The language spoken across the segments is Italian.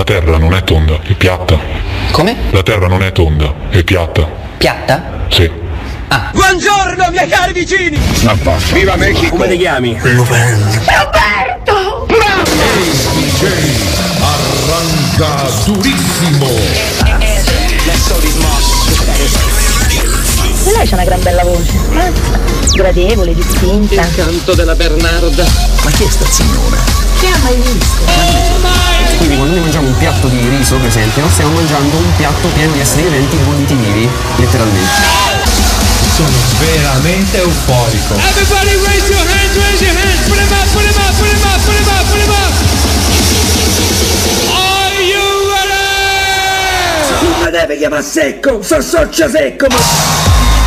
La terra non è tonda, è piatta. Come? La terra non è tonda, è piatta. Piatta? Sì. Ah. Buongiorno miei cari vicini! Viva Mexico! Come ti chiami? Roberto! Bravo! DJ arranca durissimo! E lei c'ha una gran bella voce, gradevole, distinta. Il canto della Bernarda. Ma chi è sta signora? Chi ha mai visto? Quindi quando noi mangiamo un piatto di riso, per esempio, stiamo mangiando un piatto pieno di esseri viventi bolliti vivi, letteralmente. Sono veramente euforico. Everybody raise your hands, raise your hands. Put them up, put them up, put them up, put them up, put them up. Are you ready? Non mi deve chiamare secco, so socio secco, ma...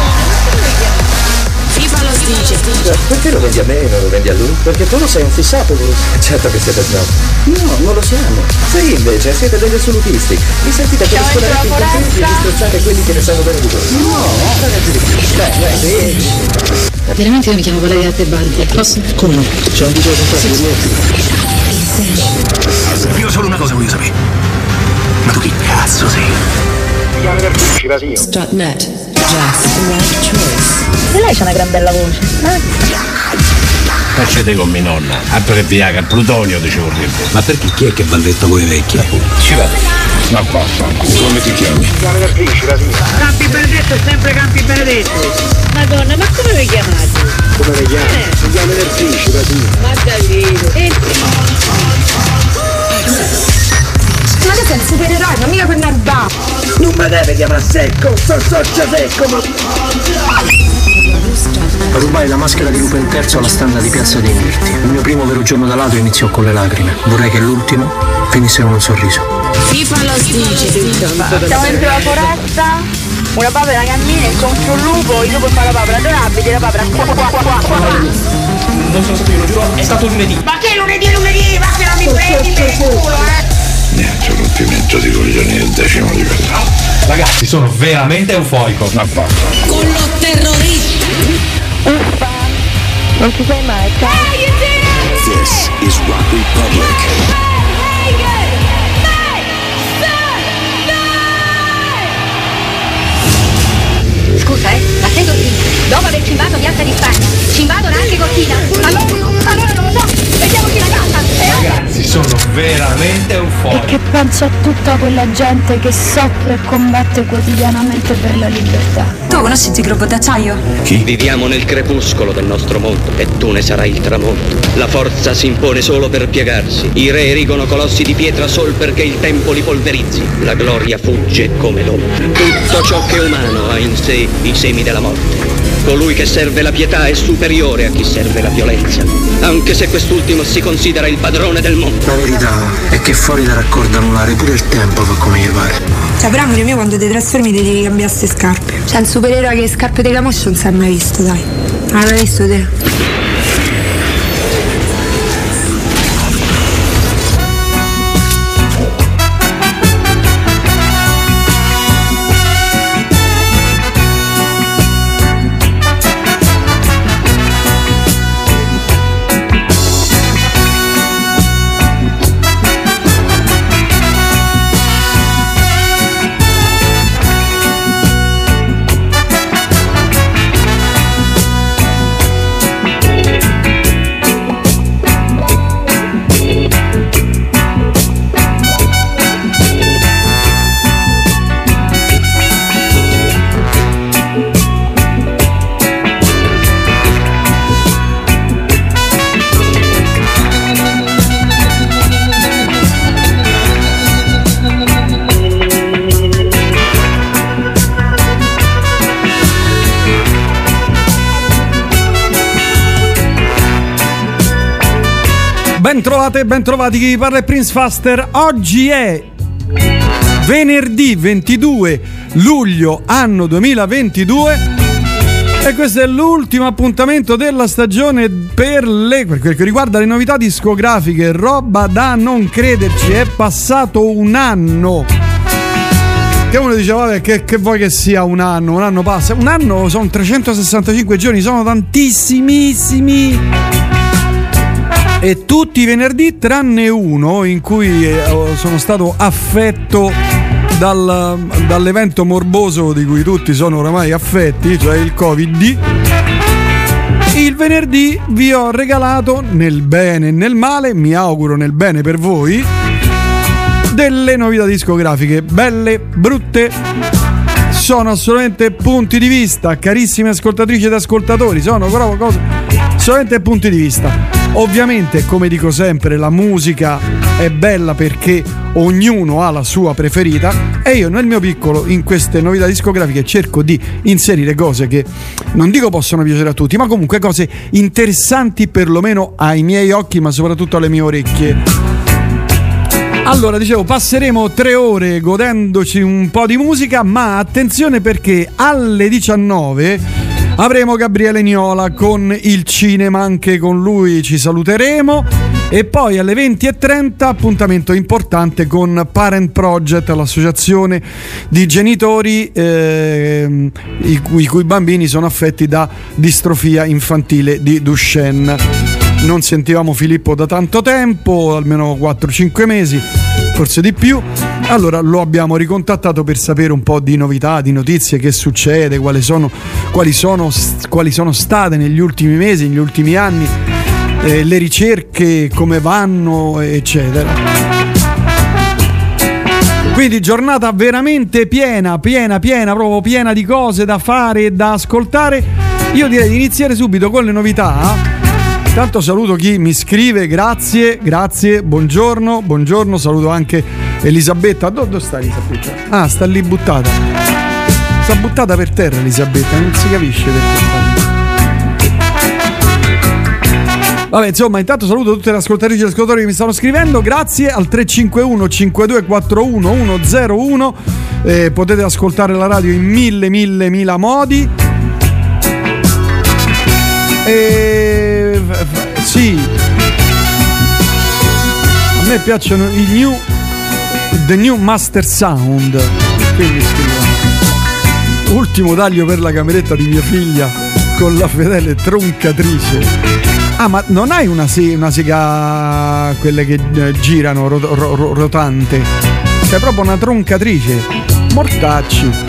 Perché lo vendi a me e non lo vendi a lui? Perché tu lo sei un fissato, Bruce. Certo che siete snob. No, non lo siamo. Voi invece siete degli assolutisti. Vi sentite come scolariti incontenti e disprezzate quelli che ne sanno bene di voi. No, ragazzi di più. Dai, veramente io mi chiamo Valeria Tebaldi, posso? Come no? C'è un video con te. Io solo una cosa voglio sapere. Ma tu chi cazzo sei? Strutnet, just the right choice. E lei c'ha una gran bella voce, Facete con mia nonna, altro che Viagra, plutonio dicevo il tempo. Ma perché chi è che va a letto con i vecchi? Ci vado. Ma come ti chiami? Campi Benedetto è sempre Campi Benedetto. Madonna, ma come vi chiamate? Come mi chiami? Si chiama Nerfici, Ma Davide. Ma che sei il supereroe, ma mica quel narba. Non mi deve chiamare secco, so socio secco, ma... Rubai la maschera di Lupin III alla standa di Piazza dei Mirti. Il mio primo vero giorno da ladro iniziò con le lacrime. Vorrei che l'ultimo finisse con un sorriso. FIFA lo dice. Siamo dentro la foresta, una papera cammina, incontra un lupo, il lupo fa la papera adorabile, la papera qua. Non sono stato io, lo giuro, è stato lunedì. Ma che lunedì, ma che non mi prendi per il culo, Niente, un rompimento di coglioni del 10° livello. Ragazzi, sono veramente euforico. Ma va. Con lo terrorista. Uffa, non ci sei mai, This is Rock Republic. Scusa, ma sei Cortina. Dopo aver cimbato Piazza di Spagna, cimbadono anche Cortina. Allora non lo so, vediamoci la casa. Ragazzi, sono veramente euforico. E che penso a tutta quella gente che soffre e combatte quotidianamente per la libertà. Tu conosci il gruppo d'acciaio? Viviamo nel crepuscolo del nostro mondo e tu ne sarai il tramonto. La forza si impone solo per piegarsi. I re erigono colossi di pietra sol perché il tempo li polverizzi. La gloria fugge come l'ombra. Tutto ciò che è umano ha in sé i semi della morte. Colui che serve la pietà è superiore a chi serve la violenza, anche se quest'ultimo si considera il padrone del mondo. La verità è che fuori da raccordo anulare pure il tempo fa come gli pare. Cioè, però amore mio, quando ti trasformi ti devi cambiare ste scarpe. Cioè, il supereroe che le scarpe di camoscio non si è mai visto, dai. Ah, l'hai visto te? Bentrovati, chi vi parla è Prince Faster. Oggi è venerdì 22 luglio anno 2022 e questo è l'ultimo appuntamento della stagione per quel che riguarda le novità discografiche. Roba da non crederci, è passato un anno. Che uno dice vabbè, che vuoi che sia un anno passa, un anno sono 365 giorni, sono tantissimissimi. E tutti i venerdì tranne uno in cui sono stato affetto dall'evento morboso di cui tutti sono oramai affetti, cioè il Covid. Il venerdì vi ho regalato, nel bene e nel male, mi auguro nel bene per voi, delle novità discografiche, belle, brutte, sono assolutamente punti di vista, carissime ascoltatrici ed ascoltatori, sono proprio cose, solamente punti di vista. Ovviamente, come dico sempre, la musica è bella perché ognuno ha la sua preferita e io nel mio piccolo in queste novità discografiche cerco di inserire cose che non dico possono piacere a tutti, ma comunque cose interessanti perlomeno ai miei occhi, ma soprattutto alle mie orecchie. Allora, dicevo, passeremo 3 ore godendoci un po' di musica, ma attenzione perché alle 19 avremo Gabriele Niola con il cinema, anche con lui ci saluteremo, e poi alle 20:30 appuntamento importante con Parent Project, l'associazione di genitori i cui bambini sono affetti da distrofia infantile di Duchenne. Non sentivamo Filippo da tanto tempo, almeno 4-5 mesi, forse di più. Allora lo abbiamo ricontattato per sapere un po' di novità, di notizie, che succede, quali sono state negli ultimi mesi, negli ultimi anni, le ricerche, come vanno, eccetera. Quindi giornata veramente piena, proprio piena di cose da fare e da ascoltare. Io direi di iniziare subito con le novità. Tanto saluto chi mi scrive, grazie, buongiorno, saluto anche Elisabetta. Dove sta Elisabetta? Ah, sta lì buttata. Sta buttata per terra Elisabetta, non si capisce perché sta lì. Vabbè, insomma, intanto saluto tutte le ascoltatrici e gli ascoltatori che mi stanno scrivendo, grazie al 351 5241 101. Potete ascoltare la radio in mille modi. Sì, a me piacciono The New Master Sound. Quindi scrivono: ultimo taglio per la cameretta di mia figlia con la fedele troncatrice. Ah, ma non hai una sega, quelle che girano rotante? Sei proprio una troncatrice. Mortacci.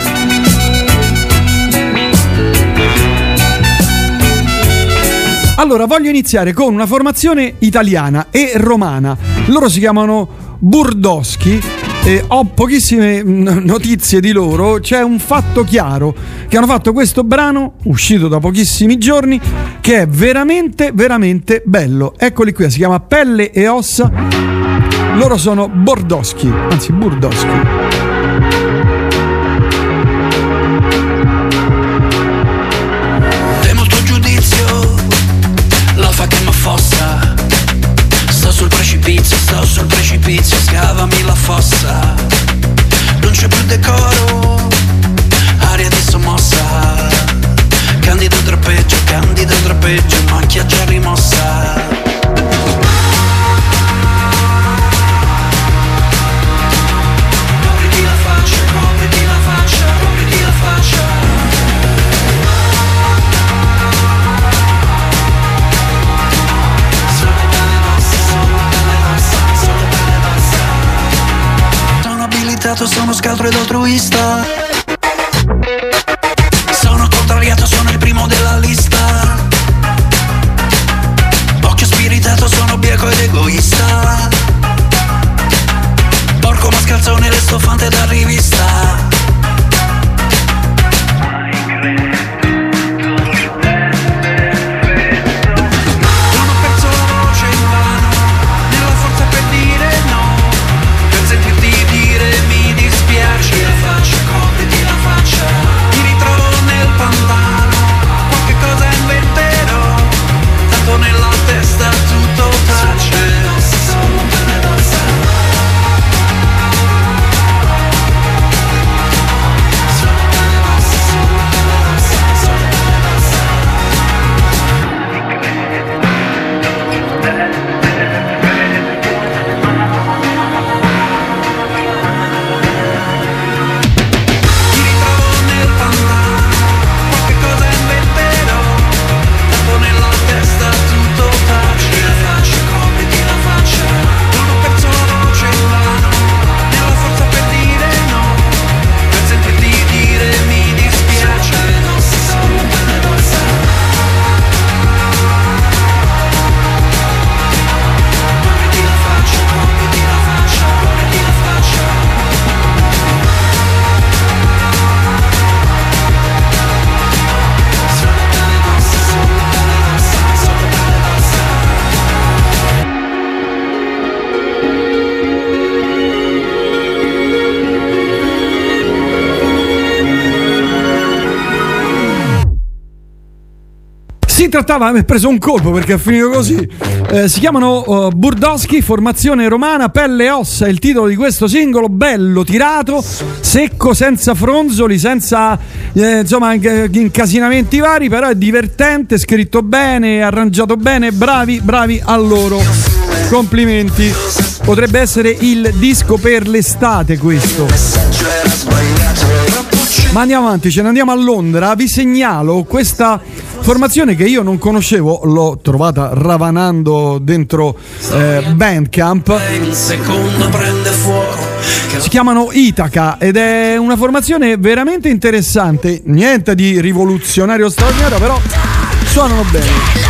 Allora, voglio iniziare con una formazione italiana e romana. Loro si chiamano Burdoschi. Ho pochissime notizie di loro. C'è un fatto chiaro, che hanno fatto questo brano, uscito da pochissimi giorni, che è veramente bello. Eccoli qui, si chiama Pelle e Ossa. Loro sono Burdoschi, anzi Burdoschi. Sto sul precipizio, scavami la fossa. Non c'è più decoro, aria di sommossa. Candido troppeggio, macchia già rimossa. Copriti la faccia, copriti la faccia, copriti la faccia. Sono scaltro ed altruista. Sono contrariato, sono il primo della lista. Occhio spiritato, sono bieco ed egoista. Porco mascalzone, resto fante da rivista. Si trattava, mi è preso un colpo perché è finito così. Si chiamano Burdoschi, formazione romana, pelle e ossa. È il titolo di questo singolo, bello, tirato, secco, senza fronzoli, senza insomma incasinamenti vari, però è divertente, scritto bene, arrangiato bene, bravi a loro. Complimenti. Potrebbe essere il disco per l'estate questo. Ma andiamo avanti, ce ne andiamo a Londra. Vi segnalo questa formazione che io non conoscevo, l'ho trovata ravanando dentro Bandcamp. Si chiamano Itaca ed è una formazione veramente interessante. Niente di rivoluzionario straordinario, però suonano bene.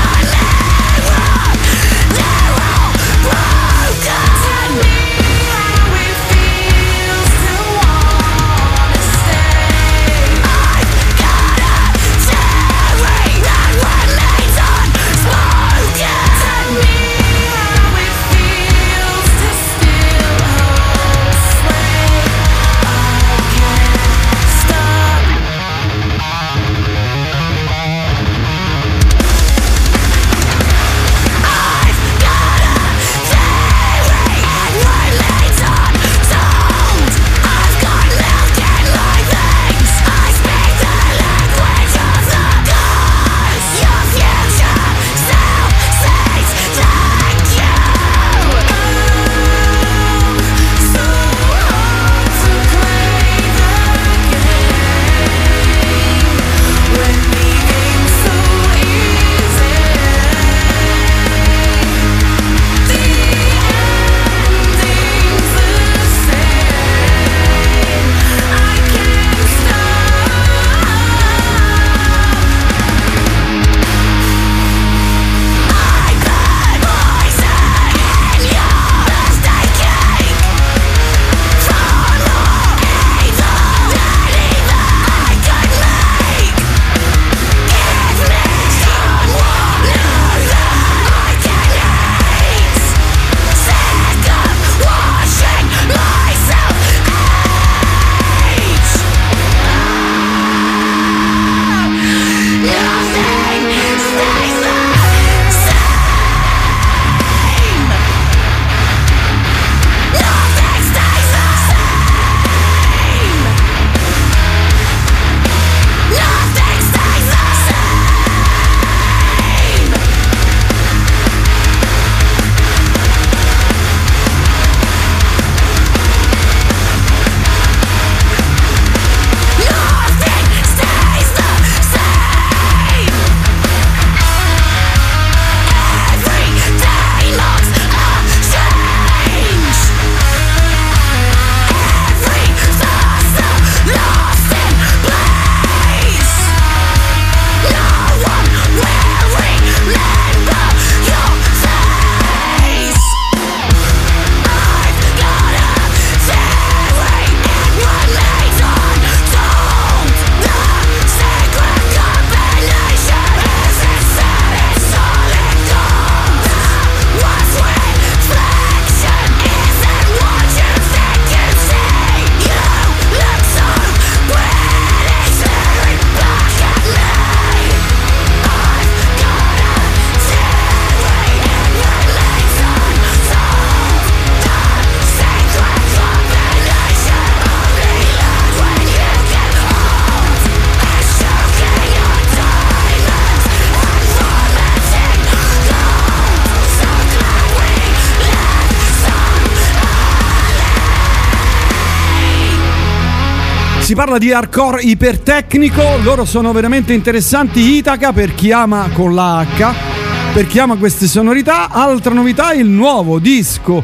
Si parla di hardcore ipertecnico, loro sono veramente interessanti. Itaca, per chi ama con la H, per chi ama queste sonorità. Altra novità, il nuovo disco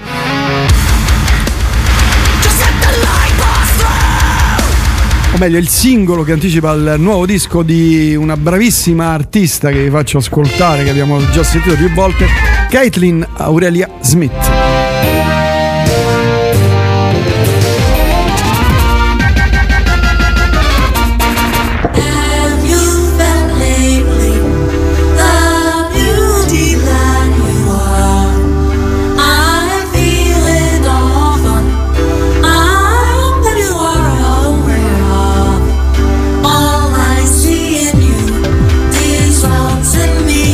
o meglio il singolo che anticipa il nuovo disco di una bravissima artista che vi faccio ascoltare, che abbiamo già sentito più volte, Caitlin Aurelia Smith. Me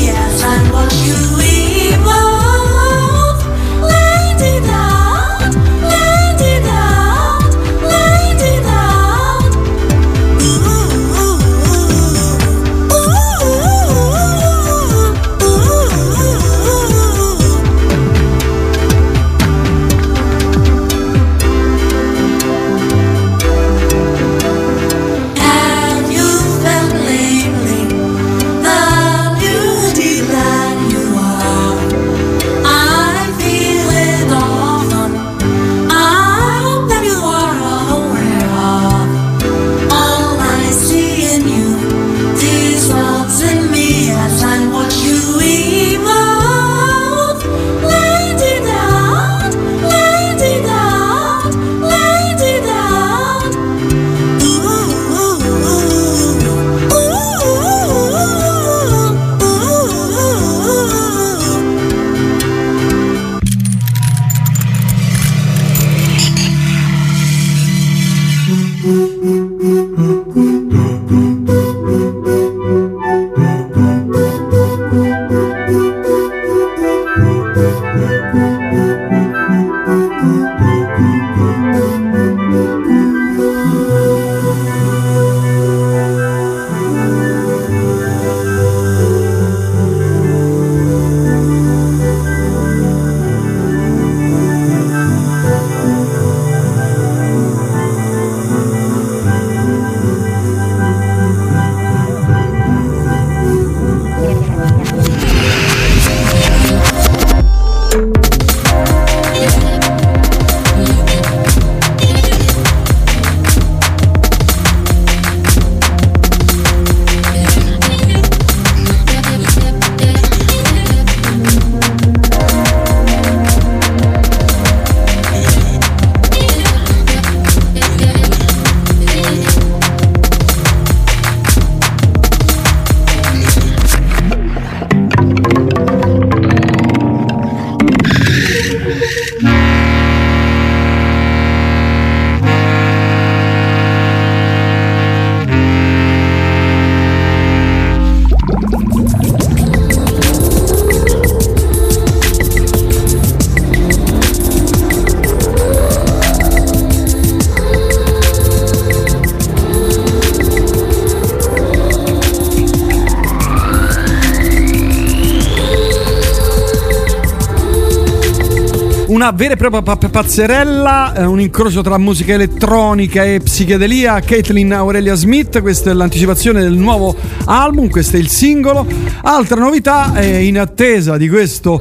una vera e propria pazzerella, un incrocio tra musica elettronica e psichedelia. Caitlin Aurelia Smith, questa è l'anticipazione del nuovo album, questo è il singolo. Altra novità, in attesa di questo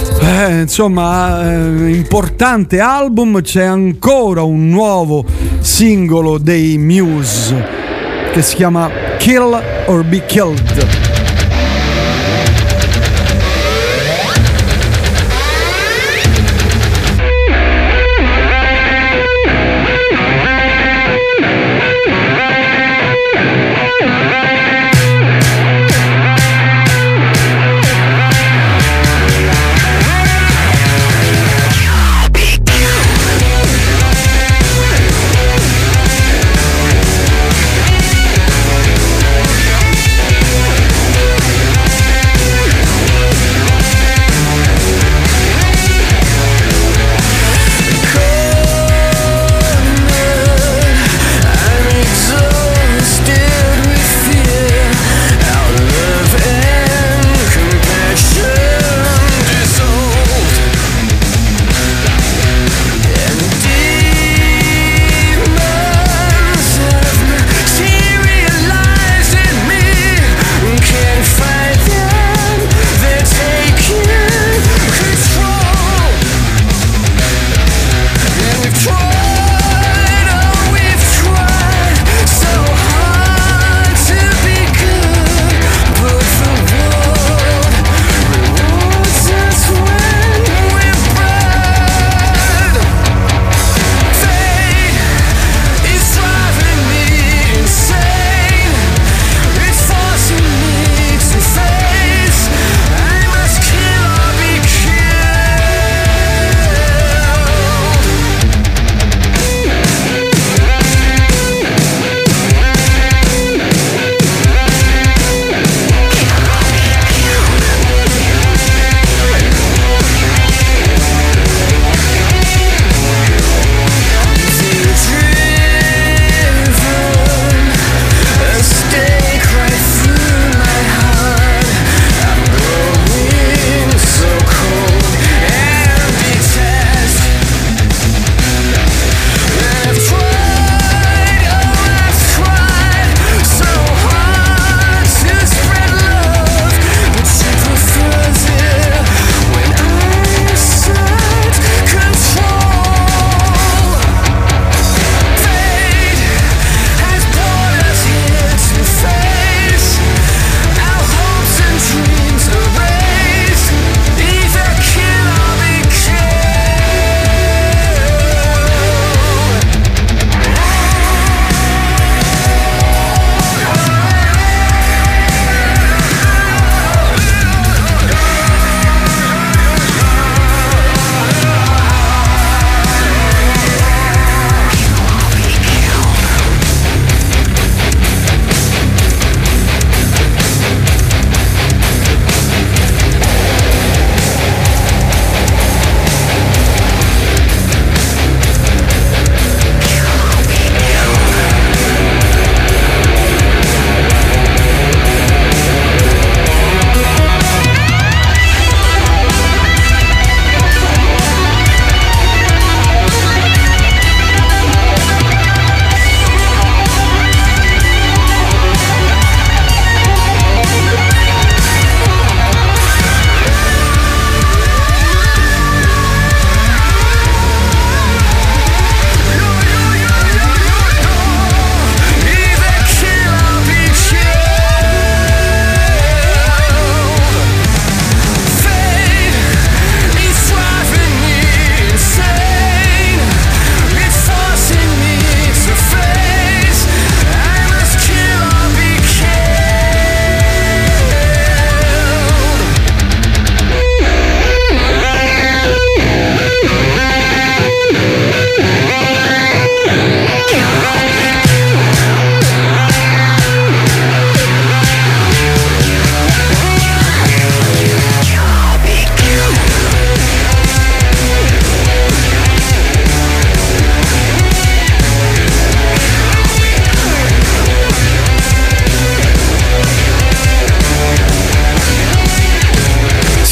importante album, c'è ancora un nuovo singolo dei Muse che si chiama Kill or Be Killed.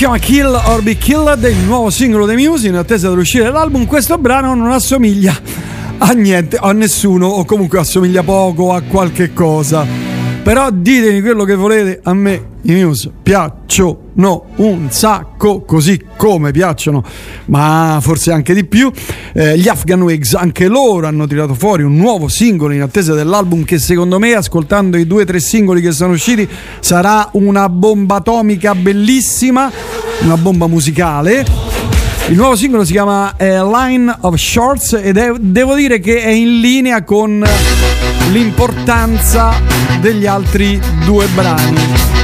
chiama Kill or Be Killed, il nuovo singolo dei Muse in attesa dell'uscita dell'album. Questo brano non assomiglia a niente, a nessuno, o comunque assomiglia poco a qualche cosa. Però ditemi quello che volete, a me i Muse piacciono un sacco, così come piacciono, ma forse anche di più, gli Afghan Wigs. Anche loro hanno tirato fuori un nuovo singolo in attesa dell'album che secondo me, ascoltando i 2 o 3 singoli che sono usciti, sarà una bomba atomica bellissima, una bomba musicale. Il nuovo singolo si chiama Line of Shorts ed devo dire che è in linea con l'importanza degli altri 2 brani.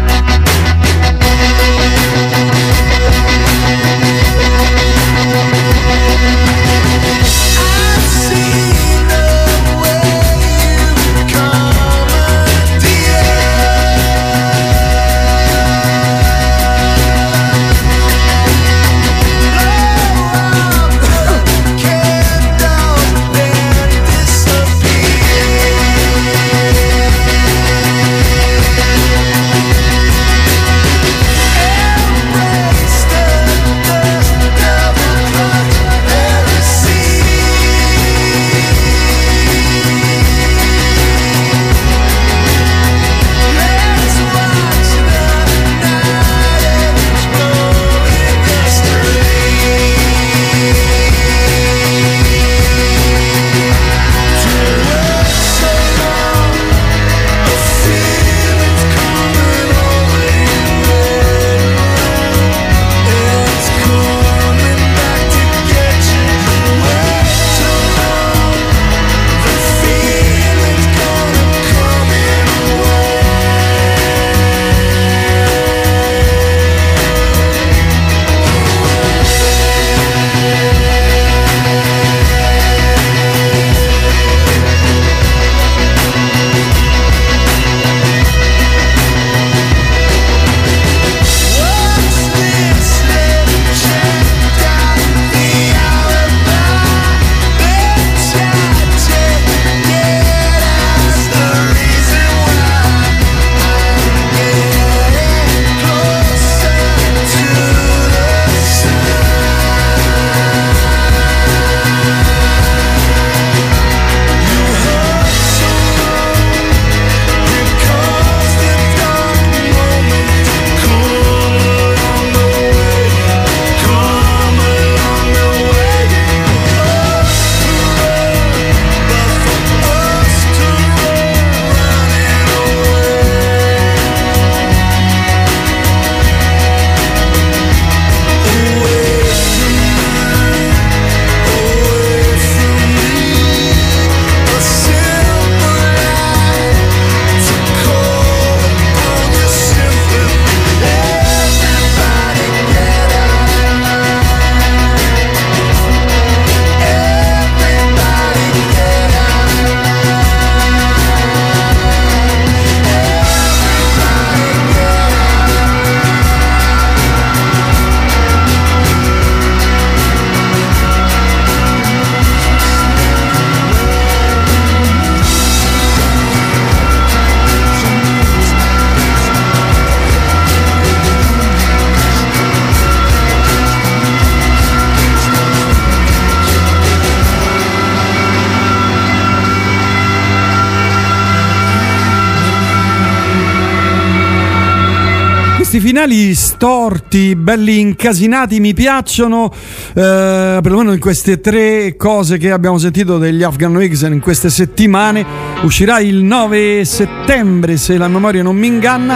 Finali storti, belli incasinati, mi piacciono, perlomeno in queste 3 cose che abbiamo sentito degli Afghan Wigs in queste settimane. Uscirà il 9 settembre, se la memoria non mi inganna,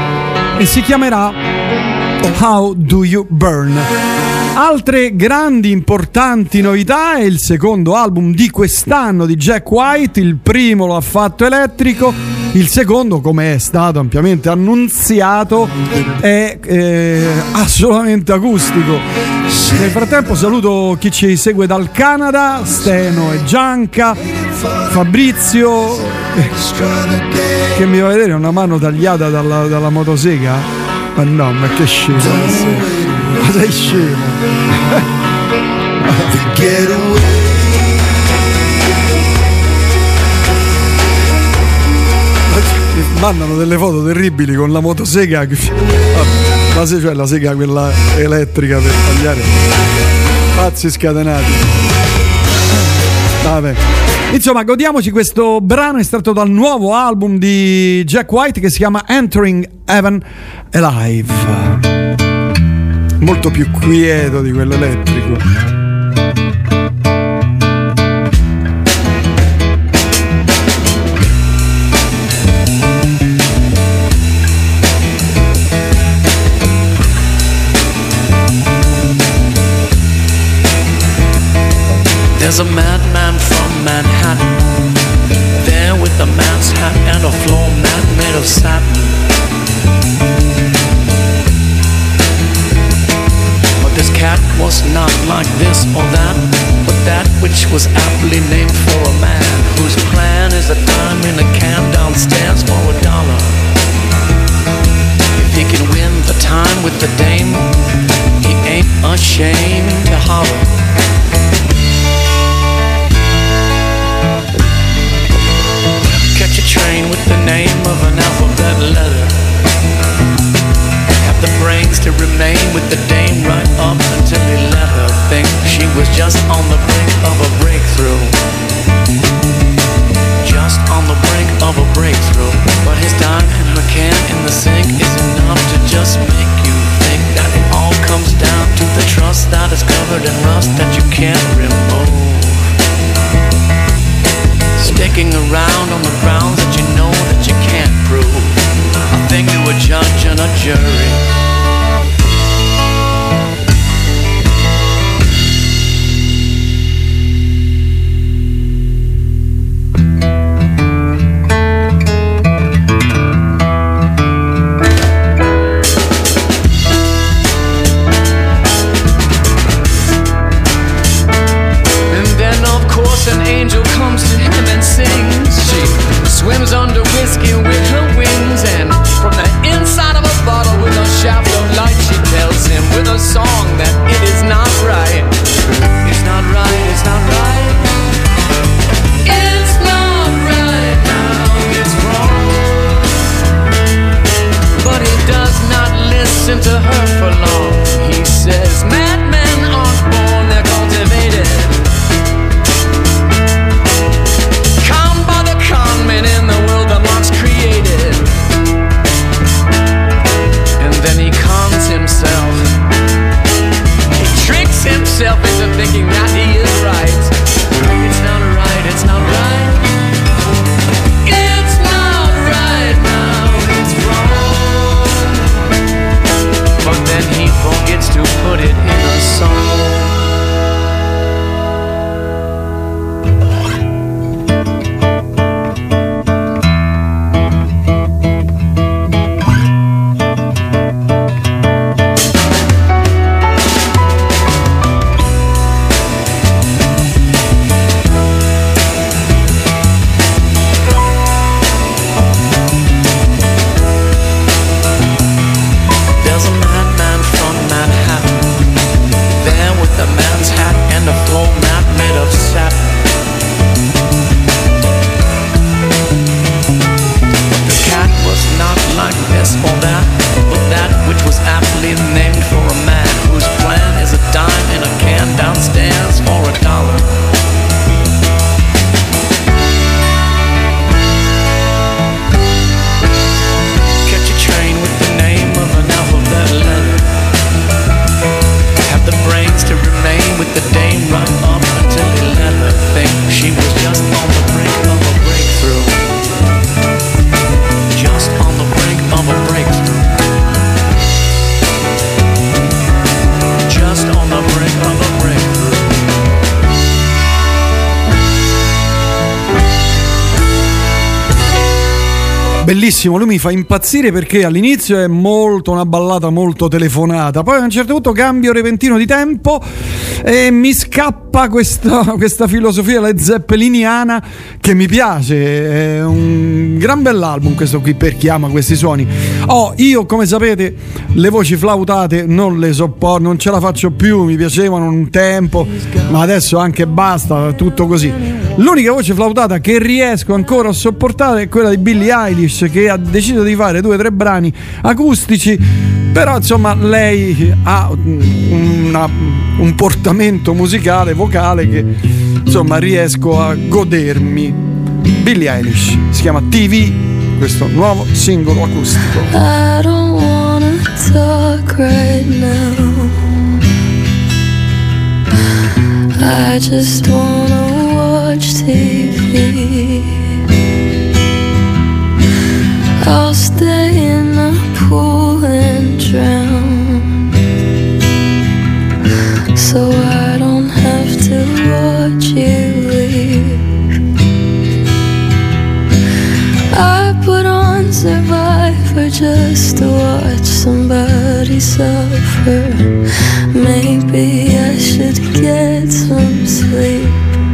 e si chiamerà How Do You Burn. Altre grandi importanti novità: è il secondo album di quest'anno di Jack White. Il primo lo ha fatto elettrico, il secondo, come è stato ampiamente annunziato, è assolutamente acustico. Nel frattempo saluto chi ci segue dal Canada, Steno e Gianca, Fabrizio, che mi va a vedere una mano tagliata dalla motosega. Ma no, ma che scemo, ma sei scemo. Mi mandano delle foto terribili con la motosega. Vabbè. cioè la sega quella elettrica per tagliare. Pazzi scatenati. Vabbè. Insomma, godiamoci questo brano estratto dal nuovo album di Jack White che si chiama Entering Heaven Alive. Molto più quieto di quello elettrico. There's a madman from Manhattan, there with a man's hat and a floor mat made of satin. But this cat was not like this or that, but that which was aptly named for a man whose plan is a dime in a can downstairs for $1. If he can win the time with the dame, he ain't ashamed to holler. Catch a train with the name of an alphabet letter. Have the brains to remain with the dame right up until he let her think she was just on the brink of a breakthrough. Just on the brink of a breakthrough. But his dime and her can in the sink is enough to just make you think that it all comes down to the trust that is covered in rust that you can't remove. Sticking around on the grounds that you know that you can't prove. A thing to a judge and a jury. An angel comes to him and sings. She swims under whiskey with her wings, and from the inside of a bottle with a shaft of light she tells him with a song that it is not right. It's not right, it's not right. It's not right now, it's wrong. But he does not listen to her for long. He says, madmen aren't born, they're cultivated. In the world that Marx created. And then he cons himself. He tricks himself into thinking that he is right. It's not right, it's not right. It's not right now, it's wrong. But then he forgets to put it in a song. Bellissimo, lui mi fa impazzire perché all'inizio è molto una ballata molto telefonata, poi a un certo punto cambio repentino di tempo e mi scappa questa filosofia Led Zeppeliniana che mi piace. È un gran bell'album questo qui per chi ama questi suoni. Io come sapete le voci flautate non le sopporto, non ce la faccio più, mi piacevano un tempo ma adesso anche basta, tutto così. L'unica voce flautata che riesco ancora a sopportare è quella di Billie Eilish, Eilish, che ha deciso di fare 2 o 3 brani acustici, però insomma lei ha un portamento musicale, vocale che insomma riesco a godermi. Billie Eilish, si chiama TV, questo nuovo singolo acustico. I don't wanna talk right now, I just wanna watch TV. I'll stay in the pool and drown, so I don't have to watch you leave. I put on Survivor just to watch somebody suffer. Maybe I should get some sleep.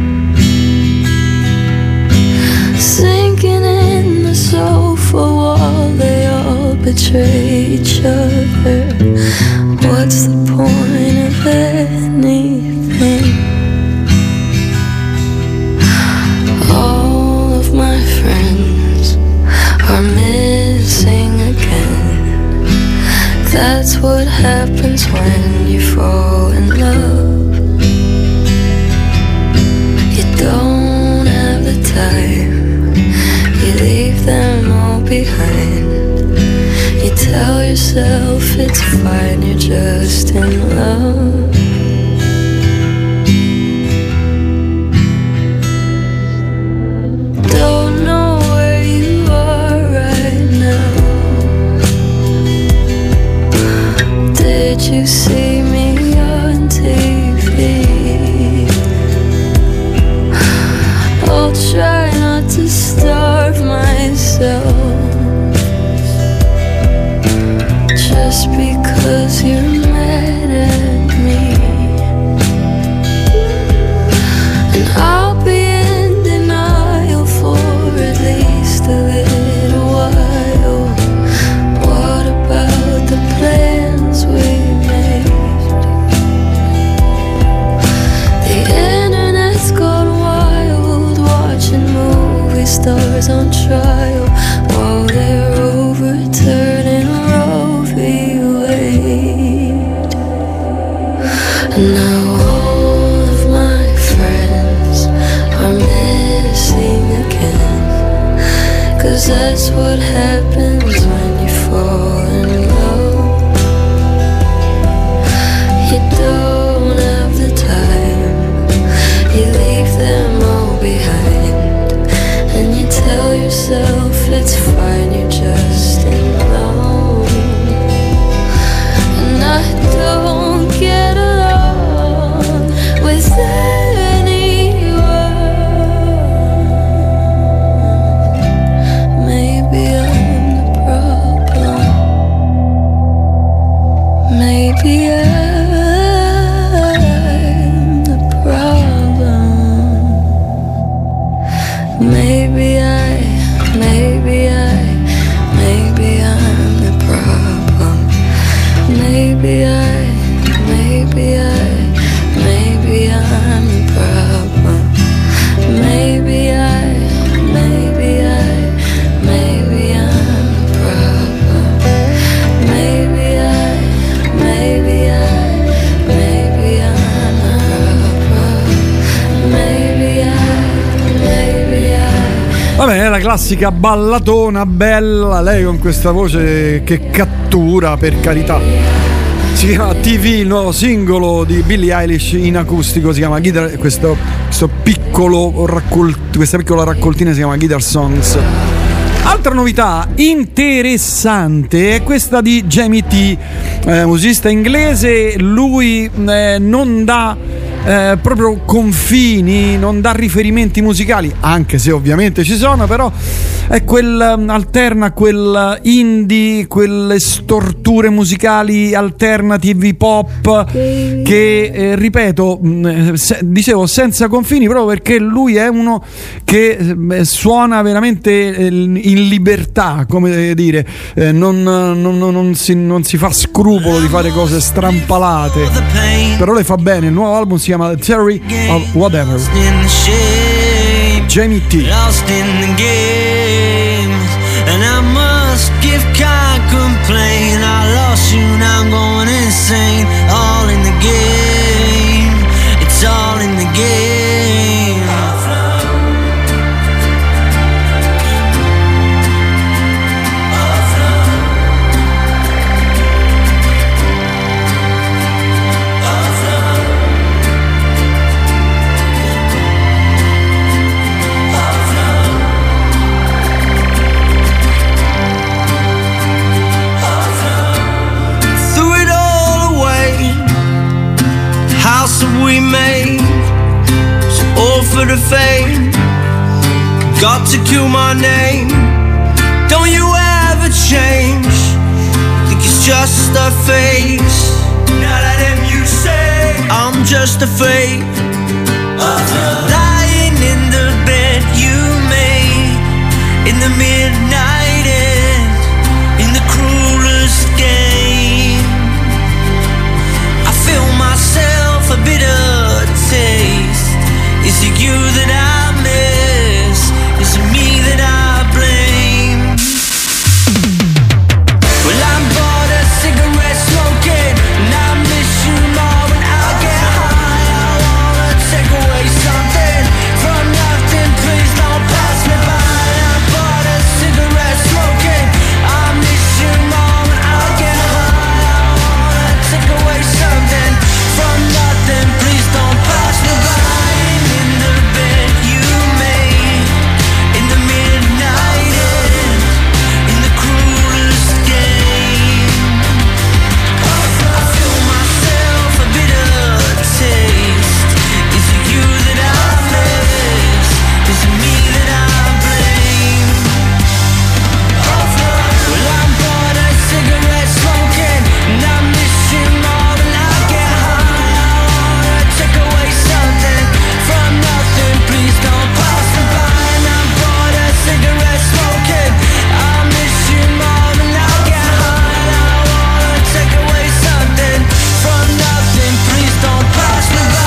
Sinking in the sofa wall, they all betray each other. What's the point of anything? All of my friends are missing again. That's what happens when you fall in love. You don't have the time, you leave them all behind. You tell yourself it's fine, you're just in love. Don't know where you are right now. Did you see me on TV? I'll try not to starve myself just because you're mad at me. And I'll be in denial for at least a little while. What about the plans we made? The internet's gone wild, watching movie stars on trial while they're overturning Roe v. Wade. And now all of my friends are missing again, 'cause that's what happens when you fall in love. You don't have the time, you leave them all behind, and you tell yourself it's fine, you're just in love. And I don't get along with anyone. Maybe I'm the problem. Maybe I'm the problem. Maybe I'm the problem. Maybe I'm the problem. Maybe I'm the problem. Maybe Vabbè, è la classica ballatona bella, lei con questa voce che cattura, per carità. Si chiama TV, il nuovo singolo di Billie Eilish in acustico, si chiama Guitar, questa piccola raccoltina si chiama Guitar Songs. Altra novità interessante è questa di Jamie T, musicista inglese. Lui non dà proprio confini, non dà riferimenti musicali, anche se ovviamente ci sono, però è alterna quel indie, quelle storture musicali alternative pop che ripeto, dicevo senza confini, proprio perché lui è uno che suona veramente in libertà, come dire, non si fa scrupolo di fare cose strampalate, però le fa bene. Il nuovo album si chiama The Theory of Whatever. Jamie T. Lost in the games, and I must give kind complaint. I lost you, now I'm going insane. All in the game, it's all in the game. We made so all for the fame. Got to kill my name. Don't you ever change. Think it's just a phase. Now let him you say I'm just afraid of lying in the bed you made in the midnight end, in the cruelest game. I feel myself a bitter taste. Is it you that I miss? Is it me that I blame? Well, I'm bored of cigarette smoking, and I miss you more when I get high. I wanna take away something from nothing. Please don't pass me by. I'm bored of cigarette smoking. I miss you more when I get high. I wanna take away something from nothing, please don't pass me by. In the bed you made, in the midnight end, in the cruelest game. I feel myself a bitter taste. Is it you that I miss? Is it me that I blame? Well, I'm bored of cigarette smoking, and I miss you more when I get high. Take away something from nothing, please don't pass me by. And I'm bored of cigarette smoking. I miss you more when I get high. I wanna take away something from nothing, please don't pass me by.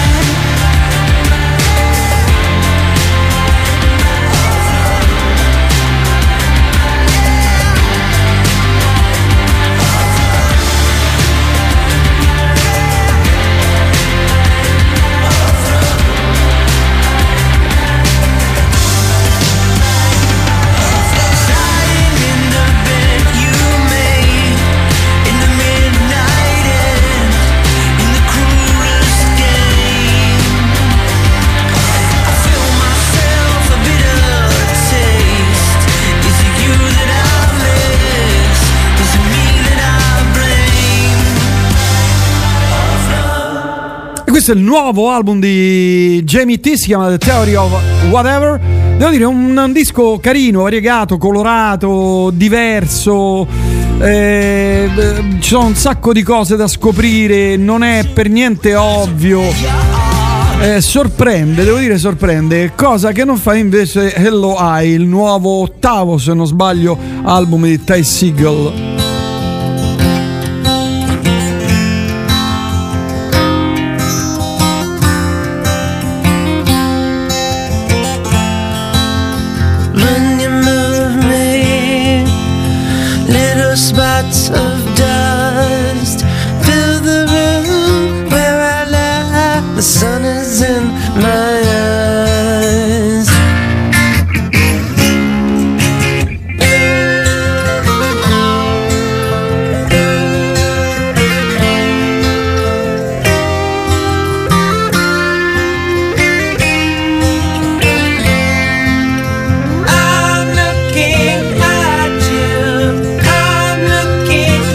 Questo è il nuovo album di Jamie T, si chiama The Theory of Whatever. Devo dire, un disco carino, variegato, colorato, diverso. Ci sono un sacco di cose da scoprire, non è per niente ovvio. Sorprende, devo dire sorprende, cosa che non fa invece Hello I, il nuovo ottavo, se non sbaglio, album di Ty Segall. Spots of dust fill the room where I lie. The sun is in my eyes. I'm looking at you. I'm looking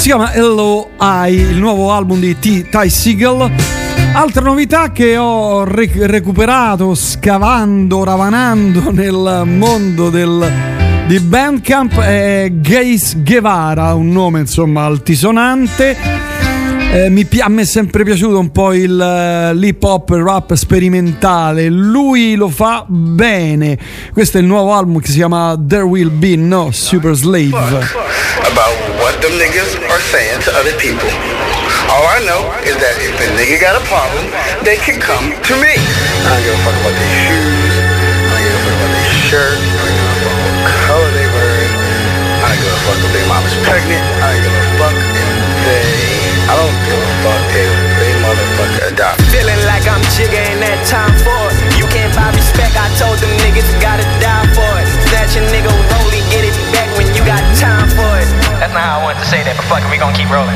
Si chiama Hello I, il nuovo album di Ty Segall. Altra novità che ho recuperato scavando, ravanando nel mondo di Bandcamp è Gaze Guevara, un nome insomma altisonante. A me è sempre piaciuto un po' l'hip hop, il rap sperimentale, lui lo fa bene. Questo è il nuovo album che si chiama There Will Be No Super Slave. About what them niggas are saying to other people. All I know is that if a nigga got a problem, they can come to me. I don't give a fuck about their shoes, I don't give a fuck about their shirt, I don't give a fuck what color they wearing, I don't give a fuck if their mom is pregnant, I don't give a fuck if I don't give a fuck if they motherfucker adopt. Feeling like I'm Jigga and that time for it. You can't buy respect, I told them niggas gotta die for it. Snatch a nigga rolling, get it back when you got time for it. That's not how I wanted to say that, but fuck it, we gon' keep rolling.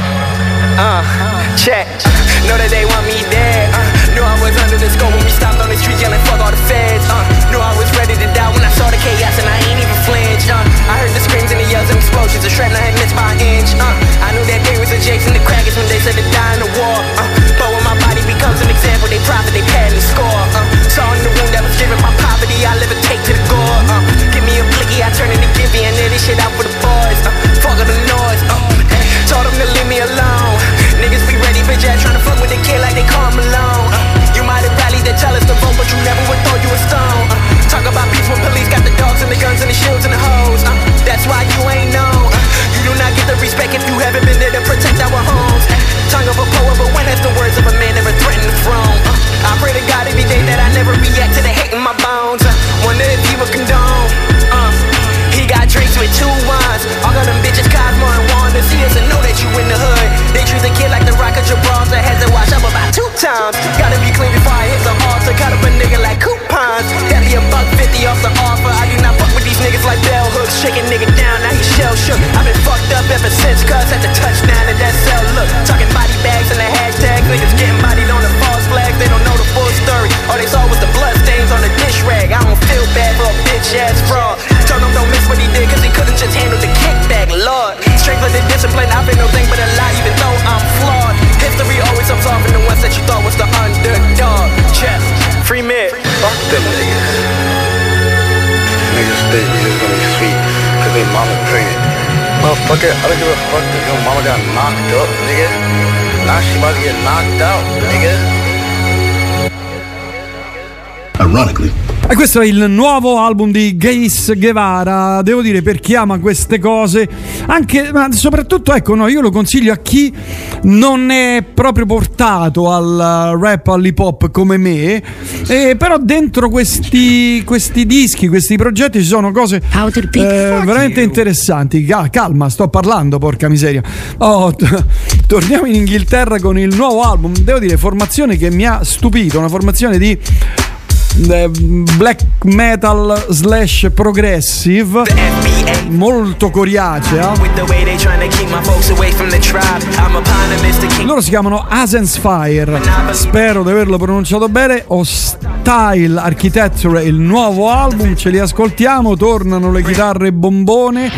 Check. Know that they want me dead. Knew I was under the scope when we stopped on the street yelling fuck all the feds. Knew I was ready to die when I saw the chaos and I ain't even flinched. I heard the screams and the yells and explosions. The shrapnel had missed by an inch. I knew that they was the jakes and the crackers when they said to die in the war. But when my body becomes an example, they profit, they pad and score. Saw in the wound that was driven by poverty, I live a take to the gore. Give me a blicky, I turn into Gibby and then this shit out for the boys. Fuck all the noise. Told them to leave me alone. Niggas be ready for jail, tryna fuck with the kid like they call him alone. You might have rallied to tell us to vote, but you never would throw you a stone. Talk about peace when police got the dogs and the guns and the shields and the hoes. That's why you ain't known. You do not get the respect if you haven't been there to protect our homes. Tongue of a poet, but when has the words of a man never threatened the throne? I pray to God every day that I never react to the hate in my bones. Wonder if he would condone. He got drinks with 2 wines. All of them bitches Cosmo and Wanda. See us and know that you in the hood. They treat the kid like the Rock of Gibraltar. Had to wash up about 2 times. Gotta be clean before I hit the altar. Cut up a nigga like coupons. Gotta be $1.50 off the offer. I do not fuck with these niggas like bell hooks. Shaking nigga down, now he shell shook. I've been fucked up ever since, cuz at the touchdown and that cell look. Talking body bags and the hashtags. Niggas getting bodied on the false flags. They don't know the full story. All they saw was the blood stains on the dish rag. I don't feel bad for a bitch ass fraud. Told him don't miss what he did, cause he couldn't just handle the kickback, Lord. Strength of the discipline, I've been no thing but a lie, even though I'm flawed. History always absolving the ones that you thought was the underdog. Chef, free mid. Fuck them niggas. Niggas think we just gonna be sweet cause they mama pregnant. Motherfucker, I don't give a fuck if your mama got knocked up, nigga. Now she about to get knocked out, nigga. Ironically. E questo è il nuovo album di Gaze Guevara. Devo dire, per chi ama queste cose, anche, ma soprattutto, ecco, no, io lo consiglio a chi non è proprio portato al rap, all'hip hop come me, però dentro questi dischi, questi progetti ci sono cose veramente interessanti. Calma, sto parlando, porca miseria. Torniamo in Inghilterra con il nuovo album. Devo dire, formazione che mi ha stupito, una formazione di black metal / progressive, molto coriacea. Loro si chiamano Asen's Fire, spero di averlo pronunciato bene. Hostile Architecture, il nuovo album, ce li ascoltiamo. Tornano le chitarre bombone.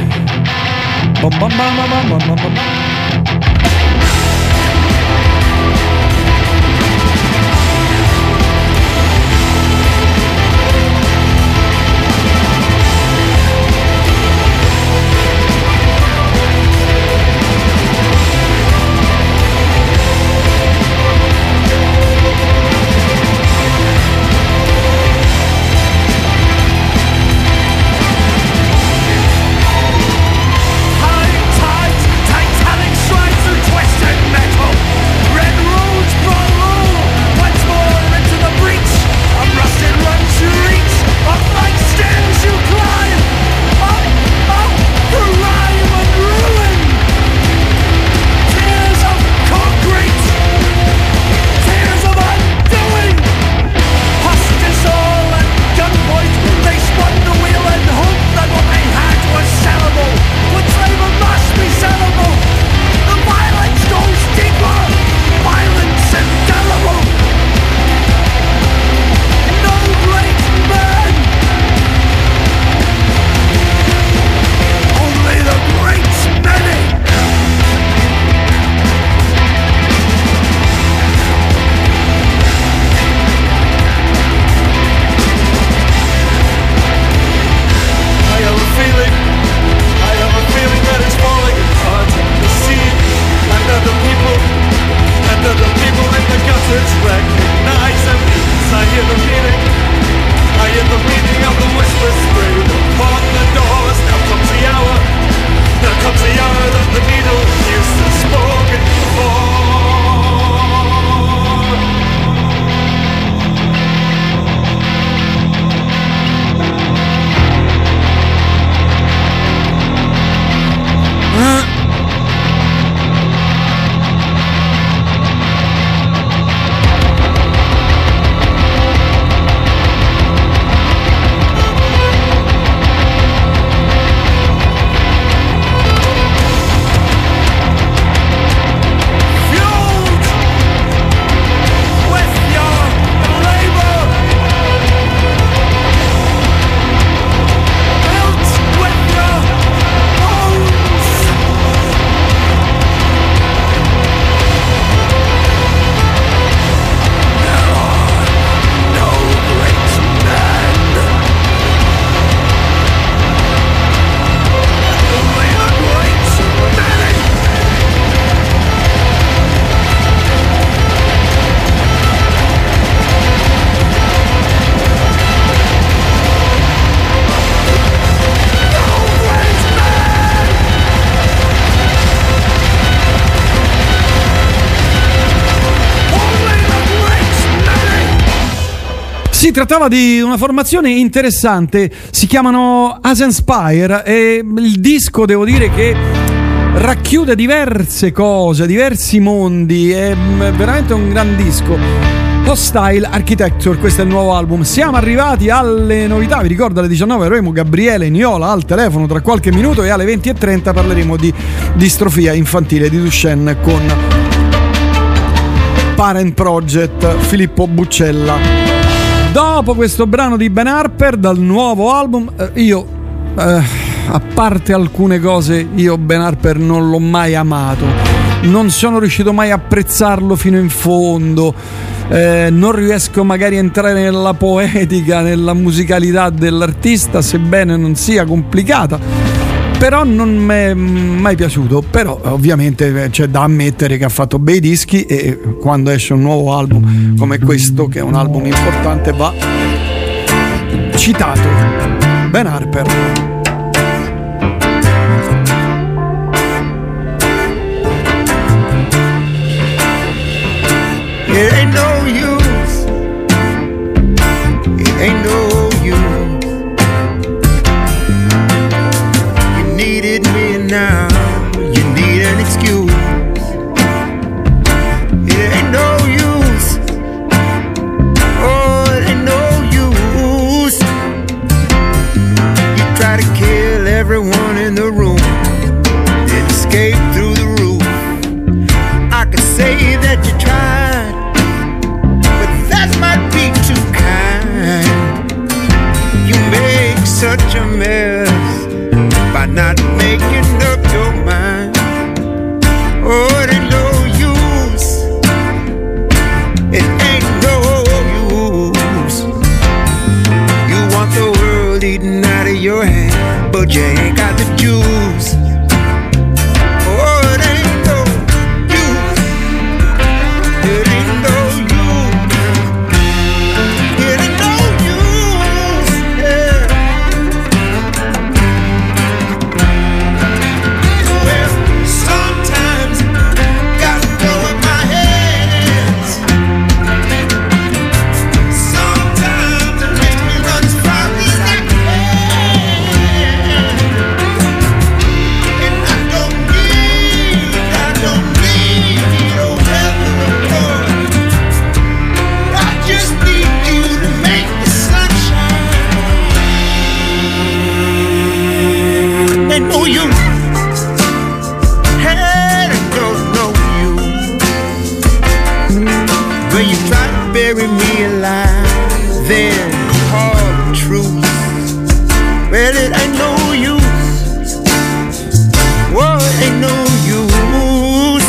Titanic strike. Si trattava di una formazione interessante, si chiamano Asenspire e il disco, devo dire che racchiude diverse cose, diversi mondi, è veramente un gran disco. Hostile Architecture, questo è il nuovo album. Siamo arrivati alle novità, vi ricordo alle 19 avremo Gabriele Niola al telefono tra qualche minuto e alle 20:30 parleremo di distrofia infantile di Duchenne con Parent Project Filippo Buccella. Dopo questo brano di Ben Harper dal nuovo album, a parte alcune cose, io Ben Harper non l'ho mai amato, non sono riuscito mai a apprezzarlo fino in fondo, non riesco magari a entrare nella poetica, nella musicalità dell'artista, sebbene non sia complicata, però non mi è mai piaciuto. Però ovviamente c'è da ammettere che ha fatto bei dischi e quando esce un nuovo album come questo, che è un album importante, va citato. Ben Harper. It ain't no use. It ain't no use. You needed me and now you need an excuse. It ain't no use. Oh, it ain't no use. You try to kill everyone in the room, then escape through the roof. I could say that you tried, that might be too kind. You make such a mess by not making up your mind. Oh, it ain't no use. It ain't no use. You want the world eaten out of your hand, but you ain't got the juice. Oh, it ain't no use. It ain't no bury me alive, then call the truth. Well, it ain't no use. Whoa, it ain't no use.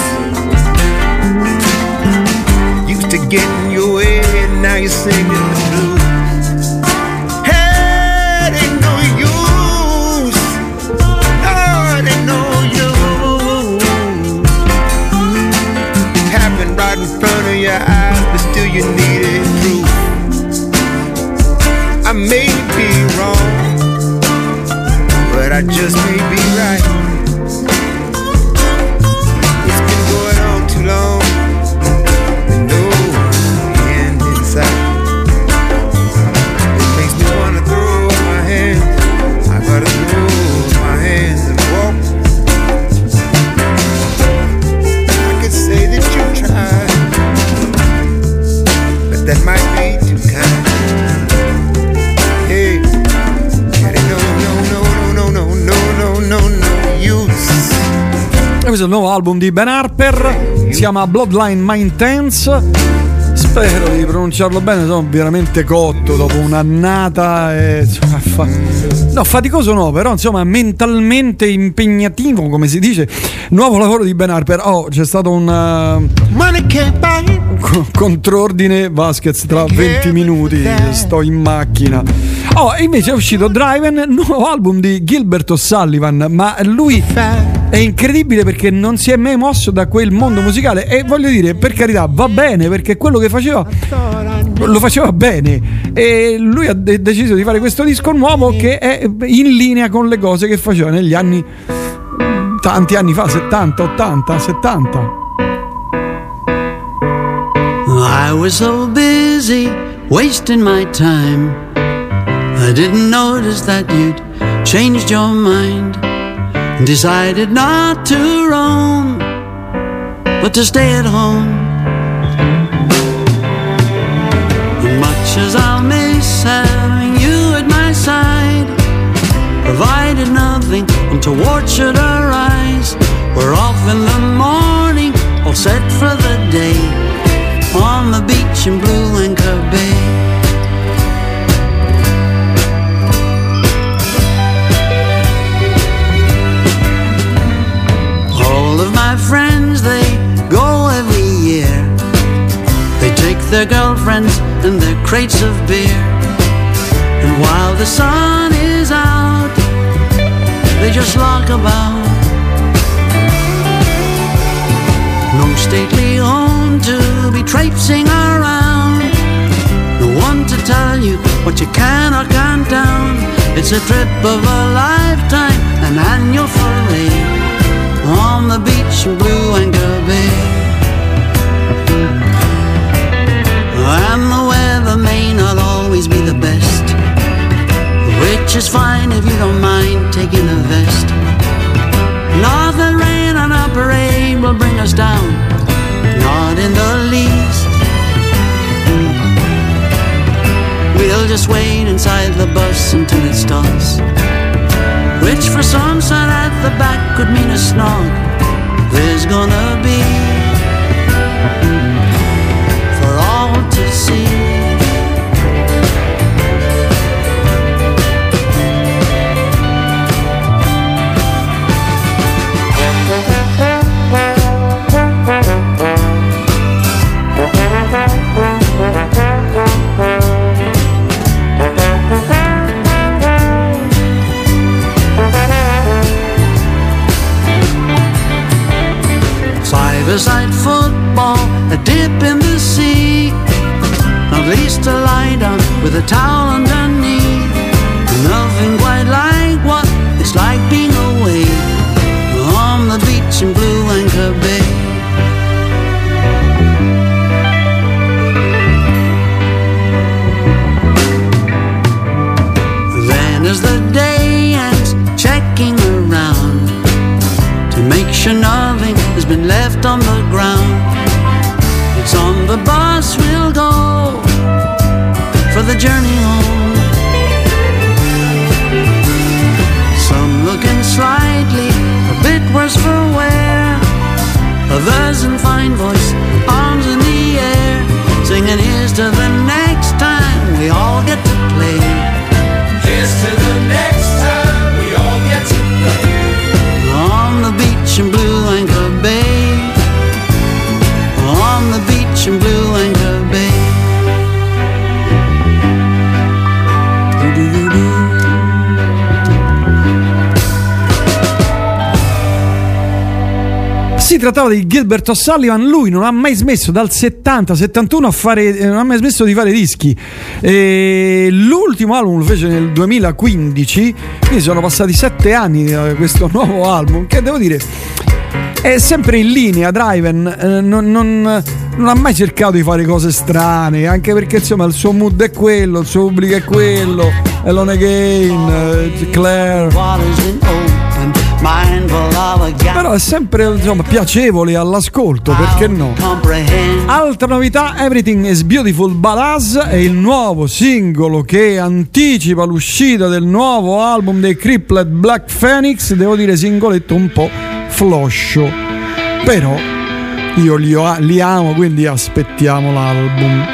Used to getting your way, and now you're singing the blues. Hey, it ain't no use. No, it ain't no use. It happened right in front of your eyes, but still you needed proof. I may be wrong, but I just may be right. It's been going on too long, and no end in sight. It makes me wanna throw up my hands. I gotta throw up my hands and walk. I could say that you tried, but that might be too kind. Hey, no use. E questo è il nuovo album di Ben Harper, si chiama Bloodline Mind Tense. Spero di pronunciarlo bene, sono veramente cotto dopo un'annata e, no, faticoso no, però insomma mentalmente impegnativo, come si dice. Nuovo lavoro di Ben Harper. Oh, c'è stato un contrordine Vasquez tra 20 minuti, sto in macchina. Oh, invece è uscito Driven, nuovo album di Gilbert O'Sullivan, ma lui è incredibile perché non si è mai mosso da quel mondo musicale e voglio dire, per carità, va bene perché quello che faceva lo faceva bene e lui ha deciso di fare questo disco nuovo che è in linea con le cose che faceva negli anni, tanti anni fa, 70, 80, 70. I was so busy wasting my time. I didn't notice that you'd changed your mind and decided not to roam, but to stay at home. Much as I'll miss having you at my side, provided nothing untoward should arise, we're off in the morning, all set for the day, on the beach in Blue Anchor Bay. All of my friends, they go every year. They take their girlfriends and their crates of beer, and while the sun is out, they just lock about. No stately home to be traipsing around, no one to tell you what you can or can't down. It's a trip of a lifetime, an annual foray, on the beach in Blue Anchor Bay. And the weather may not always be the best, which is fine if you don't mind taking a vest. Northern rain on our parade will bring us down, not in the least. We'll just wait inside the bus until it stops, which for sunset at the back could mean a snog. There's gonna be for all to see. Five-a-side football, a dip in the sea, not least to lie down with a towel underneath. Nothing quite like what it's like being away on the beach in Blue Anchor Bay. Then as the day ends, checking around to make sure nothing has been left on the ground. It's on the bus we'll go for the journey home. Some looking slightly a bit worse for wear, others in fine voice, arms in the air, singing here's to the next time we all get to play. Here's to the next time we all get to play, on the beach in Blue Anchor Bay, on the beach in Blue Anchor Bay. Si trattava di Gilbert O'Sullivan. Lui non ha mai smesso dal 70-71 a fare, non ha mai smesso di fare dischi, e l'ultimo album lo fece nel 2015, quindi sono passati 7 anni da questo nuovo album, che devo dire è sempre in linea. Driven non ha mai cercato di fare cose strane, anche perché insomma il suo mood è quello, il suo pubblico è quello, Alone Again, Claire. Però è sempre insomma piacevole all'ascolto, perché no? Altra novità, Everything is Beautiful But Us è il nuovo singolo che anticipa l'uscita del nuovo album dei Crippled Black Phoenix. Devo dire singoletto un po' floscio, però io li amo, quindi aspettiamo l'album.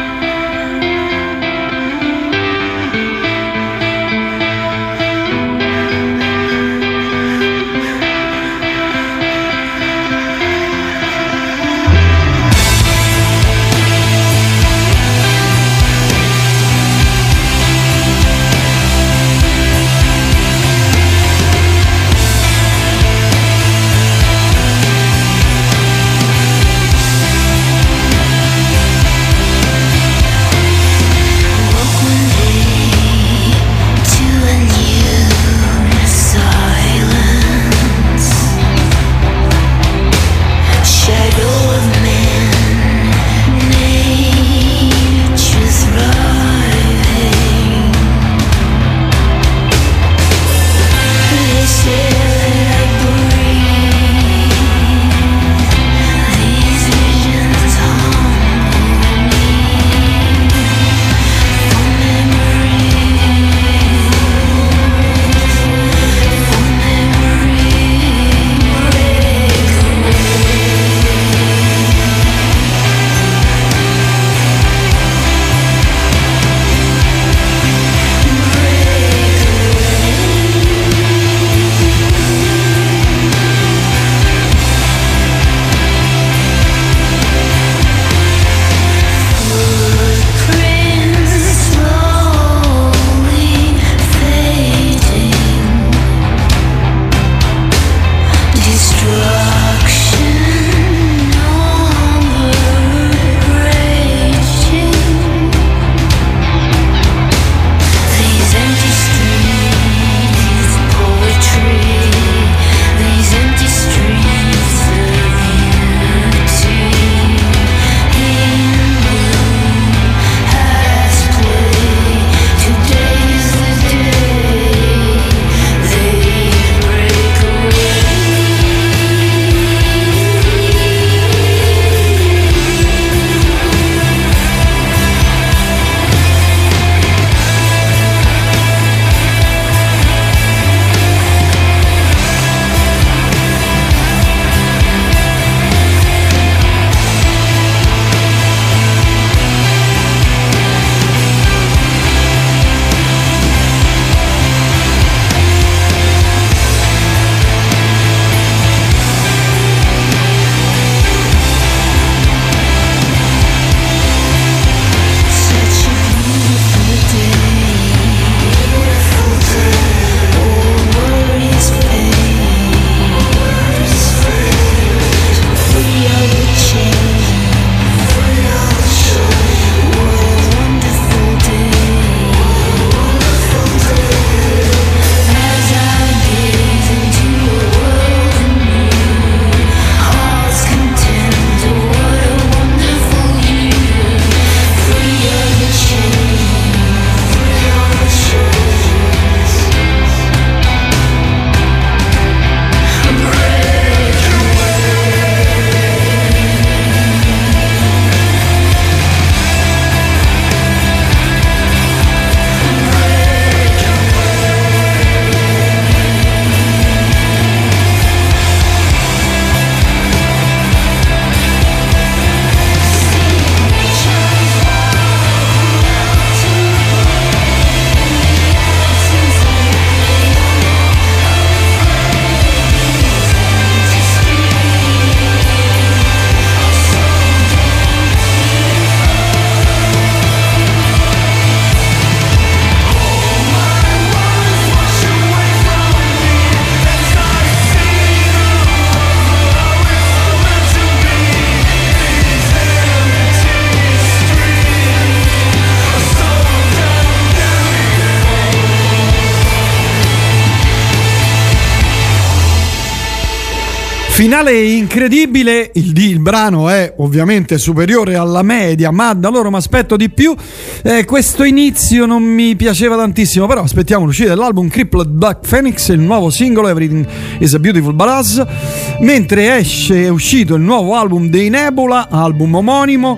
Finale incredibile, il brano è ovviamente superiore alla media, ma da loro mi aspetto di più. Questo inizio non mi piaceva tantissimo, però aspettiamo l'uscita dell'album Crippled Black Phoenix, il nuovo singolo Everything is a Beautiful Buzz, mentre è uscito il nuovo album dei Nebula, album omonimo.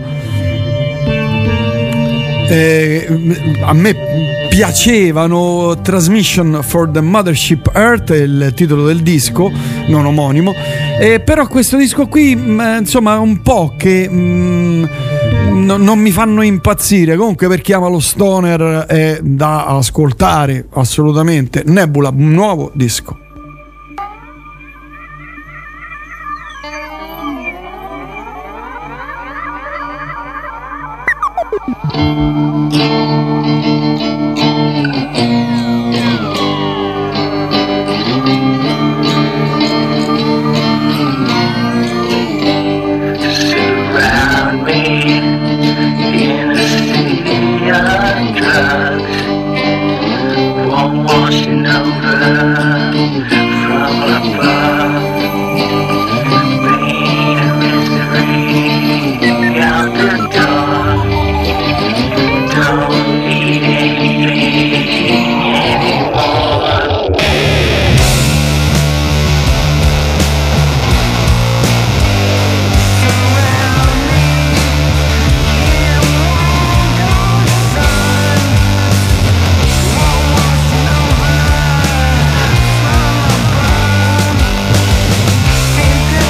A me piacevano Transmission for the Mothership Earth, il titolo del disco non omonimo, però questo disco qui insomma un po' che non mi fanno impazzire. Comunque per chi ama lo stoner è da ascoltare assolutamente. Nebula, un nuovo disco. Surround me in a sea of drugs, warm washing over from above, pain and misery out the door. Don't need anything anymore. Think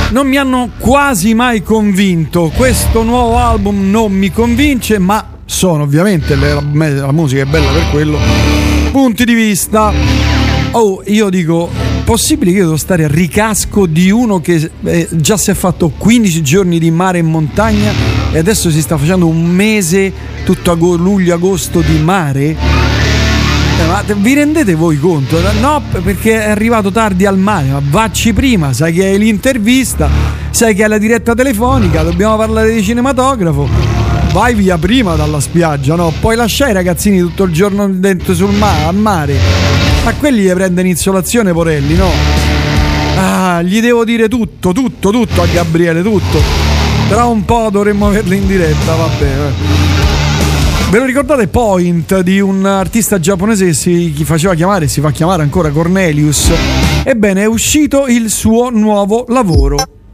non mi hanno quasi mai convinto. Questo nuovo album non mi convince, ma sono ovviamente la musica è bella per quello. Punti di vista. Oh, io dico, possibile che io devo stare a ricasco di uno che già si è fatto 15 giorni di mare e montagna e adesso si sta facendo un mese, tutto luglio-agosto di mare? Ma vi rendete voi conto? No, perché è arrivato tardi al mare, ma vacci prima, sai che hai l'intervista, sai che hai la diretta telefonica, dobbiamo parlare di cinematografo, vai via prima dalla spiaggia, no? Poi lasciare i ragazzini tutto il giorno dentro al mare, ma quelli gli prendono insolazione, porelli, no? Ah, gli devo dire tutto a Gabriele, tutto. Tra un po' dovremmo averlo in diretta, vabbè. Ve lo ricordate Point, di un artista giapponese che si faceva chiamare, si fa chiamare ancora Cornelius? Ebbene, è uscito il suo nuovo lavoro.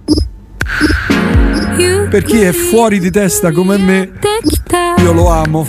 Per chi è fuori di testa come me, io lo amo.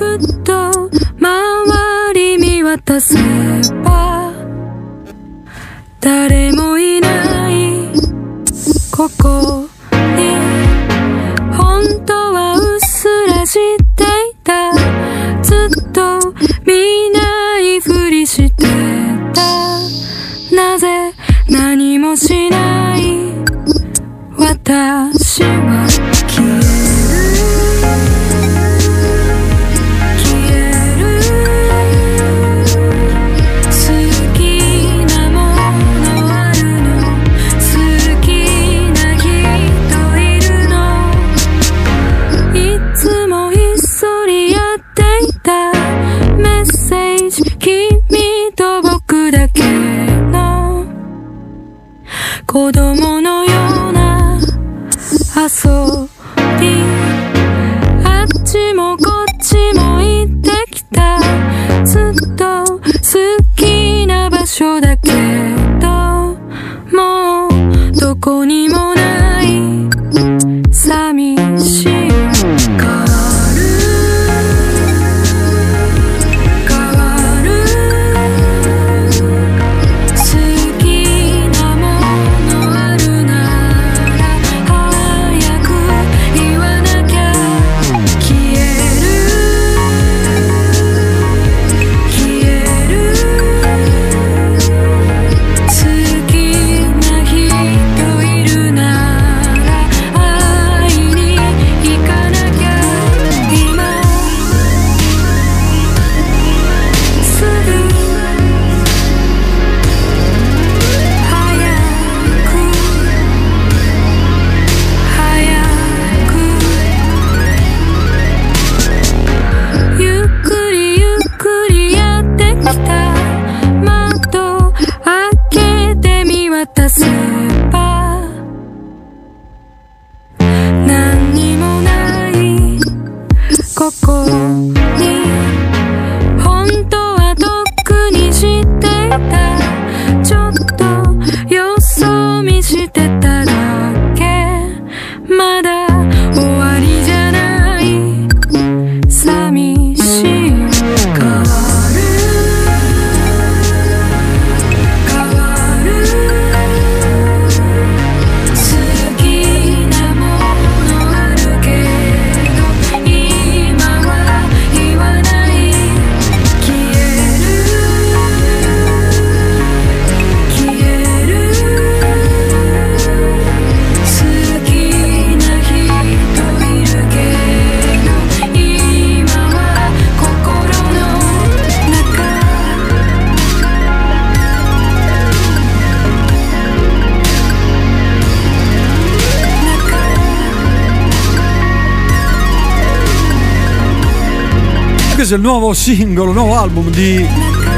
Questo è il nuovo singolo, nuovo album di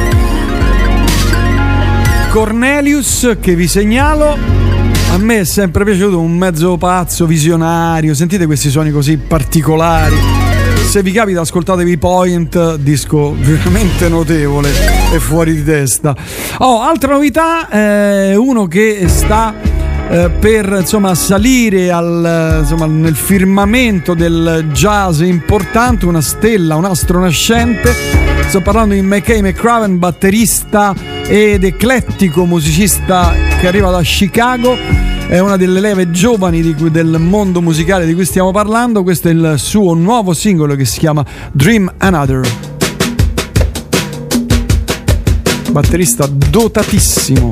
Cornelius che vi segnalo. A me è sempre piaciuto, un mezzo pazzo, visionario. Sentite questi suoni così particolari. Se vi capita, ascoltatevi Point, disco veramente notevole e fuori di testa. Oh, altra novità, uno che sta per salire nel firmamento del jazz importante, una stella, un astro nascente. Sto parlando di McKay McCraven, batterista ed eclettico musicista Black, arriva da Chicago, è una delle leve giovani del mondo musicale di cui stiamo parlando. Questo è il suo nuovo singolo che si chiama Dream Another. Batterista dotatissimo.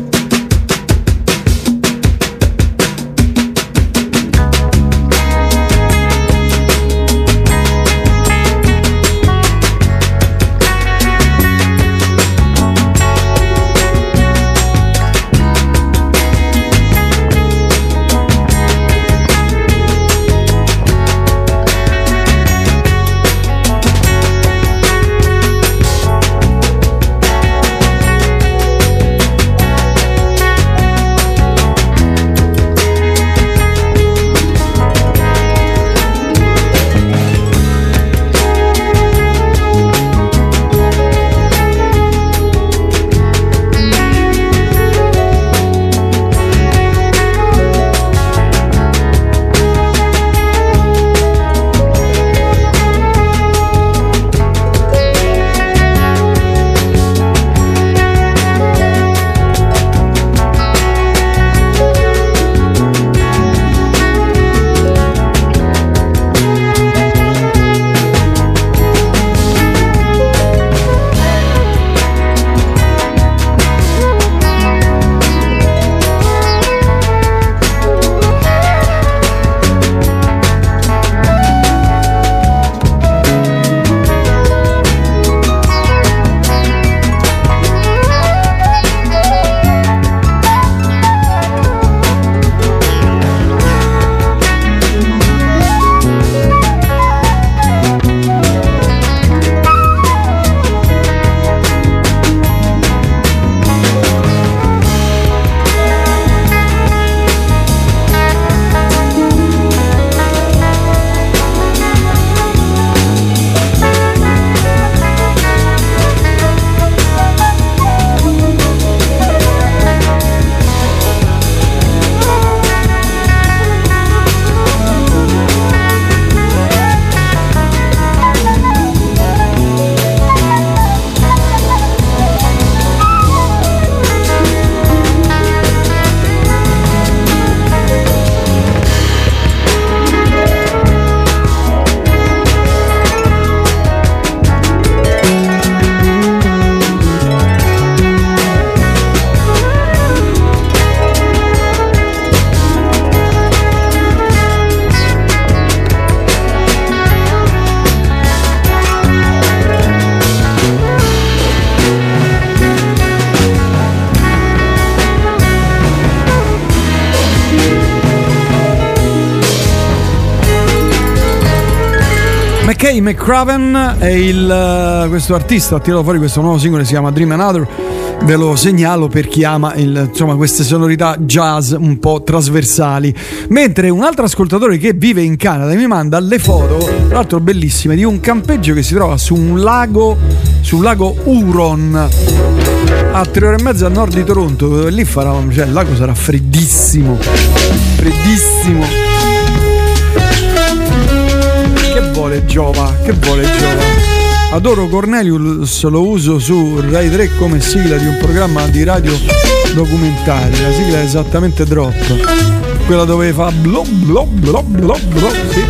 McKay McCraven è questo artista ha tirato fuori questo nuovo singolo che si chiama Dream Another. Ve lo segnalo per chi ama insomma queste sonorità jazz un po' trasversali. Mentre un altro ascoltatore che vive in Canada mi manda le foto, tra l'altro bellissime, di un campeggio che si trova sul lago Huron a 3 ore e mezza a nord di Toronto, dove lì cioè il lago sarà freddissimo. Che vuole Giova? Adoro Cornelius, lo uso su Rai 3 come sigla di un programma di radio documentario. La sigla è esattamente Drop, quella dove fa blob blob blob blob blob, sì.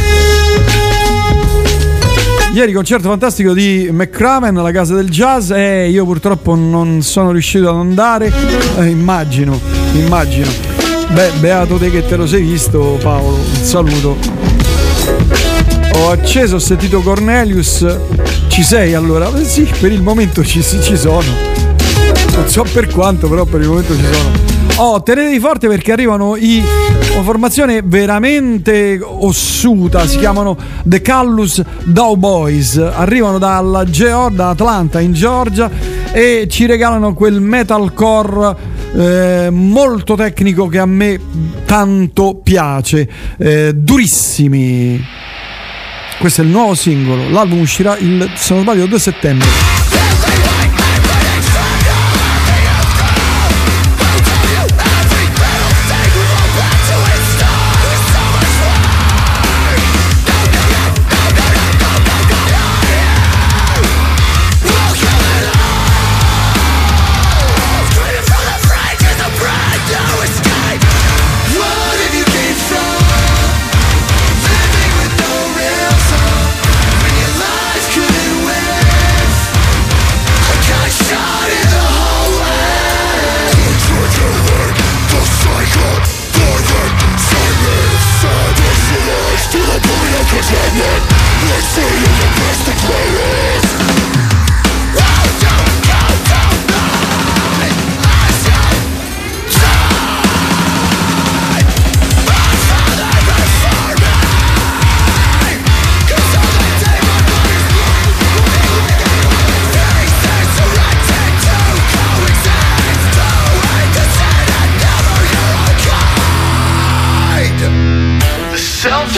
Ieri concerto fantastico di McCraven alla Casa del Jazz e io purtroppo non sono riuscito ad andare. Immagino. Beh, beato te che te lo sei visto, Paolo, un saluto. Ho acceso, ho sentito Cornelius. Ci sei allora? Sì, per il momento ci sono. Non so per quanto, però per il momento ci sono. Tenetevi forte perché arrivano una formazione veramente ossuta, si chiamano The Callous Cowboys. Arrivano da Atlanta in Georgia e ci regalano quel metalcore molto tecnico che a me tanto piace, durissimi. Questo è il nuovo singolo, l'album uscirà se non sbaglio il 2 settembre.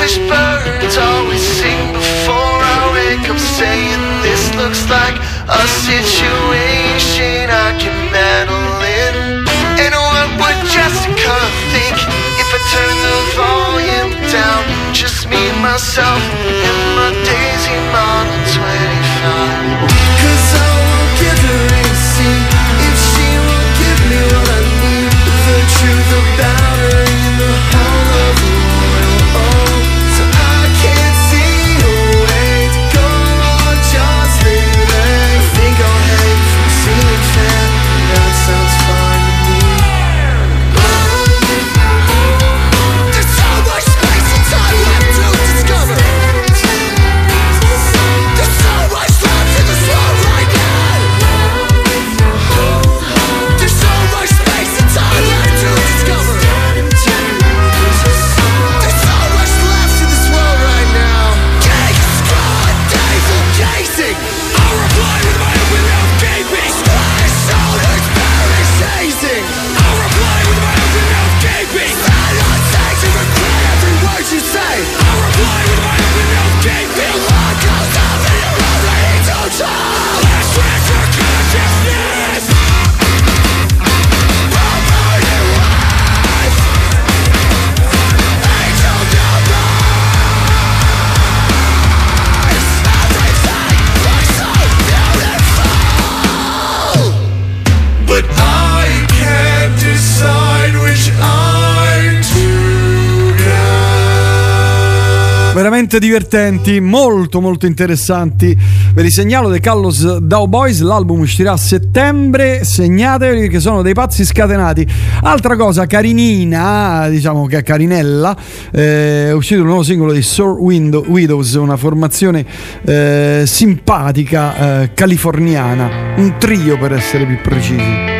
selfish birds always sing before I wake up, saying this looks like a situation I can meddle in. And what would Jessica think if I turn the volume down? Just me, myself, and my Daisy Model 25. 'Cause I won't give her AC if she won't give me what I need. The truth about her in the whole of the world. Oh, so I can't see a way to go on just living. Think I'll hang from the ceiling fan. That sounds fine to me. There's so much space and time left to discover. There's so much left in this world right now. There's so much space and time left to discover. There's so much left in this world right now. Cake, straw, diesel, casing. I'll reply with my open mouth gaping. Splash, shoulders, perish, hazing. I'll reply with my open mouth gaping. Stand on stage and regret every word you say. I'll reply with my open mouth gaping. The law goes up and you're already too tall. Let's raise your consciousness. Property wise. Angel device. Everything looks so beautiful. But I can't decide which eye to get. Veramente divertenti, molto molto interessanti. Ve li segnalo, The Callos Cowboys, l'album uscirà a settembre, segnatevi che sono dei pazzi scatenati. Altra cosa carinina, diciamo che è carinella, è uscito un nuovo singolo di Sour Widows, una formazione simpatica californiana, un trio per essere più precisi.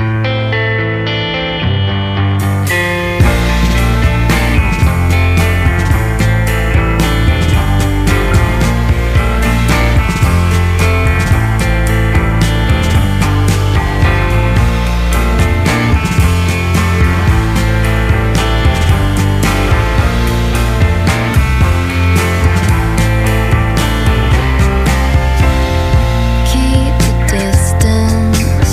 Keep the distance.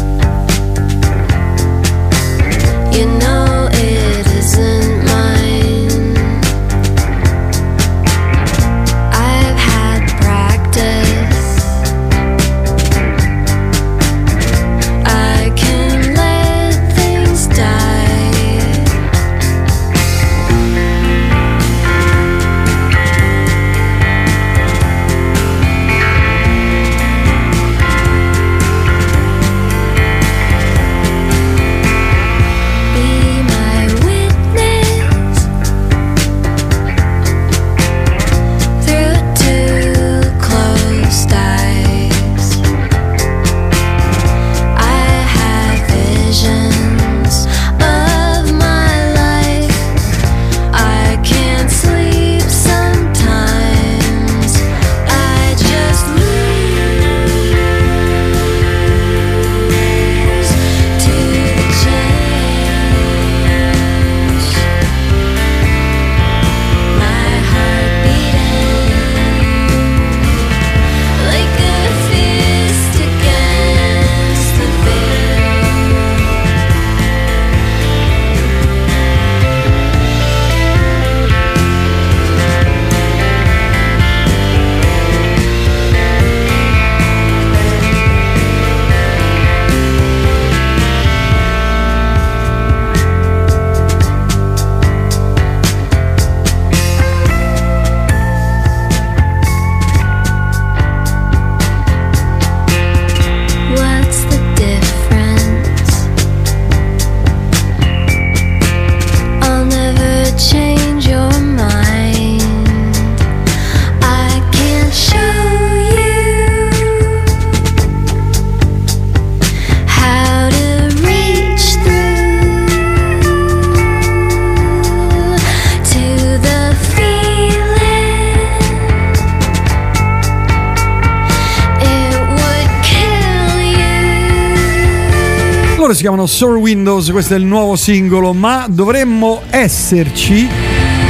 loro si chiamano Sour Windows, questo è il nuovo singolo, ma dovremmo esserci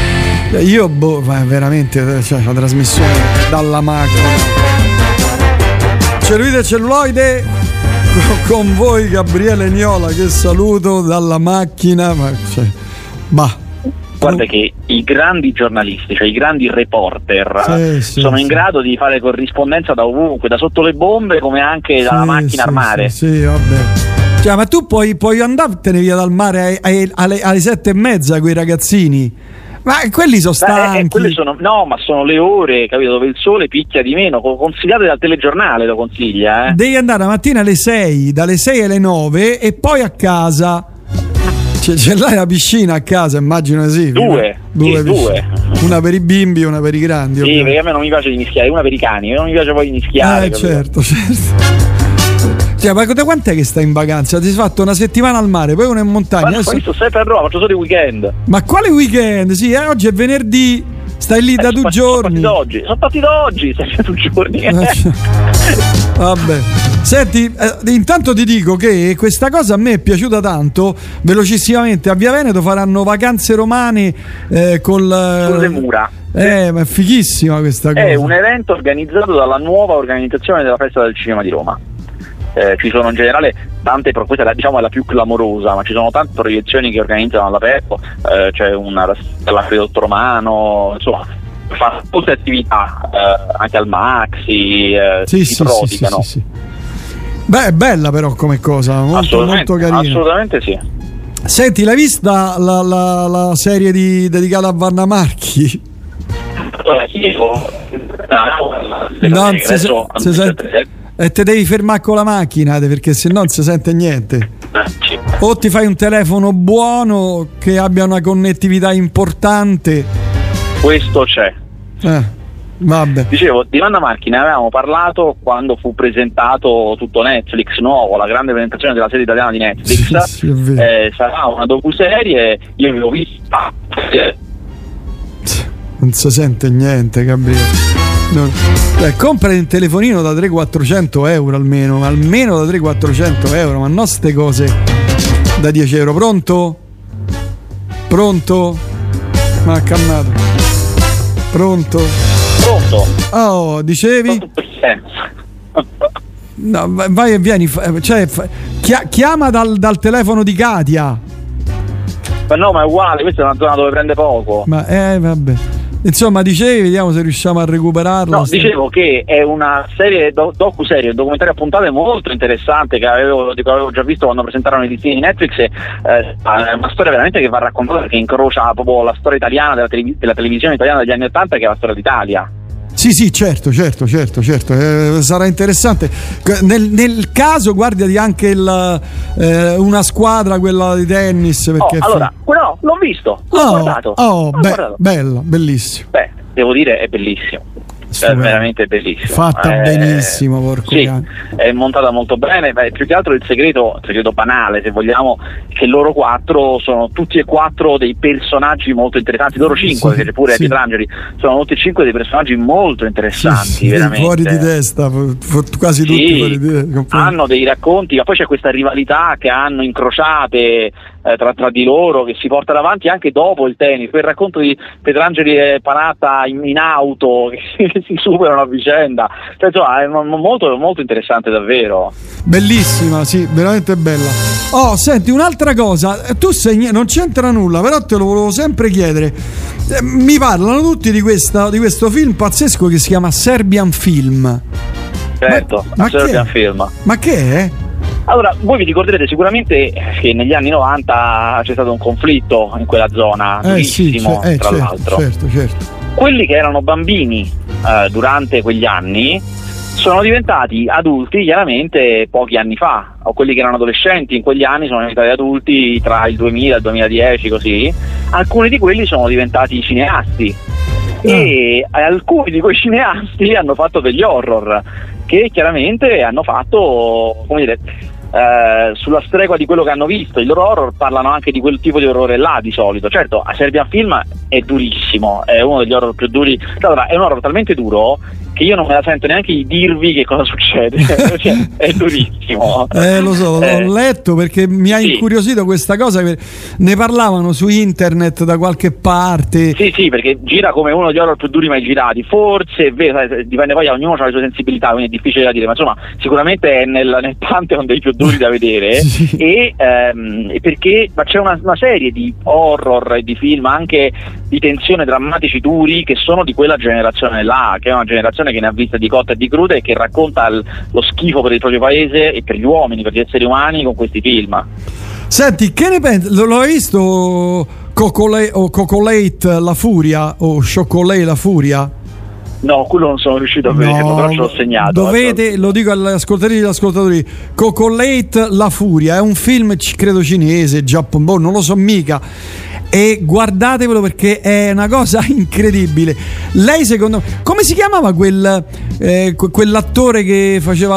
Io veramente, cioè, la trasmissione dalla macchina. Cellulite e celluloide con voi Gabriele Niola, che saluto dalla macchina, ma cioè, guarda che i grandi giornalisti, cioè i grandi reporter, sono in grado di fare corrispondenza da ovunque, da sotto le bombe come anche dalla macchina al mare. Sì, vabbè. Cioè, ma tu puoi andartene via dal mare alle 7:30 quei ragazzini. Ma quelli sono stanchi. Ma sono le ore, capito, dove il sole picchia di meno. Consigliate dal telegiornale, lo consiglia. Devi andare la mattina alle 6, dalle 6 alle 9 e poi a casa. Ce l'hai la piscina a casa, immagino, sì. Due. Una per i bimbi e una per i grandi. Sì, ovviamente. perché a me non mi piace mischiare, una per i cani, non mi piace poi mischiare. Certo. Cioè, ma da quant'è che stai in vacanza? Ti sei fatto una settimana al mare, poi una in montagna. Ma sto sempre a Roma, faccio solo i weekend. Ma quale weekend? Sì, oggi è venerdì, stai lì da 2 giorni. Sono partito oggi, stai 2 giorni. Vabbè. Senti, intanto ti dico che questa cosa a me è piaciuta tanto. Velocissimamente, a Via Veneto faranno vacanze romane sulle mura. Ma è fighissima questa cosa. È un evento organizzato dalla nuova organizzazione della Festa del Cinema di Roma. Ci sono in generale tante, questa è la più clamorosa, ma ci sono tante proiezioni che organizzano all'aperto, c'è una dell'Acquedotto Romano, insomma, fanno molte attività, anche al Maxi, si prodigano. Sì. Beh, è bella però come cosa, molto carina. Assolutamente sì. Senti, l'hai vista la serie dedicata a Vanna Marchi? Non si sente. E te devi fermare con la macchina perché se no non si sente niente. O ti fai un telefono buono che abbia una connettività importante. Questo c'è. Vabbè. Dicevo, di Vanna Marchi ne avevamo parlato quando fu presentato tutto Netflix nuovo, la grande presentazione della serie italiana di Netflix. Sì, sarà una docuserie, io l'avevo vista. Non si sente niente, Gabriele. Compra un telefonino da 300-400 euro almeno da 300-400 euro, ma non ste cose da 10 euro. Pronto? Ma ha cambiato. Pronto? Oh, dicevi? No, vai e vieni, chiama dal telefono di Katia. Ma no, ma è uguale, questa è una zona dove prende poco. Ma vabbè. Insomma, dicevi, vediamo se riusciamo a recuperarla. No, dicevo che è una serie docuserie, un documentario a puntate molto interessante che avevo già visto quando presentarono i listini di Netflix. È una storia veramente che va raccontata, perché incrocia proprio la storia italiana della televisione italiana degli anni '80, che è la storia d'Italia. Sì, certo. Sarà interessante. Nel caso guardati anche una squadra, quella di tennis. Perché l'ho visto. L'ho guardato. Bella, bellissimo. Beh, devo dire, è bellissimo. È veramente bellissimo. Fatta benissimo, porco cane. È montata molto bene. Più che altro il segreto banale, se vogliamo, che loro 4 sono tutti e 4 dei personaggi molto interessanti. Loro 5, perché pure Pietrangeli, sono tutti e 5 dei personaggi molto interessanti, veramente. Fuori di testa, quasi tutti fuori di testa. Hanno dei racconti, ma poi c'è questa rivalità che hanno incrociate tra di loro, che si porta avanti anche dopo il tennis. Quel racconto di Pietrangeli e Panatta in auto che si superano a vicenda, insomma, è molto, molto interessante davvero. Bellissima, sì, veramente bella. Oh, senti, un'altra cosa, tu non c'entra nulla, però te lo volevo sempre chiedere. Mi parlano tutti di questo film pazzesco che si chiama Serbian Film. Certo, Serbian Film. Ma che è? Allora, voi vi ricorderete sicuramente che negli anni 90 c'è stato un conflitto in quella zona, durissimo, tra l'altro. Certo. Quelli che erano bambini durante quegli anni sono diventati adulti chiaramente pochi anni fa, o quelli che erano adolescenti in quegli anni sono diventati adulti tra il 2000 e il 2010, così. Alcuni di quelli sono diventati cineasti e alcuni di quei cineasti hanno fatto degli horror che chiaramente hanno fatto, come dire, sulla stregua di quello che hanno visto. I loro horror parlano anche di quel tipo di orrore là di solito. Certo, a Serbian Film è durissimo, è uno degli horror più duri. Allora, è un horror talmente duro che io non me la sento neanche di dirvi che cosa succede. Cioè, è durissimo. Lo so, l'ho letto perché mi ha incuriosito questa cosa, ne parlavano su internet da qualche parte. Sì, perché gira come uno degli horror più duri mai girati, forse è vero, dipende, poi ognuno ha le sue sensibilità, quindi è difficile da dire, ma insomma sicuramente è nel pantheon dei più duri da vedere. E perché c'è una serie di horror e di film anche di tensione drammatici duri che sono di quella generazione là, che è una generazione che ne ha vista di cotte e di crude e che racconta lo schifo per il proprio paese e per gli uomini, per gli esseri umani con questi film. Senti, che ne pensi? L'ho visto Chocolate la Furia o Chocolate la Furia? No, quello non sono riuscito a vederlo, però ce l'ho segnato. Dovete, lo dico agli ascoltatori, Chocolate la Furia è un film credo cinese, giapponese, non lo so mica, e guardatevelo perché è una cosa incredibile. Lei secondo me, come si chiamava quell'attore che faceva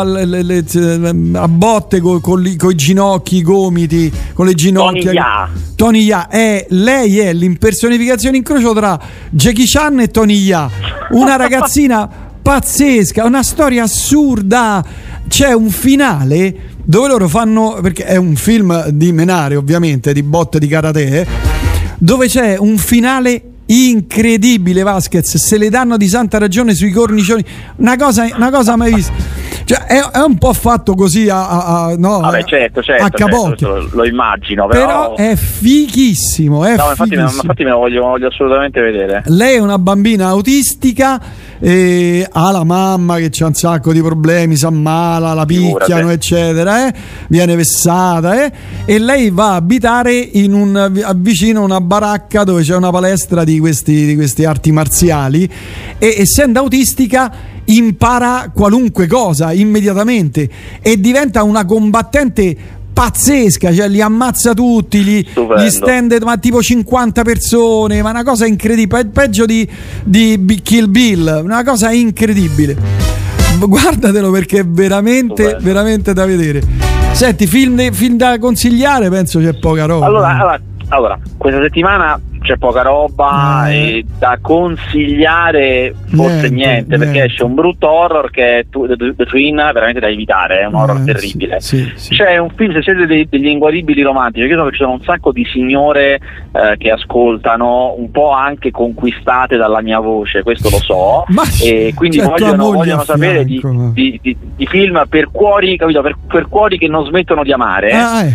a botte con i ginocchi, i gomiti, con le ginocchia? Tony Ya. Lei è l'impersonificazione incrocio tra Jackie Chan e Tony Ya, una ragazzina pazzesca, una storia assurda. C'è un finale dove loro fanno, perché è un film di menare ovviamente, di botte, di karate, dove c'è un finale incredibile. Vasquez, se le danno di santa ragione sui cornicioni, una cosa mai vista. Cioè, è un po' fatto così Vabbè, certo, a capocchio. Lo immagino, però è fighissimo, infatti me lo voglio assolutamente vedere. Lei è una bambina autistica e ha la mamma che c'ha un sacco di problemi, si ammala, la picchiano, eccetera, viene vessata, e lei va a abitare vicino a una baracca dove c'è una palestra di questi arti marziali, e essendo autistica impara qualunque cosa immediatamente e diventa una combattente pazzesca, cioè li ammazza tutti, gli stende ma tipo 50 persone, ma una cosa incredibile, peggio di Kill Bill, una cosa incredibile. Guardatelo perché è veramente da vedere. Senti, film da consigliare, penso c'è poca roba. Allora, questa settimana c'è poca roba e da consigliare forse niente, perché esce un brutto horror che è The Twin, veramente da evitare, è un horror terribile. C'è un film, se siete degli inguaribili romantici, io so che ci sono un sacco di signore che ascoltano, un po' anche conquistate dalla mia voce, questo lo so, e quindi vogliono sapere di film per cuori, capito? Per cuori che non smettono di amare.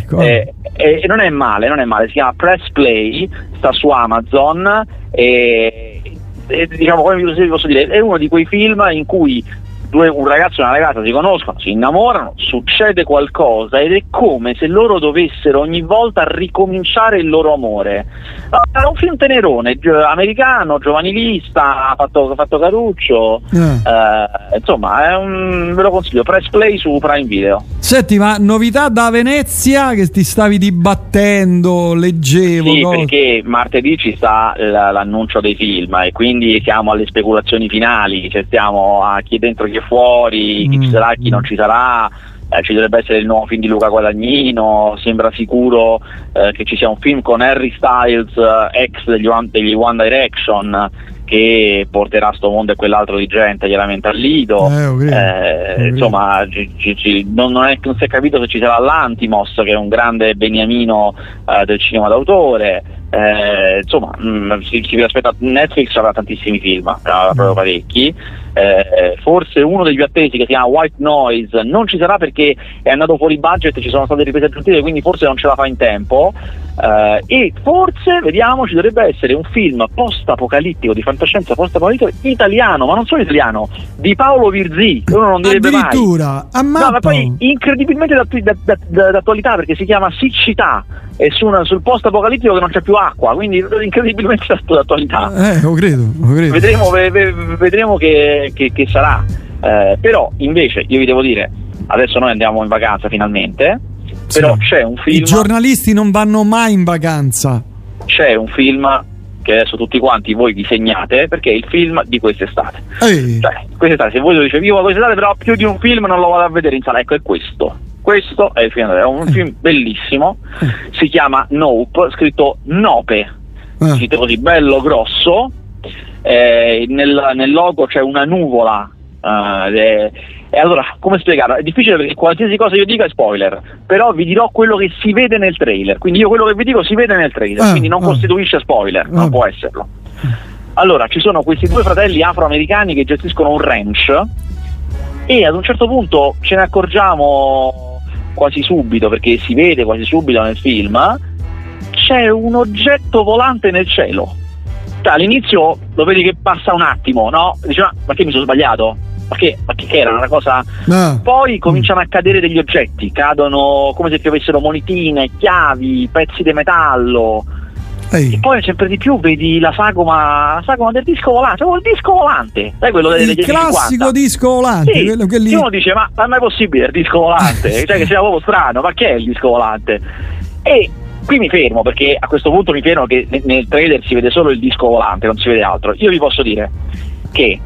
E non è male, si chiama Press Play, sta su Amazon e diciamo, come vi posso dire, è uno di quei film in cui un ragazzo e una ragazza si conoscono, si innamorano, succede qualcosa ed è come se loro dovessero ogni volta ricominciare il loro amore. È un film tenerone, americano, giovanilista, fatto caruccio, insomma ve lo consiglio. Press Play su Prime Video. Senti, ma novità da Venezia che ti stavi dibattendo, leggevo? Sì, perché martedì ci sta l'annuncio dei film e quindi siamo alle speculazioni finali, cioè stiamo a chi è dentro, chi è fuori, chi ci sarà, chi non ci sarà. Ci dovrebbe essere il nuovo film di Luca Guadagnino, sembra sicuro che ci sia un film con Harry Styles, ex degli One Direction, che porterà sto mondo e quell'altro di gente chiaramente al lido. Insomma, non si è capito se ci sarà l'Antimos, che è un grande beniamino del cinema d'autore. Insomma, si aspetta. Netflix avrà tantissimi film, avrà proprio parecchi. Forse uno degli più attesi, che si chiama White Noise, non ci sarà perché è andato fuori budget, ci sono state riprese aggiuntive, quindi forse non ce la fa in tempo. E forse, vediamo, ci dovrebbe essere un film post-apocalittico, di fantascienza post-apocalittico italiano, ma non solo italiano, di Paolo Virzì, che uno non direbbe mai. Addirittura, no, ma poi incredibilmente d'attualità, perché si chiama Siccità, è sul post-apocalittico che non c'è più acqua, quindi incredibilmente d'attualità. Lo credo. Vedremo che sarà. Però invece io vi devo dire, adesso noi andiamo in vacanza finalmente. Però c'è un film. I giornalisti non vanno mai in vacanza. C'è un film che adesso tutti quanti voi vi segnate, perché è il film di quest'estate. Cioè, quest'estate, se voi lo dicevi io quest'estate, però più di un film non lo vado a vedere in sala. Ecco, è questo. Questo è il film. È un film bellissimo. Si chiama Nope, scritto Nope. Scritto così bello grosso. Nel logo c'è una nuvola E allora, come spiegarlo? È difficile perché qualsiasi cosa io dica è spoiler, però vi dirò quello che si vede nel trailer, quindi io quello che vi dico si vede nel trailer, quindi non costituisce spoiler, non può esserlo. Allora, ci sono questi due fratelli afroamericani che gestiscono un ranch e ad un certo punto ce ne accorgiamo quasi subito, perché si vede quasi subito nel film, c'è un oggetto volante nel cielo. Cioè, all'inizio lo vedi che passa un attimo, no? Dici, ma che mi sono sbagliato? Ma che era una cosa? Poi cominciano a cadere degli oggetti, cadono come se piovessero monetine, chiavi, pezzi di metallo. E poi sempre di più vedi la sagoma del disco volante, il disco volante, sai, quello degli il classico 50. disco volante, sì, quello che lì... uno dice ma è mai possibile il disco volante? Cioè, che sia proprio strano, ma che è il disco volante? E qui mi fermo, perché a questo punto mi fermo che nel trailer si vede solo il disco volante, non si vede altro. Io vi posso dire che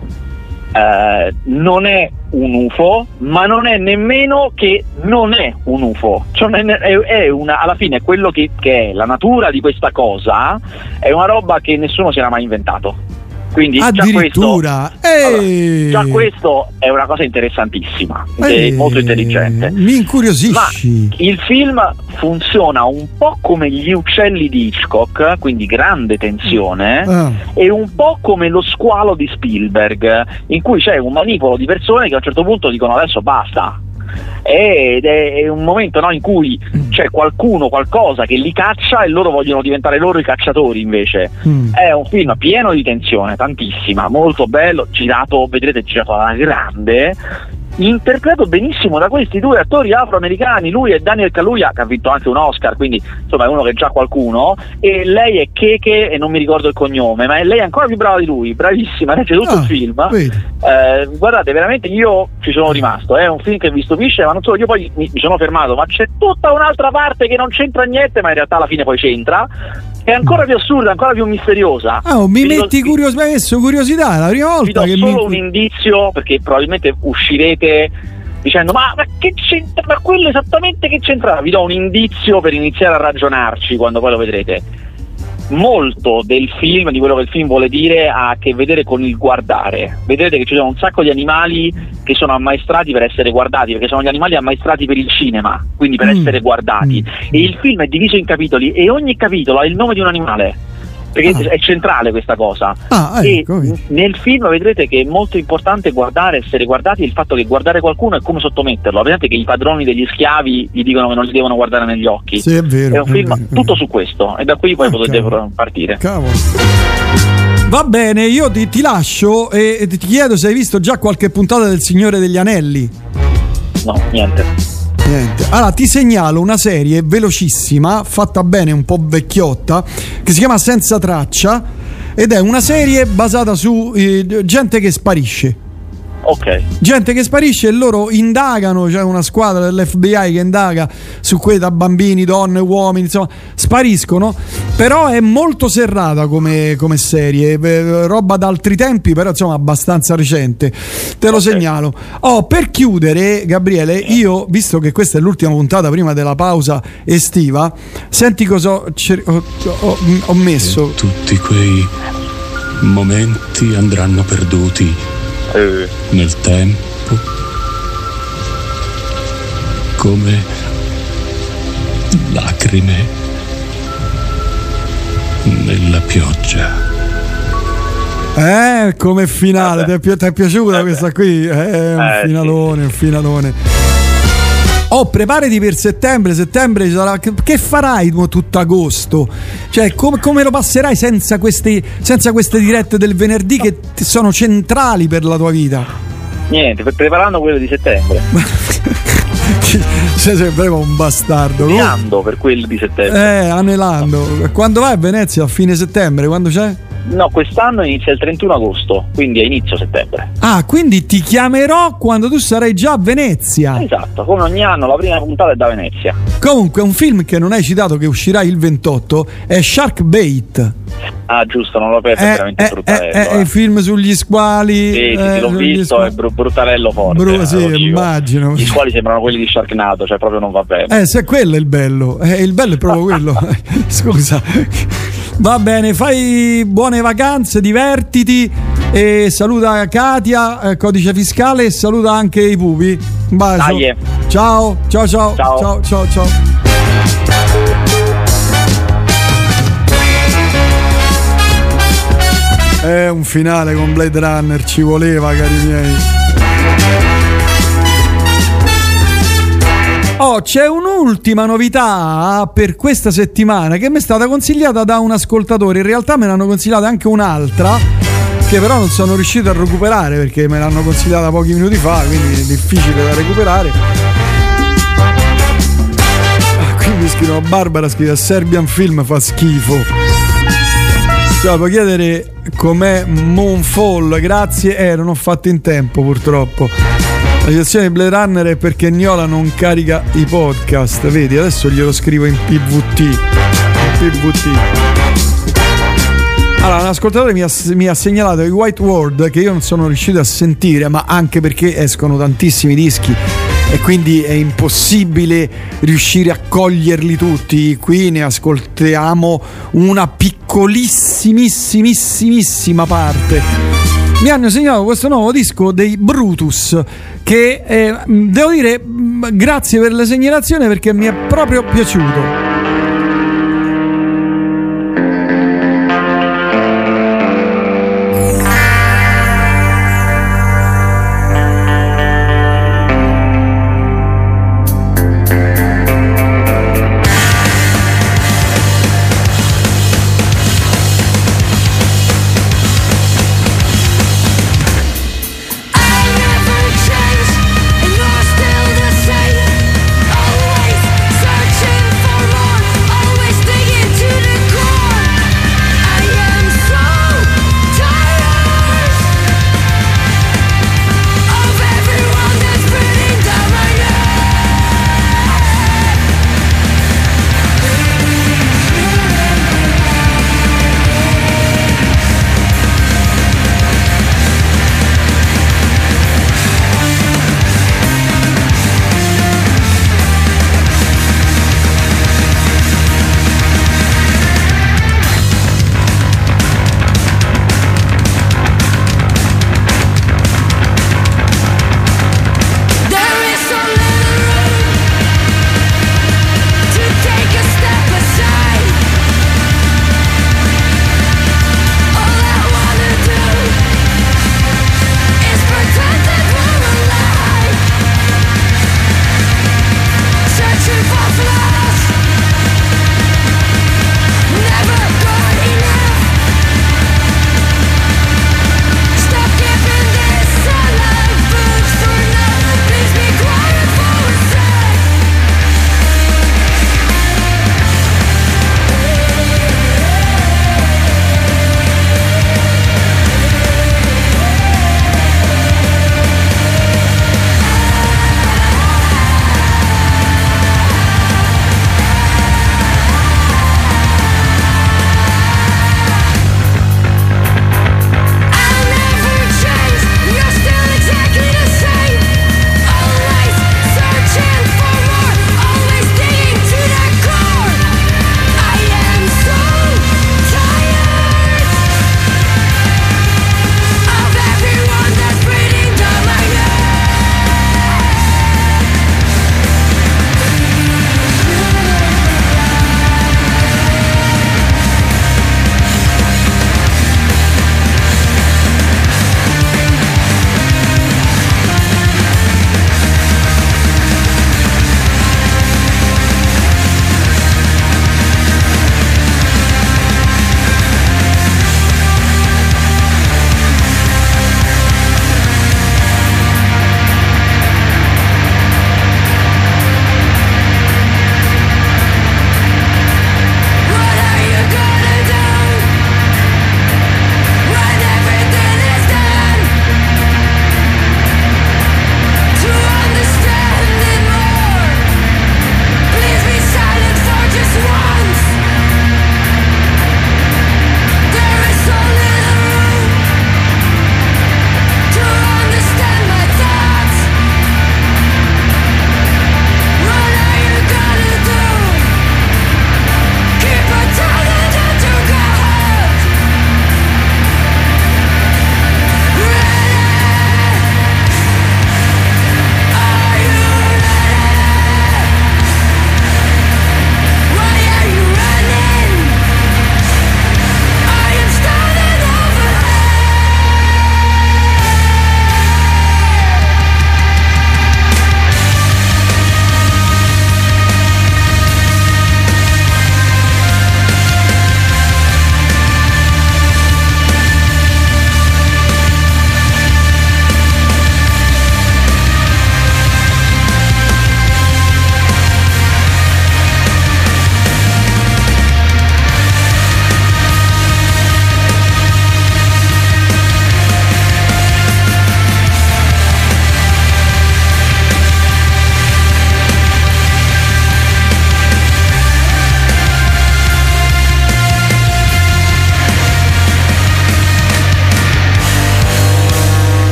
non è un UFO, ma non è nemmeno che non è un UFO, cioè alla fine è quello che è la natura di questa cosa, è una roba che nessuno si era mai inventato. Quindi addirittura già questo è una cosa interessantissima, molto intelligente. Mi incuriosisci. Ma il film funziona un po' come Gli uccelli di Hitchcock, quindi grande tensione, e un po' come Lo squalo di Spielberg, in cui c'è un manipolo di persone che a un certo punto dicono adesso basta. Ed è un momento, no, in cui c'è qualcosa che li caccia e loro vogliono diventare loro i cacciatori invece. È un film pieno di tensione, tantissima, molto bello, girato alla grande, interpretato benissimo da questi due attori afroamericani. Lui è Daniel Kaluuya, che ha vinto anche un Oscar, quindi insomma è uno che è già qualcuno, e lei è Keke, e non mi ricordo il cognome, ma lei è ancora più brava di lui, bravissima, c'è tutto il film. Guardate, veramente io ci sono rimasto, è un film che vi stupisce, ma non solo, io poi mi sono fermato, ma c'è tutta un'altra parte che non c'entra niente, ma in realtà alla fine poi c'entra. È ancora più assurda, ancora più misteriosa. Mi metti curiosità, la prima volta vi do solo un indizio, perché probabilmente uscirete dicendo ma che c'entra, ma quello esattamente che c'entra? Vi do un indizio per iniziare a ragionarci quando poi lo vedrete. Molto del film, di quello che il film vuole dire, ha a che vedere con il guardare. Vedrete che ci sono un sacco di animali che sono ammaestrati per essere guardati, perché sono gli animali ammaestrati per il cinema, quindi per essere guardati. E il film è diviso in capitoli e ogni capitolo ha il nome di un animale, perché è centrale questa cosa. Nel film vedrete che è molto importante guardare, essere guardati, e il fatto che guardare qualcuno è come sottometterlo. Vedete che i padroni degli schiavi gli dicono che non li devono guardare negli occhi. Sì, è vero, è un film tutto su questo, e da qui poi potete partire. Cavolo. Va bene, io ti lascio e ti chiedo se hai visto già qualche puntata del Signore degli Anelli. No, niente. Allora ti segnalo una serie velocissima, fatta bene, un po' vecchiotta, che si chiama Senza Traccia, ed è una serie basata su gente che sparisce. Gente che sparisce, e loro indagano, c'è una squadra dell'FBI che indaga su quelli, da bambini, donne, uomini, insomma, spariscono. Però è molto serrata come serie, roba da altri tempi, però insomma abbastanza recente. Te lo segnalo. Per chiudere, Gabriele, io, visto che questa è l'ultima puntata prima della pausa estiva, senti cosa ho messo. Tutti quei momenti andranno perduti nel tempo, come lacrime nella pioggia. Come finale, ti è piaciuta questa qui? È un finalone. Preparati per settembre sarà, che farai tutto agosto? Cioè come lo passerai senza queste dirette del venerdì che sono centrali per la tua vita? Niente, preparando quello di settembre. Sei sempre un bastardo. Anelando per quello di settembre. Anelando. Quando vai a Venezia? A fine settembre? Quando c'è? No, quest'anno inizia il 31 agosto, quindi a inizio settembre. Quindi ti chiamerò quando tu sarai già a Venezia. Esatto, come ogni anno la prima puntata è da Venezia. Comunque un film che non hai citato, che uscirà il 28, è Shark Bait. Giusto, non l'ho perso, è veramente bruttarello. È il film sugli squali. Sì, l'ho visto, è bruttarello forte. Sì, immagino. Gli squali sembrano quelli di Sharknado, cioè proprio non va bene. Se quello è il bello. Il bello è proprio quello. Scusa. Va bene, fai buone vacanze, divertiti. e saluta Katia, codice fiscale, e saluta anche i pupi. Un bacio. Dai. Ciao. Un finale con Blade Runner ci voleva, cari miei. C'è un'ultima novità per questa settimana che mi è stata consigliata da un ascoltatore. In realtà me ne hanno consigliata anche un'altra, che però non sono riuscito a recuperare perché me l'hanno consigliata pochi minuti fa, quindi è difficile da recuperare. Qui mi scrivono, Barbara scrive: Serbian Film fa schifo. Cioè, puoi chiedere com'è Moonfall? Grazie, non ho fatto in tempo purtroppo. La situazione di Blade Runner è perché Niola non carica i podcast. Vedi, adesso glielo scrivo in PVT. Allora, un ascoltatore mi ha segnalato i White World, che io non sono riuscito a sentire, ma anche perché escono tantissimi dischi e quindi è impossibile riuscire a coglierli tutti. Qui ne ascoltiamo una piccolissimissima parte. Mi hanno segnalato questo nuovo disco dei Brutus, che devo dire grazie per la segnalazione, perché mi è proprio piaciuto. Searching for more.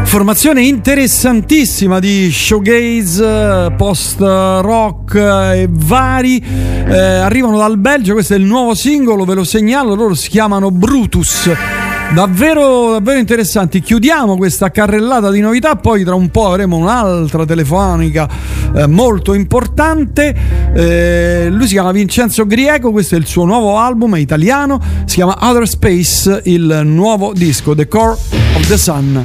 Formazione interessantissima di showgaze, post-rock e vari. Arrivano dal Belgio, questo è il nuovo singolo, ve lo segnalo, loro si chiamano Brutus. Davvero, davvero interessanti. Chiudiamo questa carrellata di novità, poi tra un po' avremo un'altra telefonica molto importante. Lui si chiama Vincenzo Grieco, questo è il suo nuovo album, è italiano, si chiama Outer Space, il nuovo disco, The Core of the Sun.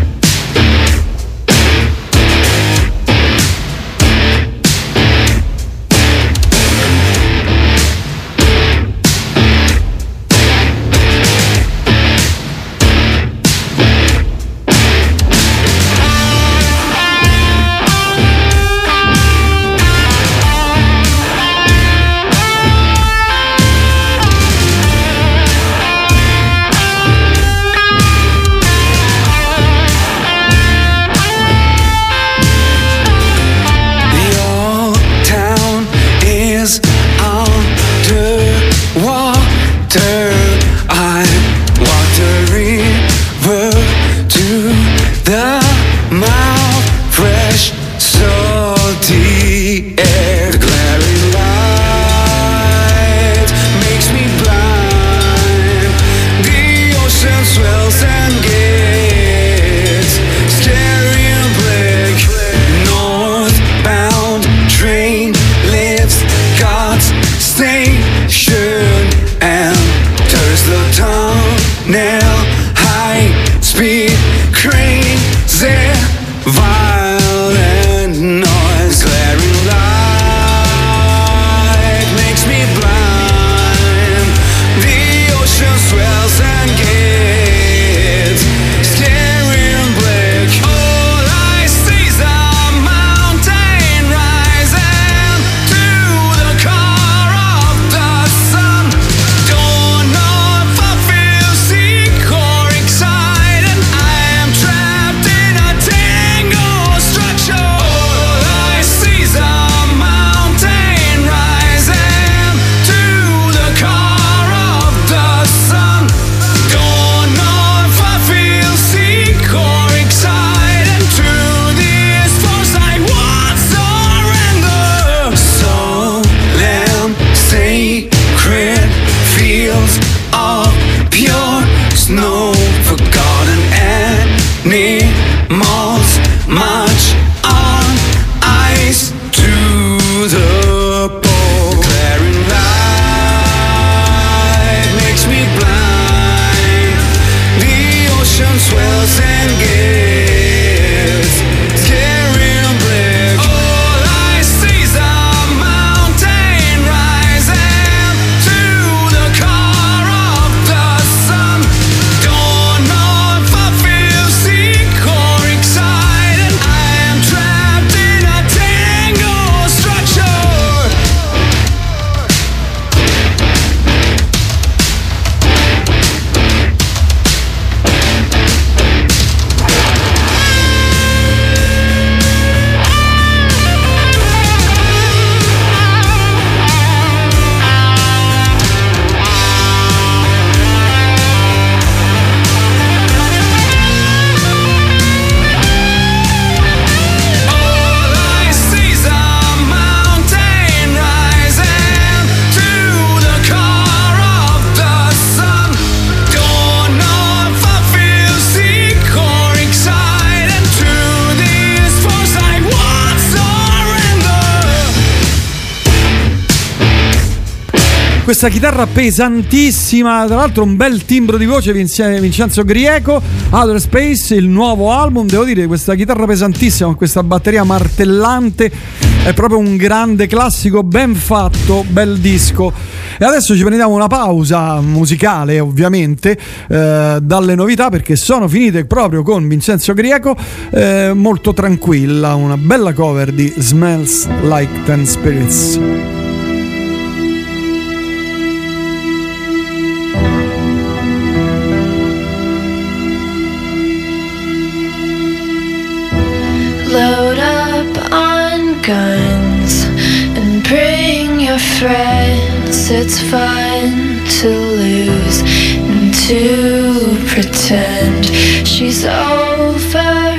Questa chitarra pesantissima, tra l'altro un bel timbro di voce, Vincenzo Grieco, Outer Space, il nuovo album. Devo dire, questa chitarra pesantissima con questa batteria martellante è proprio un grande classico, ben fatto, bel disco. E adesso ci prendiamo una pausa musicale, ovviamente, dalle novità, perché sono finite proprio con Vincenzo Grieco, molto tranquilla, una bella cover di Smells Like Teen Spirits. Load up on guns and bring your friends. It's fun to lose and to pretend she's over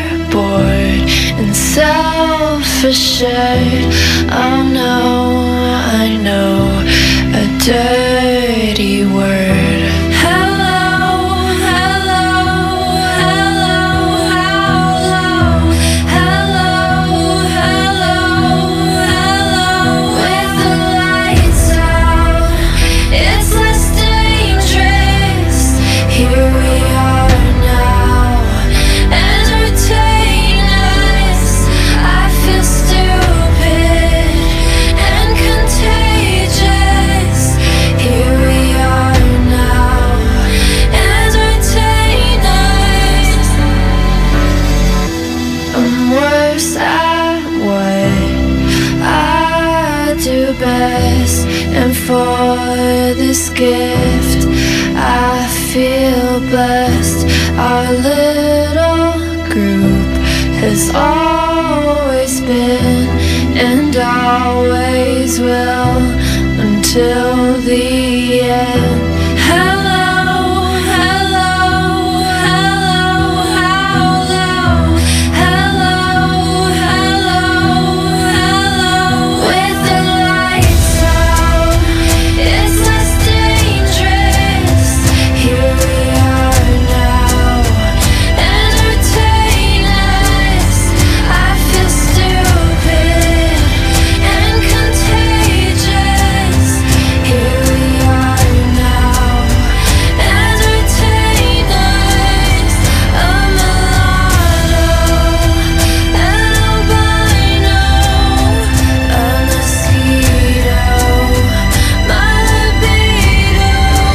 selfish. Oh no, I know a dirty word. Hello, hello, hello, hello, hello, hello, hello. With the lights out, it's less dangerous. Here we are now, entertain us. I feel stupid and contagious. Here we are now, entertain us. I'm worse at what I do best, and for this gift I feel blessed. Our little group has always been and always will until the end. Hello, hello, hello, hello, hello, hello, hello. With the lights out, it's less dangerous. Here we are now, entertain us. I feel stupid and contagious. Here we are now, entertain us. A mulatto, an albino, a mosquito, my libido.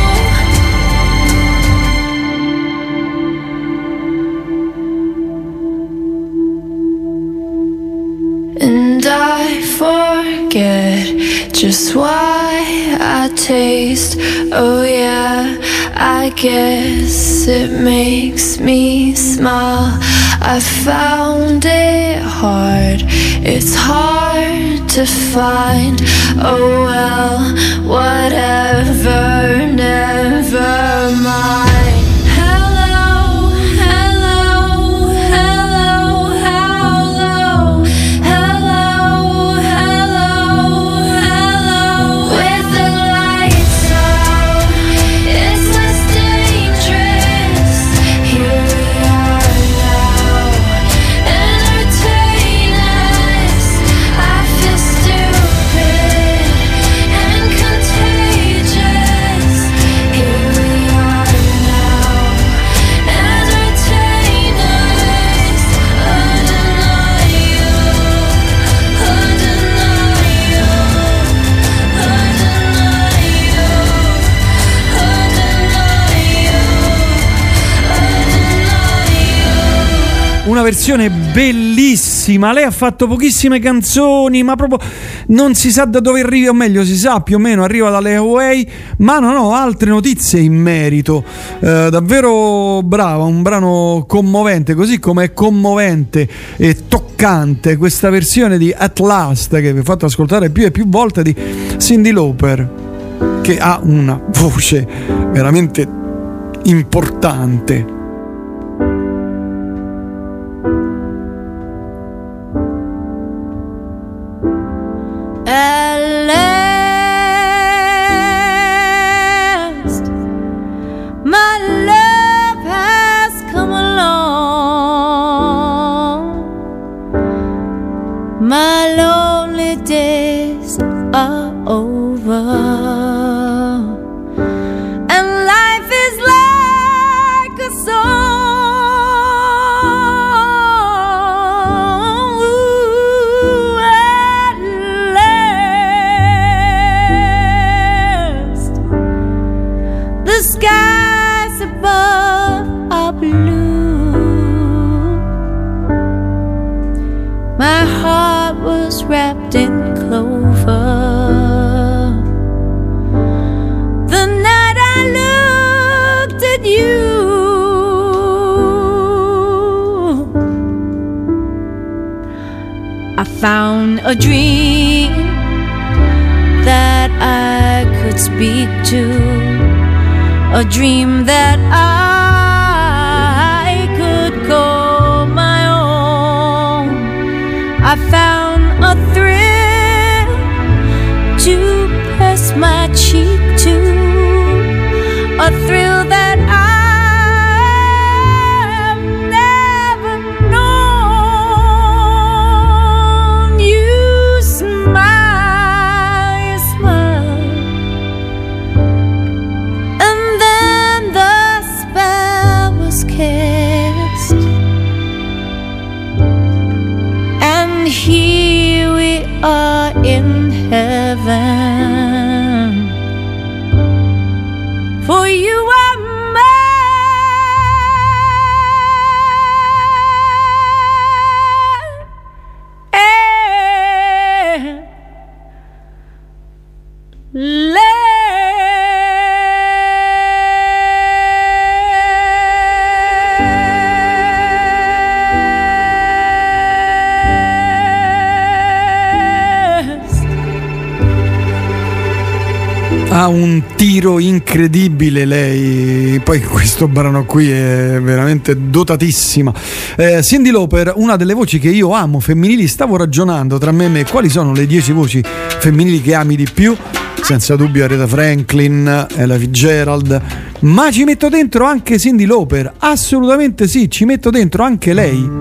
And I forget just why I taste. Oh yeah, I guess it makes me smile. I found it hard, it's hard to find. Oh well, whatever, never mind. Hello, hello, hello, hello, hello, hello, hello. With the lights out, it's less dangerous. Here we are now, entertain us. I feel stupid and contagious. Here we are now, entertain us. Undeniable, Una versione bellissima. Lei ha fatto pochissime canzoni, ma proprio non si sa da dove arrivi, o meglio si sa più o meno arriva dalle Hawaii, ma non ho altre notizie in merito. Davvero brava, un brano commovente, così come è commovente e toccante questa versione di At Last che vi ho fatto ascoltare più e più volte di Cyndi Lauper, che ha una voce veramente importante. At last, my love has come along. My lonely days are over, and life is like a song. Ooh, at last, the skies above are blue. My heart was wrapped in clover the night I looked at you. I found a dream that I could speak to, a dream that I could call my own. I found a thrill to press my cheek to, a thrill that I've never known. You smile, and then the spell was cast, and here we are in heaven, for you are Ha un tiro incredibile lei, poi questo brano qui è veramente dotatissima. Cyndi Lauper, una delle voci che io amo femminili. Stavo ragionando tra me e me quali sono le 10 voci femminili che ami di più. Senza dubbio Aretha Franklin, Ella Fitzgerald, ma ci metto dentro anche Cyndi Lauper, assolutamente sì, ci metto dentro anche lei.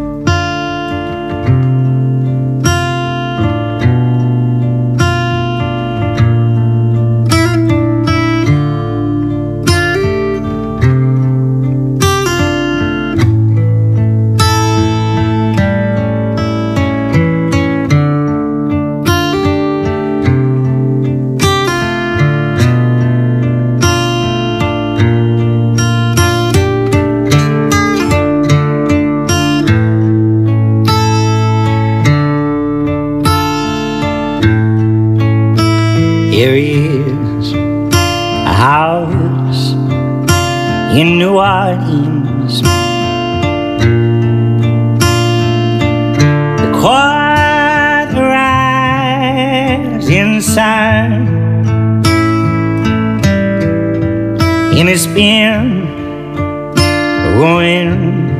There is a house in New Orleans, the quiet rising sun, and it's been ruined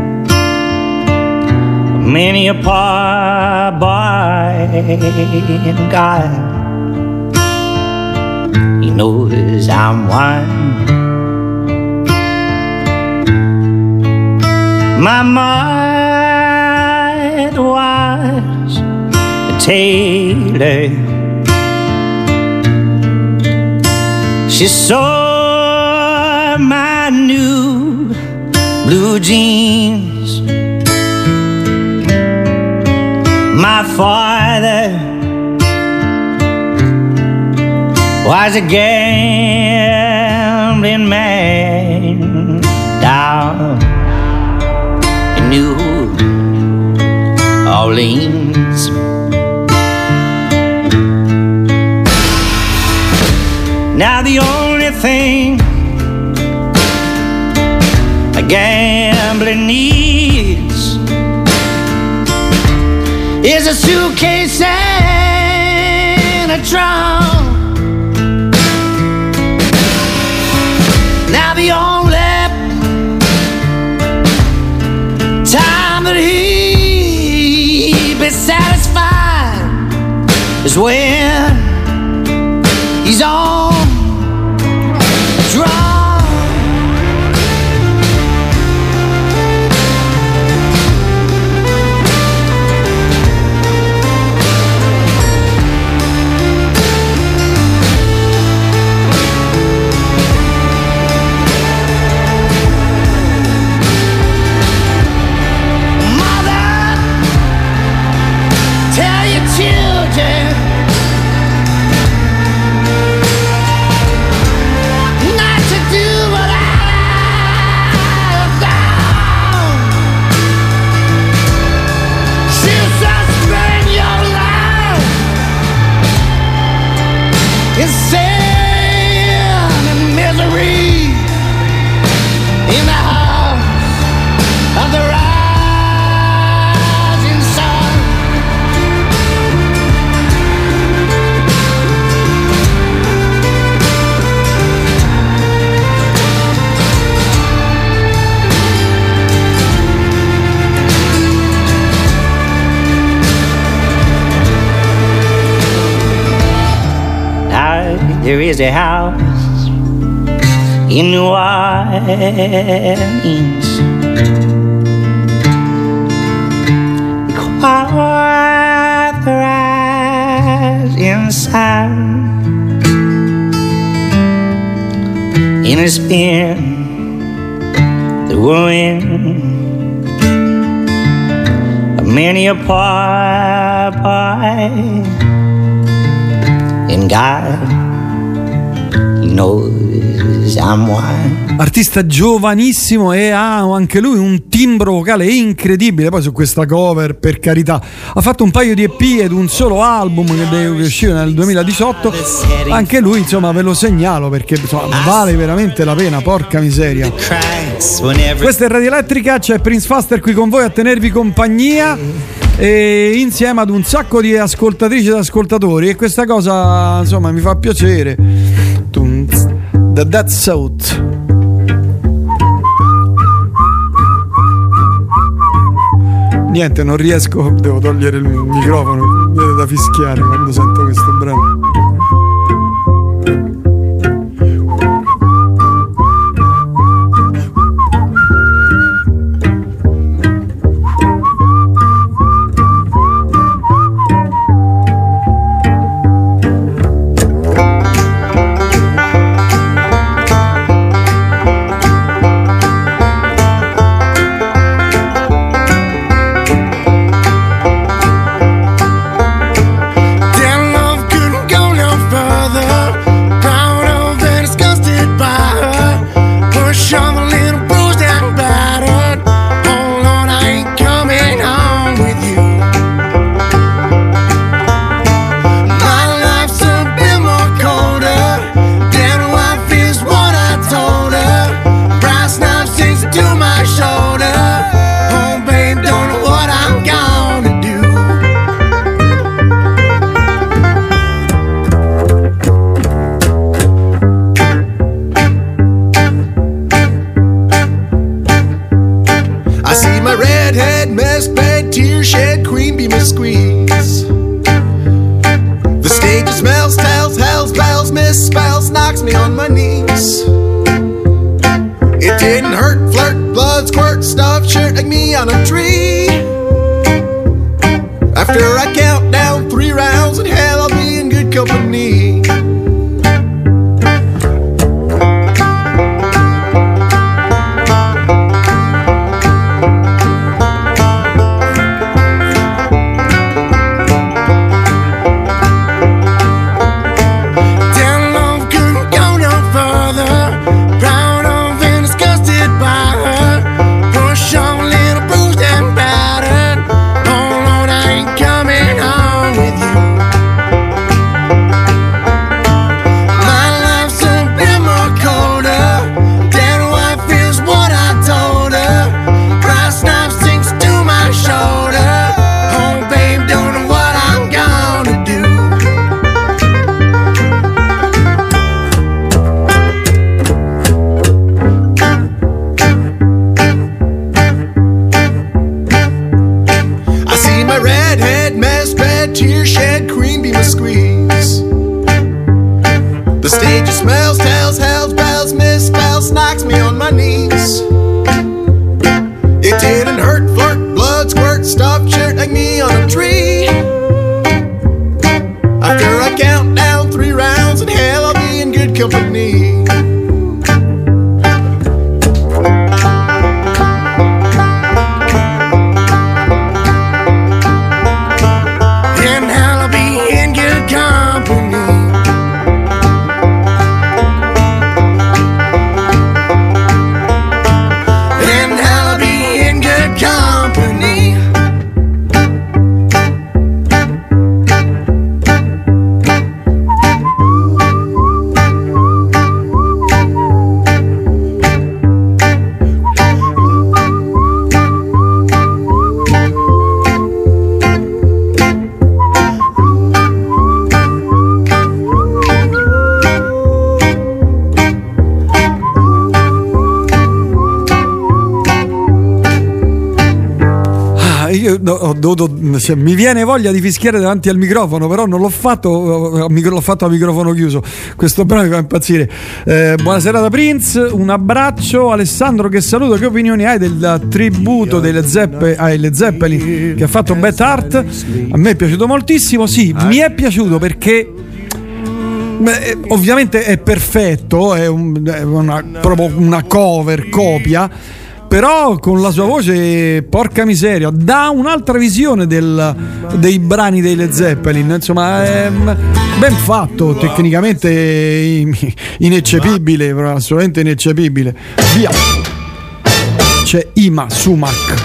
many a poor boy and God. He knows I'm one. My mother was a tailor. She saw my new blue jeans. My father was a gambling man down in New Orleans. Now the only thing a gambler needs is a suitcase and a trunk. Now the only time that he be satisfied is when he's on drunk. crazy house in New Orleans. Quiet the rising sun in a spin the wind. Many a poor boy and God knows I'm one. Artista giovanissimo e ha anche lui un timbro vocale incredibile. Poi su questa cover, per carità, ha fatto un paio di EP ed un solo album che usciva nel 2018. Anche lui, insomma, ve lo segnalo perché insomma, vale veramente la pena, porca miseria. Questa è Radio Elettrica, c'è Prince Faster qui con voi a tenervi compagnia e insieme ad un sacco di ascoltatrici ed ascoltatori, e questa cosa insomma mi fa piacere. The Dead South. Niente, non riesco, devo togliere il microfono, mi viene da fischiare quando sento questo brano. io ho dovuto, cioè, mi viene voglia di fischiare davanti al microfono, però non l'ho fatto, l'ho fatto a microfono chiuso. Questo brano mi fa impazzire. Buonasera da Prince, un abbraccio. Alessandro che saluto, che opinioni hai del tributo delle Led Zeppelin che ha fatto Beth Hart? A me è piaciuto moltissimo, sì, mi è piaciuto perché ovviamente è perfetto, è proprio una copia, però con la sua voce, porca miseria, dà un'altra visione dei brani dei Led Zeppelin. Insomma, è ben fatto, tecnicamente ineccepibile, assolutamente ineccepibile. Via, c'è Ima Sumac.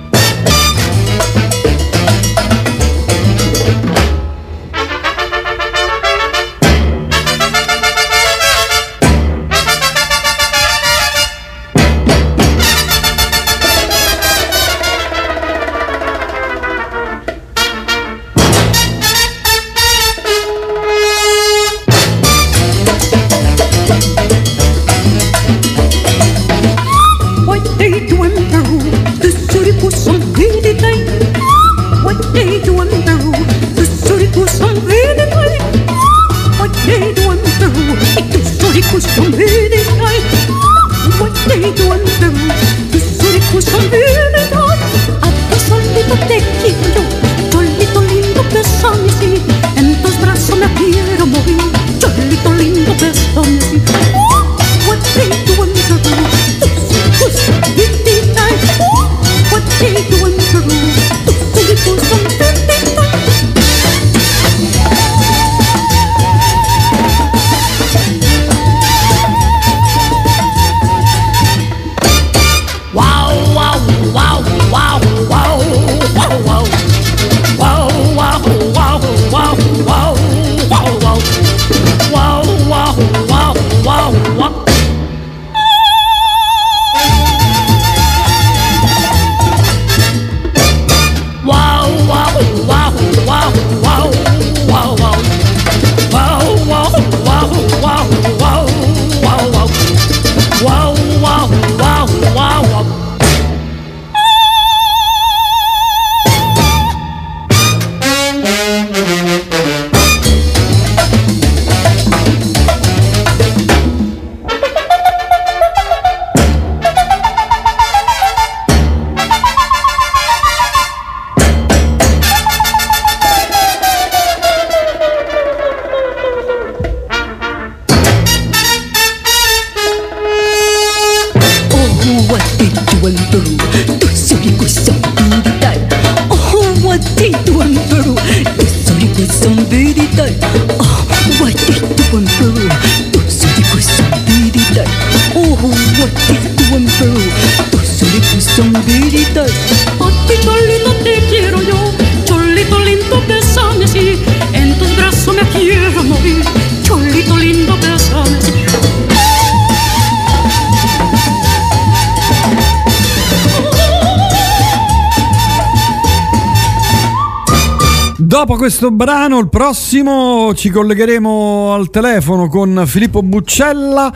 Dopo questo brano, il prossimo ci collegheremo al telefono con Filippo Buccella,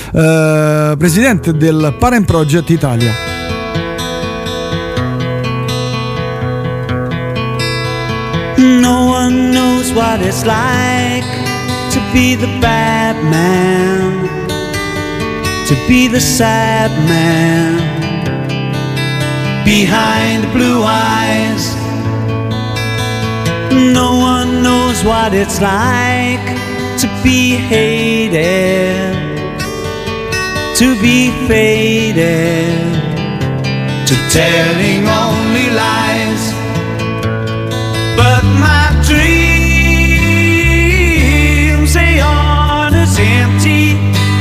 presidente del Parent Project Italia. No one knows what it's like to be the bad man, to be the sad man behind the blue eyes. No one knows what it's like to be hated, to be faded, to telling only lies. But my dreams, they aren't as empty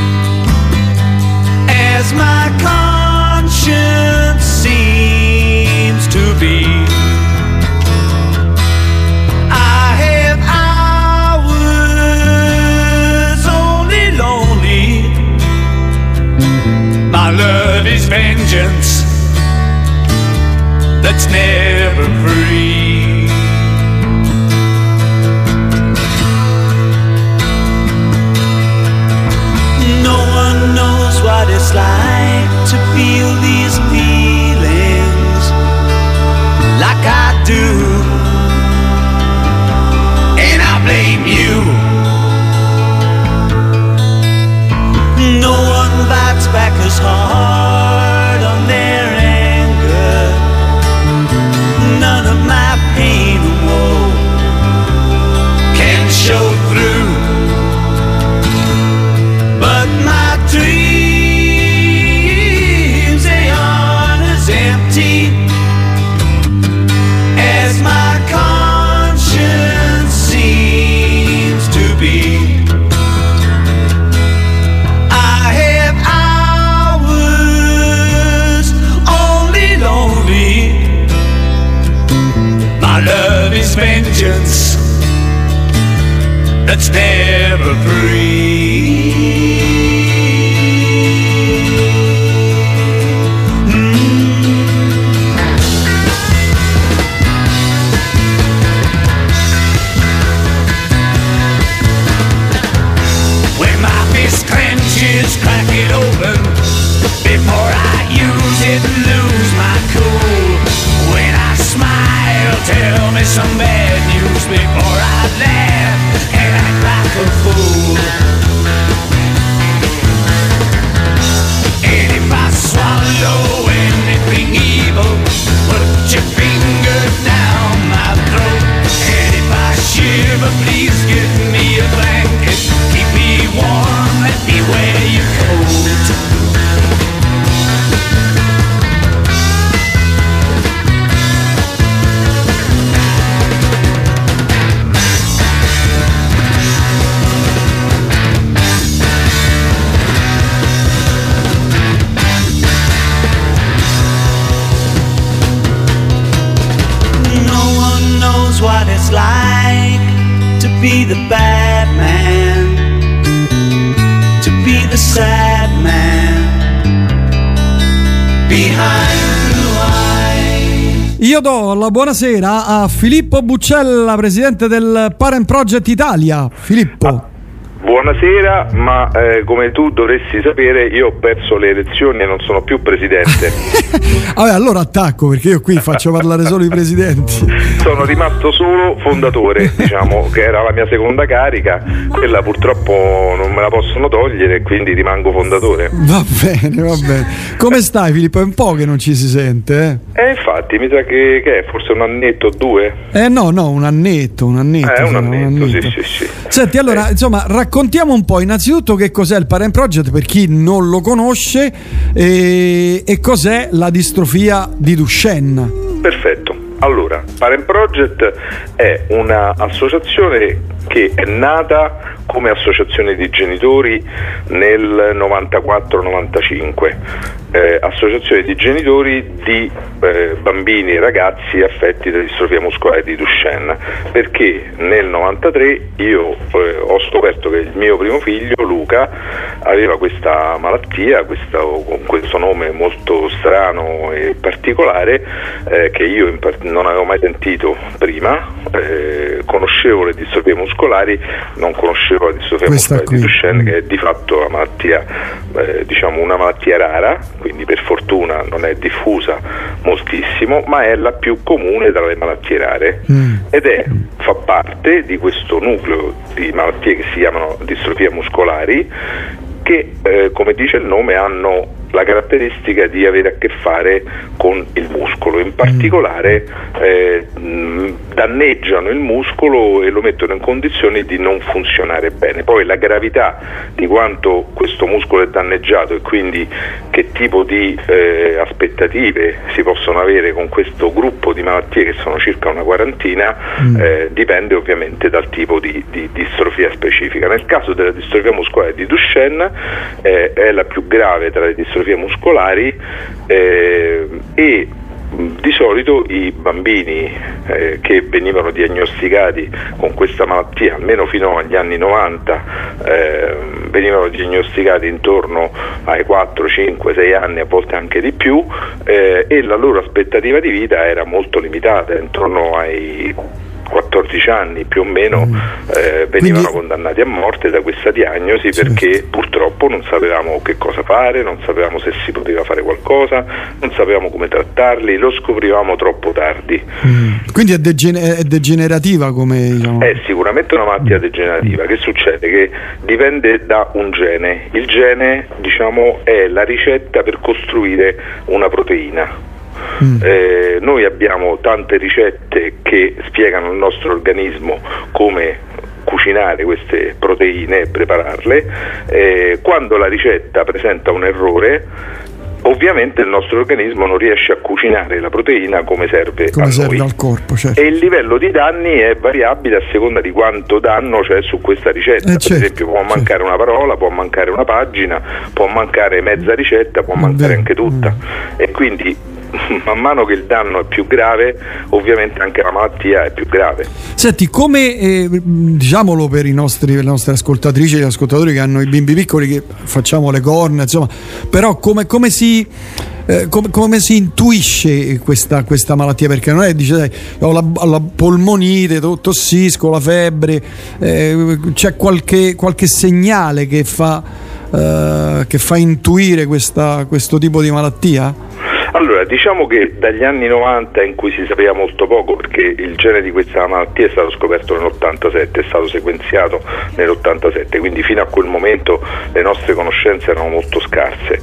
as my conscience seems to be. My love is vengeance that's never free. No one knows what it's like to feel these feelings like I be the bad man, to be the sad man behind blue eyes. Io do la buonasera a Filippo Buccella, presidente del Parent Project Italia. Filippo. Buonasera, ma come tu dovresti sapere, io ho perso le elezioni e non sono più presidente. Vabbè, allora attacco, perché io qui faccio parlare solo i presidenti. Sono rimasto solo fondatore, diciamo, che era la mia seconda carica. Quella purtroppo non me la possono togliere, quindi rimango fondatore. Va bene, va bene. Come stai, Filippo? È un po' che non ci si sente, infatti, mi sa che è forse un annetto o due? No, un annetto. Un annetto, sì. Senti, allora, insomma, raccontiamo un po' innanzitutto che cos'è il Parent Project per chi non lo conosce e cos'è la distrofia di Duchenne. Perfetto. Allora, Parent Project è un'associazione che è nata come associazione di genitori nel 94-95, associazione di genitori di bambini e ragazzi affetti da distrofia muscolare di Duchenne, perché nel 93 io ho scoperto che il mio primo figlio, Luca, aveva questa malattia, con questo nome molto strano e particolare, che io non avevo mai sentito prima. Conoscevo le distrofie muscolari, non conoscevo la distrofia muscolare di Duchenne, che è di fatto la malattia, diciamo una malattia rara, quindi per fortuna non è diffusa moltissimo, ma è la più comune tra le malattie rare ed fa parte di questo nucleo di malattie che si chiamano distrofie muscolari, che come dice il nome hanno la caratteristica di avere a che fare con il muscolo, in particolare danneggiano il muscolo e lo mettono in condizioni di non funzionare bene. Poi la gravità di quanto questo muscolo è danneggiato e quindi che tipo di aspettative si possono avere con questo gruppo di malattie, che sono circa una quarantina, dipende ovviamente dal tipo di distrofia specifica. Nel caso della distrofia muscolare di Duchenne è la più grave tra le distrofie muscolari e di solito i bambini che venivano diagnosticati con questa malattia, almeno fino agli anni 90, venivano diagnosticati intorno ai 4, 5, 6 anni, a volte anche di più, e la loro aspettativa di vita era molto limitata, intorno ai 14 anni più o meno, venivano condannati a morte da questa diagnosi, perché purtroppo non sapevamo che cosa fare, non sapevamo se si poteva fare qualcosa, non sapevamo come trattarli, lo scoprivamo troppo tardi. Quindi è degenerativa, come diciamo? È sicuramente una malattia degenerativa. Che succede? Che dipende da un gene. Il gene, diciamo, è la ricetta per costruire una proteina. Noi abbiamo tante ricette che spiegano al nostro organismo come cucinare queste proteine e prepararle. Quando la ricetta presenta un errore, ovviamente il nostro organismo non riesce a cucinare la proteina come serve al corpo, certo. E il livello di danni è variabile a seconda di quanto danno c'è su questa ricetta. Per esempio può mancare una parola, può mancare una pagina, può mancare mezza ricetta, può mancare anche tutta, e quindi man mano che il danno è più grave, ovviamente anche la malattia è più grave. Senti, come diciamolo per le nostre ascoltatrici e gli ascoltatori che hanno i bimbi piccoli, che facciamo le corna, insomma, però come si intuisce questa malattia? Perché non è, dice, ho la polmonite, tossisco, la febbre, c'è qualche segnale che fa intuire questo tipo di malattia? Allora, diciamo che dagli anni 90, in cui si sapeva molto poco, perché il gene di questa malattia è stato scoperto nell'87, è stato sequenziato nell'87, quindi fino a quel momento le nostre conoscenze erano molto scarse.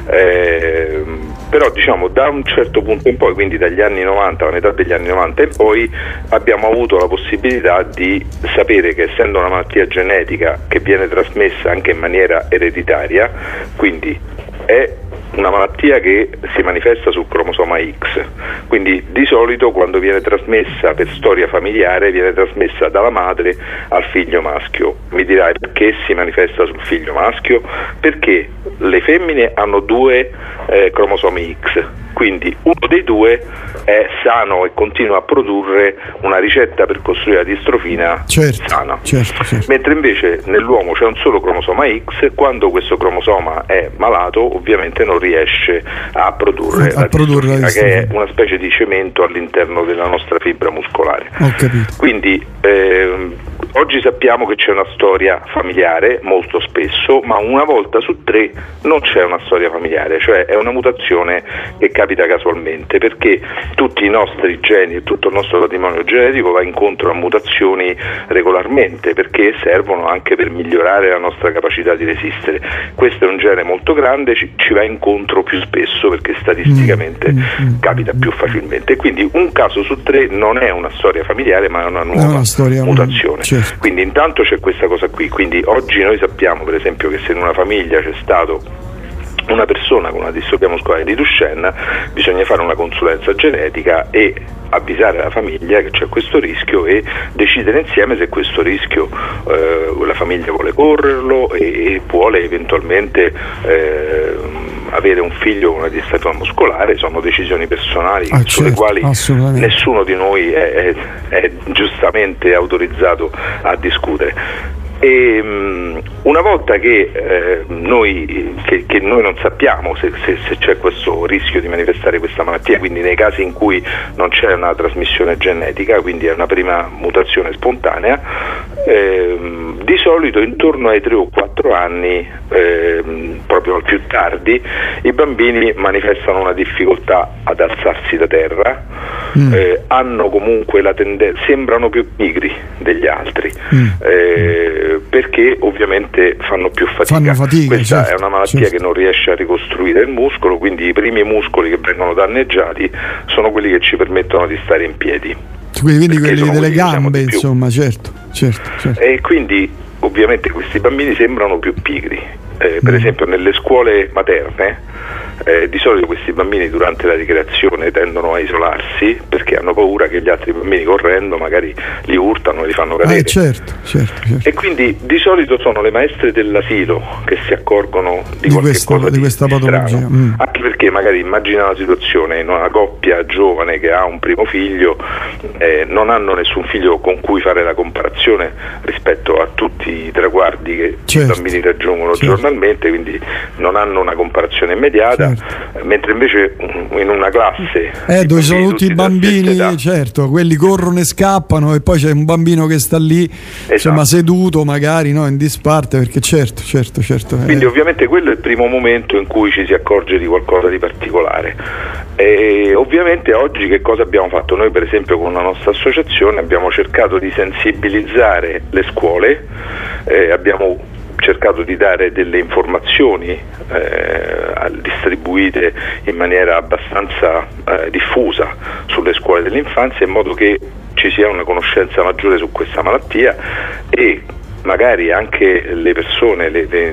Però diciamo da un certo punto in poi, quindi dagli anni 90, la metà degli anni 90 in poi, abbiamo avuto la possibilità di sapere che, essendo una malattia genetica che viene trasmessa anche in maniera ereditaria, quindi è una malattia che si manifesta sul cromosoma X, quindi di solito quando viene trasmessa per storia familiare viene trasmessa dalla madre al figlio maschio. Mi dirai perché si manifesta sul figlio maschio? Perché le femmine hanno 2 cromosomi X quindi uno dei due è sano e continua a produrre una ricetta per costruire la distrofina sana. Certo. Mentre invece nell'uomo c'è un solo cromosoma X, quando questo cromosoma è malato ovviamente non riesce a produrre la distrofina, che è una specie di cemento all'interno della nostra fibra muscolare. Ho capito. Quindi oggi sappiamo che c'è una storia familiare molto spesso, ma una volta su 3 non c'è una storia familiare, cioè è una mutazione che capita casualmente, perché tutti i nostri geni e tutto il nostro patrimonio genetico va incontro a mutazioni regolarmente, perché servono anche per migliorare la nostra capacità di resistere. Questo è un gene molto grande, ci va incontro più spesso perché statisticamente capita più facilmente, e quindi un caso su 3 non è una storia familiare ma è una nuova mutazione. Quindi intanto c'è questa cosa qui, quindi oggi noi sappiamo per esempio che se in una famiglia c'è stato una persona con una distrofia muscolare di Duchenne, bisogna fare una consulenza genetica e avvisare la famiglia che c'è questo rischio e decidere insieme se questo rischio la famiglia vuole correrlo e vuole eventualmente avere un figlio con una distrofia muscolare. Sono decisioni personali sulle quali nessuno di noi è giustamente autorizzato a discutere. E una volta che noi non sappiamo se c'è questo rischio di manifestare questa malattia, quindi nei casi in cui non c'è una trasmissione genetica, quindi è una prima mutazione spontanea, di solito intorno ai 3 o 4 anni, proprio al più tardi, i bambini manifestano una difficoltà ad alzarsi da terra, hanno comunque la tendenza, sembrano più pigri degli altri, perché ovviamente fanno più fatica. Questa è una malattia che non riesce a ricostruire il muscolo, quindi i primi muscoli che vengono danneggiati sono quelli che ci permettono di stare in piedi. Quindi quelli delle gambe, insomma, certo. E quindi ovviamente questi bambini sembrano più pigri. Per esempio nelle scuole materne di solito questi bambini durante la ricreazione tendono a isolarsi perché hanno paura che gli altri bambini correndo magari li urtano e li fanno cadere. Certo. E quindi di solito sono le maestre dell'asilo che si accorgono di questa patologia, anche perché magari immagina la situazione in una coppia giovane che ha un primo figlio, non hanno nessun figlio con cui fare la comparazione rispetto a tutti i traguardi che i bambini raggiungono giornalmente, quindi non hanno una comparazione immediata, mentre invece in una classe dove sono tutti i bambini, certo, quelli corrono e scappano e poi c'è un bambino che sta lì, insomma, seduto magari, no, in disparte, perché certo. Quindi ovviamente quello è il primo momento in cui ci si accorge di qualcosa di particolare. E ovviamente oggi che cosa abbiamo fatto? Noi per esempio con la nostra associazione abbiamo cercato di sensibilizzare le scuole, abbiamo cercato di dare delle informazioni distribuite in maniera abbastanza diffusa sulle scuole dell'infanzia, in modo che ci sia una conoscenza maggiore su questa malattia e magari anche le persone,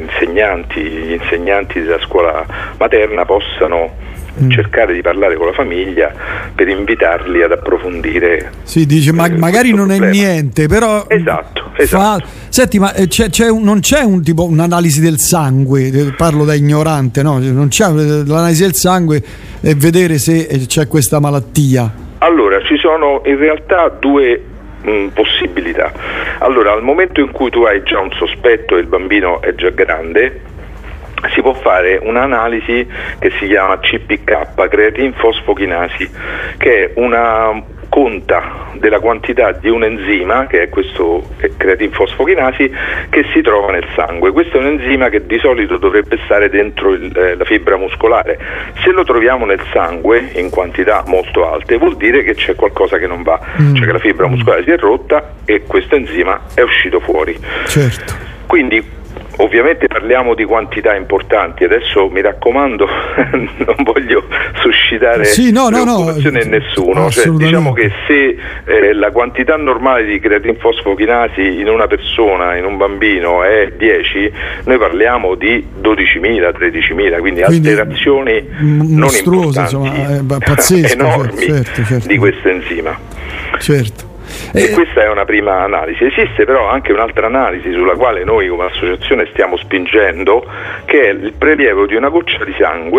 gli insegnanti della scuola materna possano cercare di parlare con la famiglia per invitarli ad approfondire. Sì, dice magari non problema. È niente, però esatto. Senti, ma non c'è un tipo un'analisi del sangue, parlo da ignorante, no? Non c'è l'analisi del sangue e vedere se c'è questa malattia? Allora, ci sono in realtà due possibilità. Allora, al momento in cui tu hai già un sospetto e il bambino è già grande, si può fare un'analisi che si chiama CPK, creatine fosfokinasi, che è una conta della quantità di un enzima, che è questo creatine fosfokinasi, che si trova nel sangue. Questo è un enzima che di solito dovrebbe stare dentro la fibra muscolare. Se lo troviamo nel sangue in quantità molto alte, vuol dire che c'è qualcosa che non va, cioè che la fibra muscolare si è rotta e questo enzima è uscito fuori. Certo. Quindi ovviamente parliamo di quantità importanti, adesso mi raccomando non voglio suscitare preoccupazione in nessuno, cioè, diciamo che se la quantità normale di creatine fosfokinasi in una persona, in un bambino è 10, noi parliamo di 12.000, 13.000, quindi alterazioni non importanti, pazzesco, enormi di questo enzima. Certo. E questa è una prima analisi. Esiste però anche un'altra analisi sulla quale noi come associazione stiamo spingendo, che è il prelievo di una goccia di sangue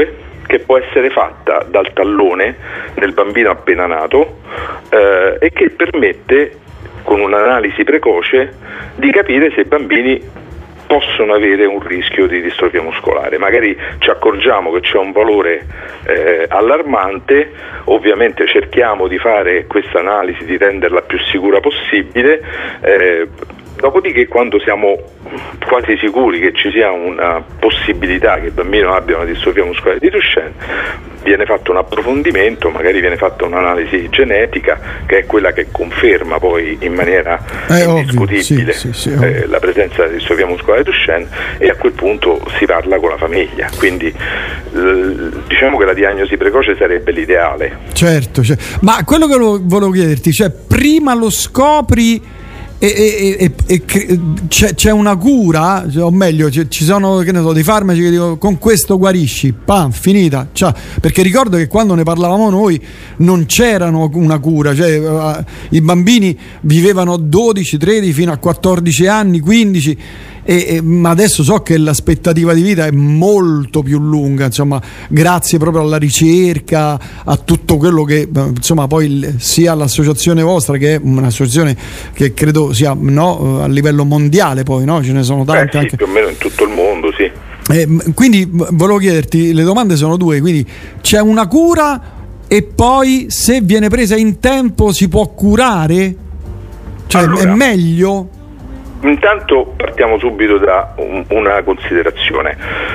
che può essere fatta dal tallone nel bambino appena nato e che permette, con un'analisi precoce, di capire se i bambini possono avere un rischio di distrofia muscolare. Magari ci accorgiamo che c'è un valore allarmante, ovviamente cerchiamo di fare questa analisi, di renderla più sicura possibile, dopodiché quando siamo quasi sicuri che ci sia una possibilità che il bambino abbia una distrofia muscolare di Duchenne, viene fatto un approfondimento, magari viene fatta un'analisi genetica che è quella che conferma poi in maniera indiscutibile la presenza della distrofia muscolare di Duchenne, e a quel punto si parla con la famiglia. Quindi diciamo che la diagnosi precoce sarebbe l'ideale. Certo. Ma quello che volevo chiederti, cioè prima lo scopri e c'è una cura, o meglio ci sono, che ne so, dei farmaci che dicono con questo guarisci, finita, perché ricordo che quando ne parlavamo noi non c'erano una cura, cioè i bambini vivevano 12, 13 fino a 14 anni, 15 ma adesso so che l'aspettativa di vita è molto più lunga, insomma, grazie proprio alla ricerca, a tutto quello che insomma poi sia l'associazione vostra, che è un'associazione che credo sia a livello mondiale, poi ce ne sono tante anche più o meno in tutto il mondo, sì. Quindi volevo chiederti, le domande sono due, quindi c'è una cura e poi se viene presa in tempo si può curare? Cioè allora, è meglio? Intanto partiamo subito da una considerazione.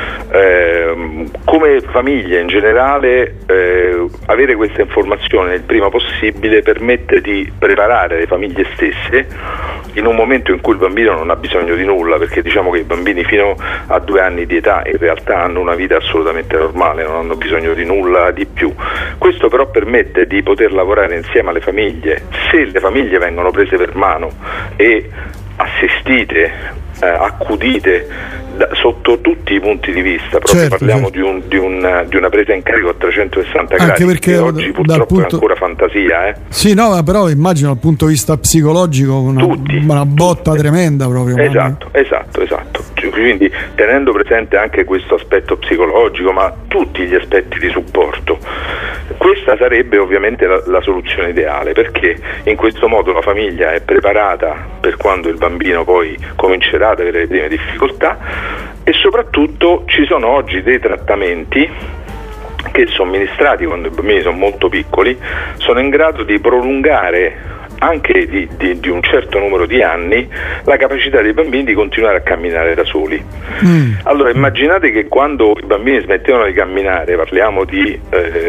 Come famiglia in generale, avere questa informazione il prima possibile permette di preparare le famiglie stesse in un momento in cui il bambino non ha bisogno di nulla, perché diciamo che i bambini fino a 2 anni di età in realtà hanno una vita assolutamente normale, non hanno bisogno di nulla di più. Questo però permette di poter lavorare insieme alle famiglie, se le famiglie vengono prese per mano e assistite, accudite sotto tutti i punti di vista, proprio parliamo di una presa in carico a 360 gradi, perché che oggi purtroppo è ancora fantasia. Sì, no, però immagino dal punto di vista psicologico una botta tremenda proprio. Esatto. Quindi tenendo presente anche questo aspetto psicologico, ma tutti gli aspetti di supporto, questa sarebbe ovviamente la soluzione ideale, perché in questo modo la famiglia è preparata per quando il bambino poi comincerà ad avere le prime difficoltà, e soprattutto ci sono oggi dei trattamenti che somministrati quando i bambini sono molto piccoli sono in grado di prolungare anche di un certo numero di anni la capacità dei bambini di continuare a camminare da soli. Allora immaginate che quando i bambini smettevano di camminare, parliamo di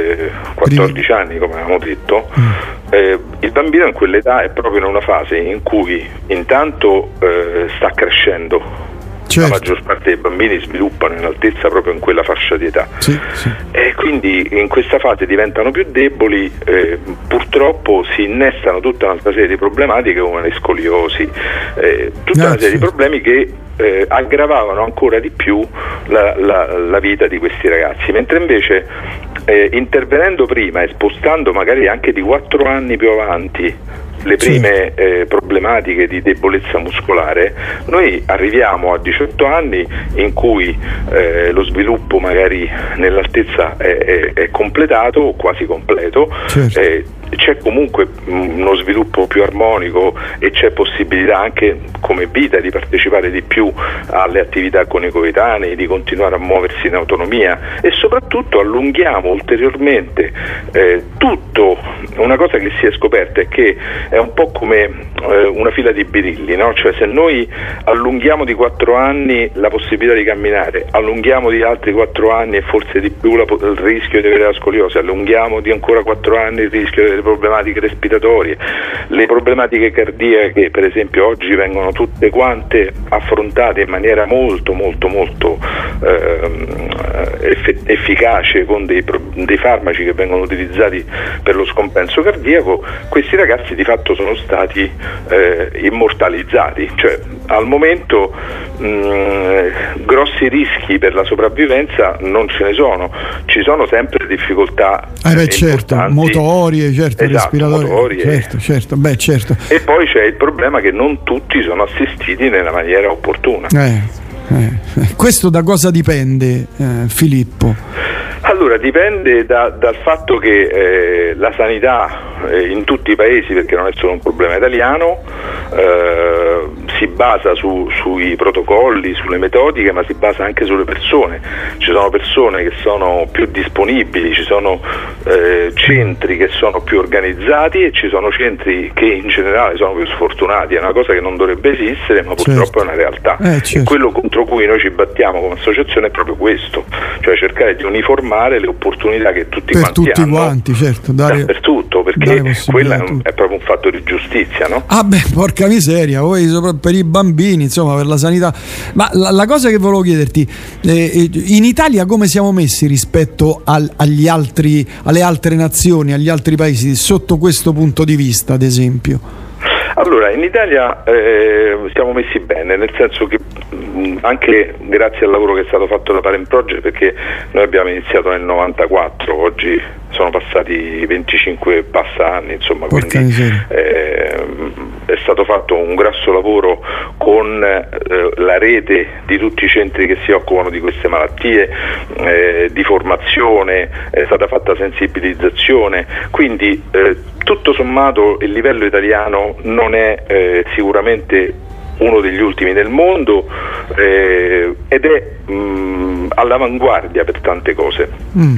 14 anni come avevamo detto, il bambino in quell'età è proprio in una fase in cui intanto sta crescendo. La maggior parte dei bambini sviluppano in altezza proprio in quella fascia di età, e quindi in questa fase diventano più deboli, purtroppo si innestano tutta un'altra serie di problematiche come le scoliosi, tutta una serie di problemi che aggravavano ancora di più la vita di questi ragazzi, mentre invece intervenendo prima e spostando magari anche di 4 anni più avanti le prime problematiche di debolezza muscolare, noi arriviamo a 18 anni in cui lo sviluppo magari nell'altezza è completato o quasi completo, c'è comunque uno sviluppo più armonico e c'è possibilità anche come vita di partecipare di più alle attività con i coetanei, di continuare a muoversi in autonomia, e soprattutto allunghiamo ulteriormente tutto. Una cosa che si è scoperta è che è un po' come una fila di birilli, no? Cioè se noi allunghiamo di 4 anni la possibilità di camminare, allunghiamo di altri 4 anni e forse di più il rischio di avere la scoliosi, allunghiamo di ancora 4 anni il rischio di avere problematiche respiratorie, le problematiche cardiache per esempio oggi vengono tutte quante affrontate in maniera molto efficace con dei farmaci che vengono utilizzati per lo scompenso cardiaco. Questi ragazzi di fatto sono stati immortalizzati, cioè al momento grossi rischi per la sopravvivenza non ce ne sono, ci sono sempre difficoltà motorie, respiratori, certo. E poi c'è il problema che non tutti sono assistiti nella maniera opportuna. Questo da cosa dipende, Filippo? Allora, dipende dal fatto che la sanità in tutti i paesi, perché non è solo un problema italiano, si basa sui protocolli, sulle metodiche, ma si basa anche sulle persone. Ci sono persone che sono più disponibili, ci sono centri che sono più organizzati e ci sono centri che in generale sono più sfortunati. È una cosa che non dovrebbe esistere, ma purtroppo è una realtà. E quello contro cui noi ci battiamo come associazione è proprio questo, cioè cercare di uniformare le opportunità che tutti quanti hanno certo, dappertutto, perché quella è proprio un fatto di giustizia, no? Ah beh, porca miseria, poi per i bambini, insomma, per la sanità. Ma la cosa che volevo chiederti, in Italia come siamo messi rispetto alle altre nazioni, agli altri paesi, sotto questo punto di vista, ad esempio? Allora, in Italia siamo messi bene, nel senso che anche grazie al lavoro che è stato fatto da Parent Project, perché noi abbiamo iniziato nel 94, oggi sono passati 25 anni, insomma, quindi è stato fatto un grosso lavoro con la rete di tutti i centri che si occupano di queste malattie, di formazione, è stata fatta sensibilizzazione, quindi tutto sommato il livello italiano non è sicuramente uno degli ultimi nel mondo ed è all'avanguardia per tante cose.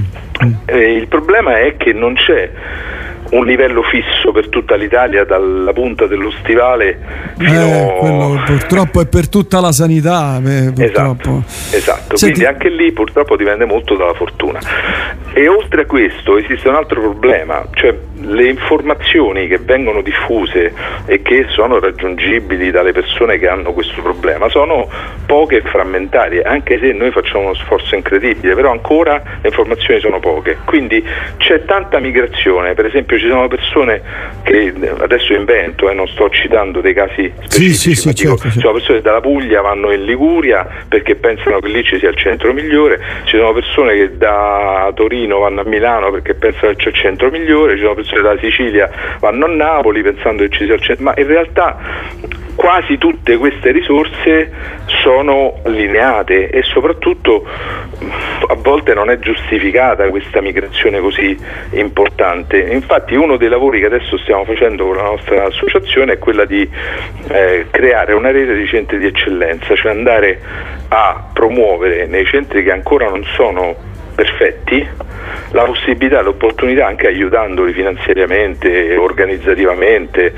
Il problema è che non c'è un livello fisso per tutta l'Italia, dalla punta dello stivale fino quello purtroppo è per tutta la sanità, purtroppo. Esatto. Quindi anche lì purtroppo dipende molto dalla fortuna. E oltre a questo esiste un altro problema, cioè le informazioni che vengono diffuse e che sono raggiungibili dalle persone che hanno questo problema sono poche e frammentarie, anche se noi facciamo uno sforzo incredibile, però ancora le informazioni sono poche, quindi c'è tanta migrazione. Per esempio ci sono persone che, adesso invento, non sto citando dei casi specifici, ma dico, ci sono persone che dalla Puglia vanno in Liguria perché pensano che lì ci sia il centro migliore, ci sono persone che da Torino vanno a Milano perché pensano che c'è il centro migliore, ci sono persone che dalla Sicilia vanno a Napoli pensando che ci sia il centro, ma in realtà quasi tutte queste risorse sono lineate e soprattutto a volte non è giustificata questa migrazione così importante. Infatti uno dei lavori che adesso stiamo facendo con la nostra associazione è quella di creare una rete di centri di eccellenza, cioè andare a promuovere nei centri che ancora non sono perfetti la possibilità, l'opportunità, anche aiutandoli finanziariamente, organizzativamente,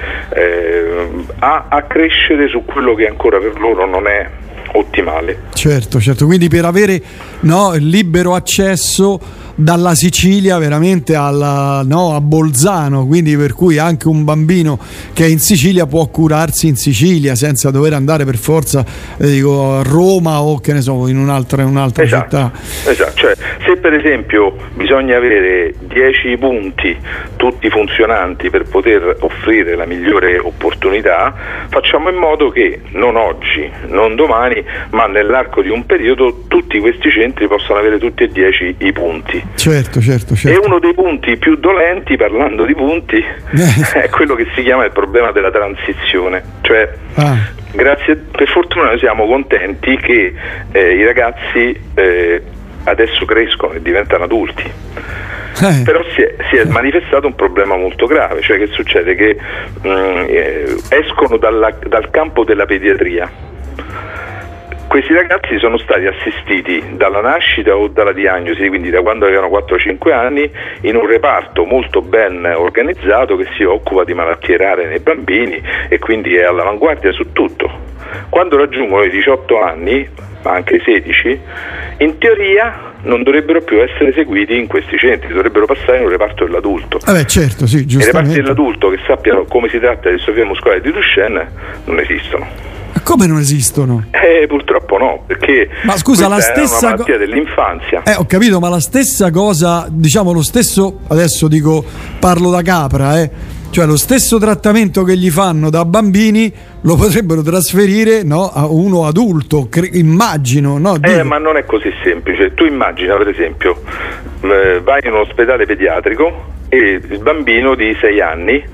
a crescere su quello che ancora per loro non è ottimale. Certo, quindi per avere il libero accesso dalla Sicilia veramente a Bolzano, quindi per cui anche un bambino che è in Sicilia può curarsi in Sicilia senza dover andare per forza a Roma o che ne so, in un'altra città. Esatto, cioè se per esempio bisogna avere 10 punti tutti funzionanti per poter offrire la migliore opportunità, facciamo in modo che non oggi, non domani, ma nell'arco di un periodo tutti questi centri possano avere tutti e 10 i punti. Certo. E uno dei punti più dolenti, parlando di punti, è quello che si chiama il problema della transizione, cioè per fortuna noi siamo contenti che i ragazzi adesso crescono e diventano adulti, però si è manifestato un problema molto grave, cioè che succede che escono dal campo della pediatria. Questi ragazzi sono stati assistiti dalla nascita o dalla diagnosi, quindi da quando avevano 4-5 anni, in un reparto molto ben organizzato che si occupa di malattie rare nei bambini e quindi è all'avanguardia su tutto. Quando raggiungono i 18 anni, ma anche 16, in teoria non dovrebbero più essere seguiti in questi centri, dovrebbero passare in un reparto dell'adulto. Certo, sì, giustamente. I reparti dell'adulto che sappiano come si tratta di distrofia muscolare di Duchenne non esistono. Come non esistono? Purtroppo no, perché ma scusa, la stessa è una malattia dell'infanzia. Ho capito, ma la stessa cosa, diciamo lo stesso, adesso parlo da capra, cioè lo stesso trattamento che gli fanno da bambini lo potrebbero trasferire a uno adulto, immagino, no? Ma non è così semplice. Tu immagina, per esempio, vai in un ospedale pediatrico e il bambino di 6 anni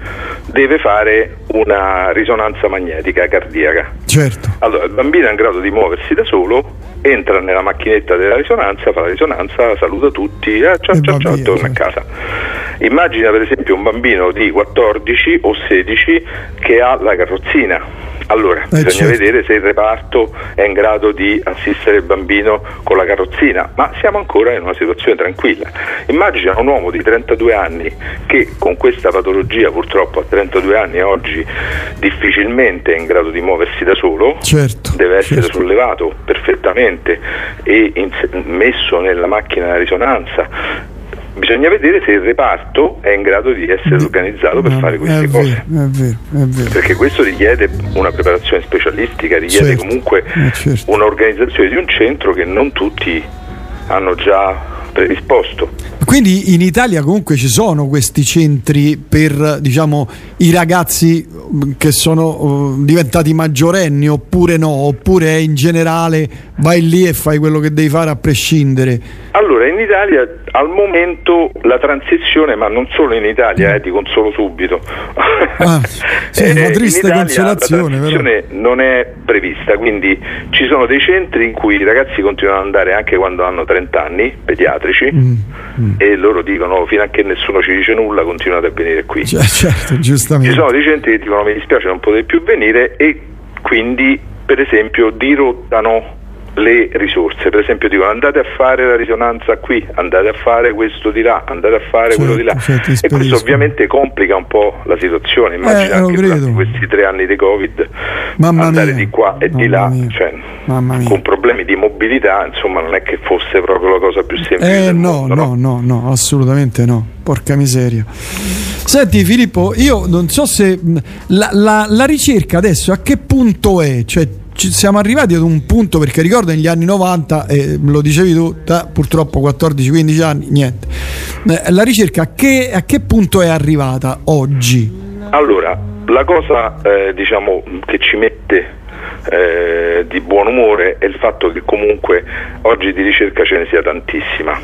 deve fare una risonanza magnetica cardiaca. Certo. Allora il bambino è in grado di muoversi da solo, entra nella macchinetta della risonanza, fa la risonanza, saluta tutti, ciao, torna a casa. Immagina per esempio un bambino di 14 o 16 che ha la carrozzina. Allora, bisogna vedere se il reparto è in grado di assistere il bambino con la carrozzina, ma siamo ancora in una situazione tranquilla. Immagina un uomo di 32 anni che con questa patologia purtroppo a 32 anni oggi difficilmente è in grado di muoversi da solo, deve essere sollevato perfettamente e messo nella macchina da risonanza. Bisogna vedere se il reparto è in grado di essere organizzato per fare queste cose. È vero. Perché questo richiede una preparazione specialistica, richiede comunque un'organizzazione di un centro che non tutti hanno già predisposto. Quindi in Italia comunque ci sono questi centri per, diciamo, i ragazzi che sono diventati maggiorenni, oppure no, oppure in generale vai lì e fai quello che devi fare a prescindere? Allora, in Italia al momento la transizione, ma non solo in Italia, ti consolo subito. Una triste in Italia consolazione, la transizione non è prevista, quindi ci sono dei centri in cui i ragazzi continuano ad andare anche quando hanno 30 anni, pediatrici, e loro dicono fino a che nessuno ci dice nulla continuate a venire qui. Certo, giustamente. Ci sono dei centri che dicono mi dispiace non potete più venire, e quindi per esempio dirottano le risorse, per esempio dicono andate a fare la risonanza qui, andate a fare questo di là, andate a fare quello di là, e questo ovviamente complica un po' la situazione. Immagina anche durante questi 3 anni di Covid andare di qua e di là, cioè, con problemi di mobilità, insomma non è che fosse proprio la cosa più semplice del mondo, no, assolutamente no, porca miseria. Senti Filippo, io non so se la ricerca adesso a che punto è, cioè siamo arrivati ad un punto, perché ricordo negli anni 90, lo dicevi tu, purtroppo 14-15 anni, niente. La ricerca a che punto è arrivata oggi? Allora, la cosa diciamo che ci mette di buon umore è il fatto che comunque oggi di ricerca ce ne sia tantissima.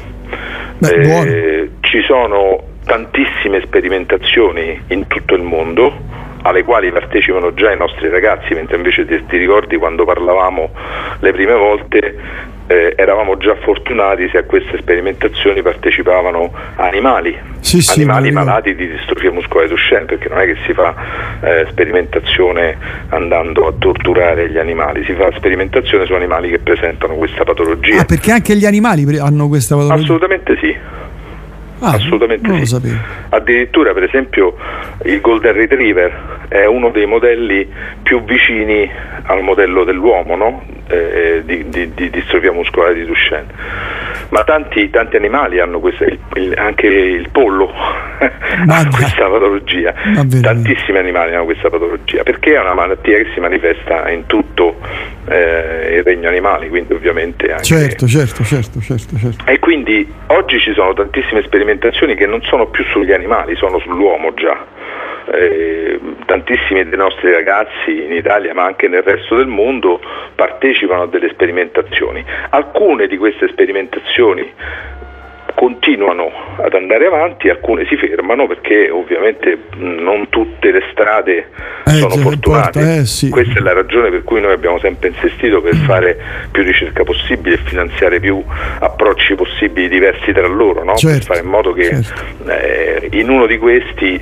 Ci sono tantissime sperimentazioni in tutto il mondo alle quali partecipano già i nostri ragazzi, mentre invece ti ricordi quando parlavamo le prime volte eravamo già fortunati se a queste sperimentazioni partecipavano animali malati di distrofia muscolare Duchenne, perché non è che si fa sperimentazione andando a torturare gli animali, si fa sperimentazione su animali che presentano questa patologia. Ah, perché anche gli animali hanno questa patologia? Assolutamente sì. Assolutamente non lo sì. sapevo. Addirittura per esempio il Golden Retriever è uno dei modelli più vicini al modello dell'uomo, no? Di distrofia muscolare di Duchenne, ma tanti animali hanno anche il pollo ha questa patologia, tantissimi animali hanno questa patologia, perché è una malattia che si manifesta in tutto il regno animali, quindi ovviamente anche... Certo. E quindi oggi ci sono tantissime sperimentazioni che non sono più sugli animali, sono sull'uomo già. Tantissimi dei nostri ragazzi in Italia, ma anche nel resto del mondo, partecipano a delle sperimentazioni. Alcune di queste sperimentazioni continuano ad andare avanti, alcune si fermano perché ovviamente non tutte le strade sono fortunate. Questa è la ragione per cui noi abbiamo sempre insistito per fare più ricerca possibile e finanziare più approcci possibili diversi tra loro, no? Per fare in modo che in uno di questi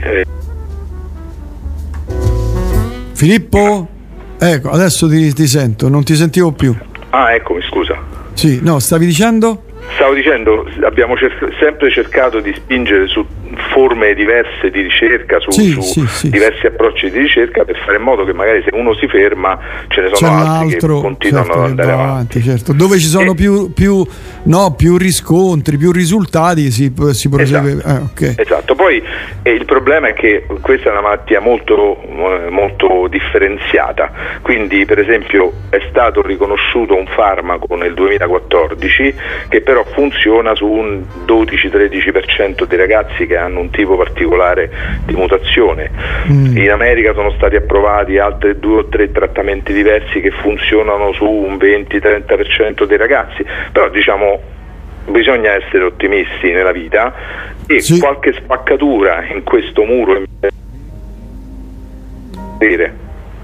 Filippo, ecco, adesso ti sento, non ti sentivo più. Ah, eccomi, scusa. Sì, no, stavi dicendo? Stavo dicendo, abbiamo sempre cercato di spingere su forme diverse di ricerca, su diversi approcci di ricerca, per fare in modo che magari se uno si ferma ce ne sono altri che continuano ad andare avanti. Certo. Dove ci sono più riscontri, più risultati si prosegue. Esatto. Poi il problema è che questa è una malattia molto differenziata, quindi per esempio è stato riconosciuto un farmaco nel 2014 che però funziona su un 12-13% dei ragazzi che hanno un tipo particolare di mutazione. In America sono stati approvati altri 2 o 3 trattamenti diversi che funzionano su un 20-30% dei ragazzi, però diciamo bisogna essere ottimisti nella vita e qualche spaccatura in questo muro aprire.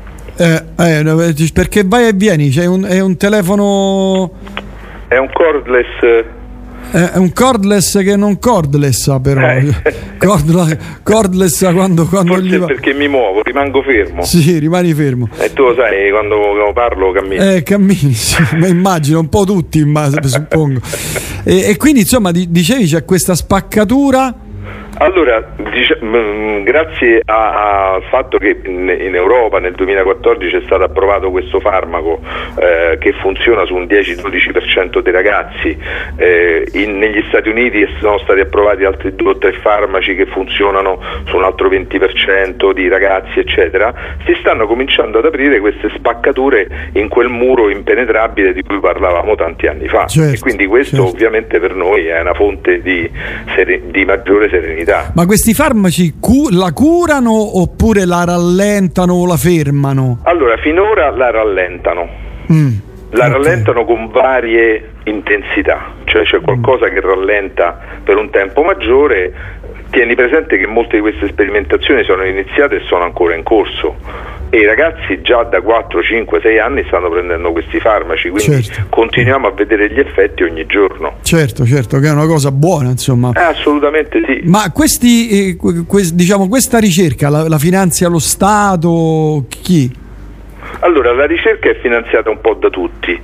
Perché vai e vieni, è un telefono, è un cordless. È un cordless che non cordlessa, però cordlessa quando forse gli va. Perché mi muovo, rimango fermo. Sì, rimani fermo. E tu lo sai, quando parlo cammini. Cammini, sì, ma immagino un po' tutti, suppongo. E quindi insomma dicevi c'è questa spaccatura. Allora, grazie al fatto che in Europa nel 2014 è stato approvato questo farmaco che funziona su un 10-12% dei ragazzi, negli Stati Uniti sono stati approvati altri 2 o 3 farmaci che funzionano su un altro 20% di ragazzi, eccetera. Si stanno cominciando ad aprire queste spaccature in quel muro impenetrabile di cui parlavamo tanti anni fa, e quindi questo ovviamente per noi è una fonte di maggiore serenità. Ma questi farmaci la curano oppure la rallentano o la fermano? Allora, finora la rallentano. La rallentano con varie intensità, cioè c'è qualcosa che rallenta per un tempo maggiore. Tieni presente che molte di queste sperimentazioni sono iniziate e sono ancora in corso. E i ragazzi già da 4, 5, 6 anni stanno prendendo questi farmaci, quindi continuiamo a vedere gli effetti ogni giorno. Certo, che è una cosa buona, insomma. Assolutamente sì. Ma questa ricerca la finanzia lo Stato? Chi? Allora, la ricerca è finanziata un po' da tutti,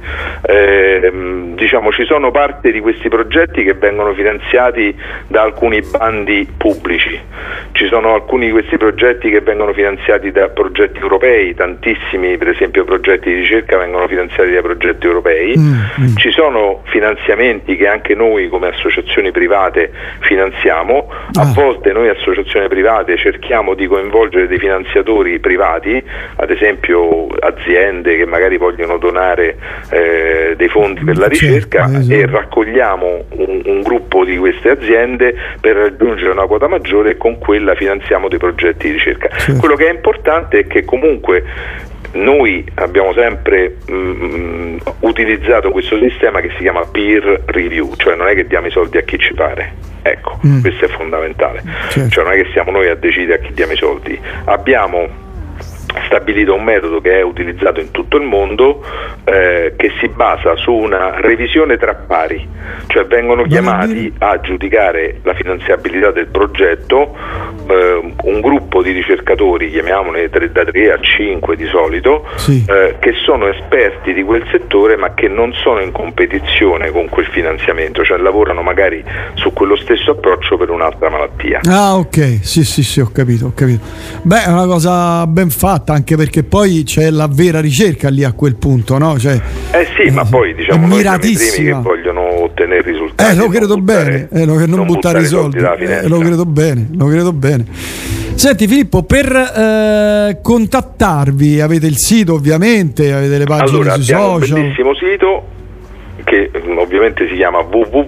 ci sono parte di questi progetti che vengono finanziati da alcuni bandi pubblici, ci sono alcuni di questi progetti che vengono finanziati da progetti europei, tantissimi per esempio progetti di ricerca vengono finanziati da progetti europei, ci sono finanziamenti che anche noi come associazioni private finanziamo, a volte noi associazioni private cerchiamo di coinvolgere dei finanziatori privati, ad esempio aziende che magari vogliono donare dei fondi per la ricerca, e raccogliamo un gruppo di queste aziende per raggiungere una quota maggiore e con quella finanziamo dei progetti di ricerca. Quello che è importante è che comunque noi abbiamo sempre utilizzato questo sistema che si chiama peer review, cioè non è che diamo i soldi a chi ci pare. Ecco, questo è fondamentale. Cioè non è che siamo noi a decidere a chi diamo i soldi. Abbiamo stabilito un metodo che è utilizzato in tutto il mondo, che si basa su una revisione tra pari, cioè vengono chiamati a giudicare la finanziabilità del progetto un gruppo di ricercatori, chiamiamone da 3 a 5 di solito, che sono esperti di quel settore ma che non sono in competizione con quel finanziamento, cioè lavorano magari su quello stesso approccio per un'altra malattia. Ah, ok, sì, ho capito. Beh, è una cosa ben fatta, anche perché poi c'è la vera ricerca lì a quel punto, no? Cioè, ma poi noi siamo i primi che vogliono ottenere risultati. Lo credo bene, non buttare i soldi. Lo credo bene. Senti Filippo, per contattarvi avete il sito, ovviamente, avete le pagine sui social. Abbiamo un bellissimo sito che ovviamente si chiama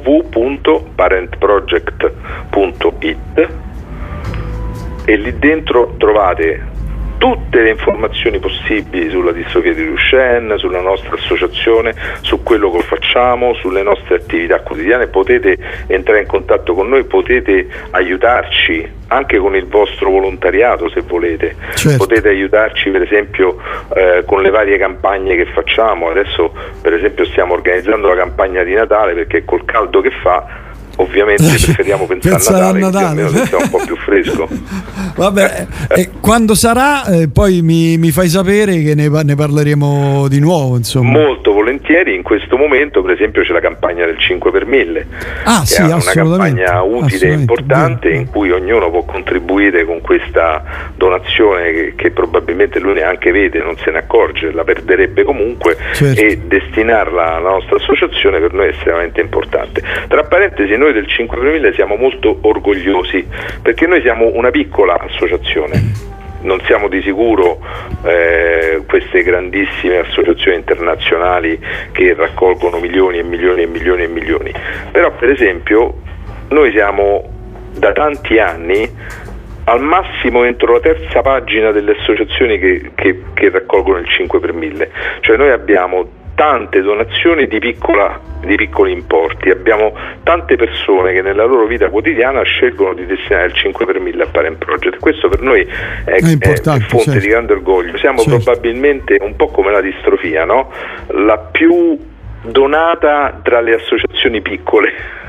www.parentproject.it e lì dentro trovate tutte le informazioni possibili sulla distrofia di Duchenne, sulla nostra associazione, su quello che facciamo, sulle nostre attività quotidiane. Potete entrare in contatto con noi, potete aiutarci anche con il vostro volontariato se volete, potete aiutarci per esempio con le varie campagne che facciamo. Adesso per esempio stiamo organizzando la campagna di Natale perché col caldo che fa ovviamente preferiamo pensare a Natale. Almeno sia un po' più fresco. Vabbè, quando sarà poi mi fai sapere che ne parleremo di nuovo, insomma. Molto volentieri. In questo momento per esempio c'è la campagna del 5 per 1000 che è una campagna utile e importante in cui ognuno può contribuire con questa donazione che probabilmente lui neanche vede, non se ne accorge, la perderebbe comunque, e destinarla alla nostra associazione per noi è estremamente importante. Tra parentesi, noi del 5 per 1000 siamo molto orgogliosi perché noi siamo una piccola associazione, non siamo di sicuro queste grandissime associazioni internazionali che raccolgono milioni e milioni e milioni e milioni, però per esempio noi siamo da tanti anni al massimo entro la terza pagina delle associazioni che raccolgono il 5 per 1000, cioè noi abbiamo tante donazioni di piccoli importi, abbiamo tante persone che nella loro vita quotidiana scelgono di destinare il 5 per 1000 a Parent Project. Questo per noi è fonte, certo, di grande orgoglio. Siamo, certo, probabilmente un po' come la distrofia, no? La più donata tra le associazioni piccole.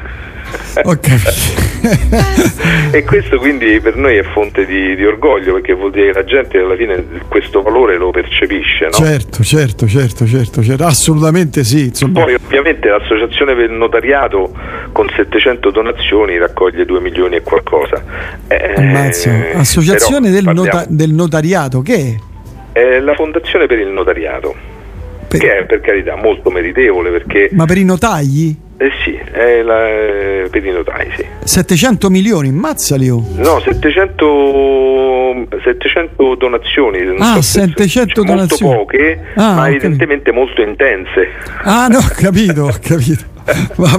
E questo quindi per noi è fonte di orgoglio, perché vuol dire che la gente alla fine questo valore lo percepisce, no? Certo, assolutamente sì, insomma. Poi ovviamente l'associazione per il notariato con 700 donazioni raccoglie 2 milioni e qualcosa. Associazione del notariato, che è la fondazione per il notariato, che è, per carità, molto meritevole, perché... Ma per i notai? Sì, per i notai, sì. 700 milioni, ammazzali. No, 700 donazioni. 700 molto donazioni. Poche, ma evidentemente molto intense. No, ho capito. Va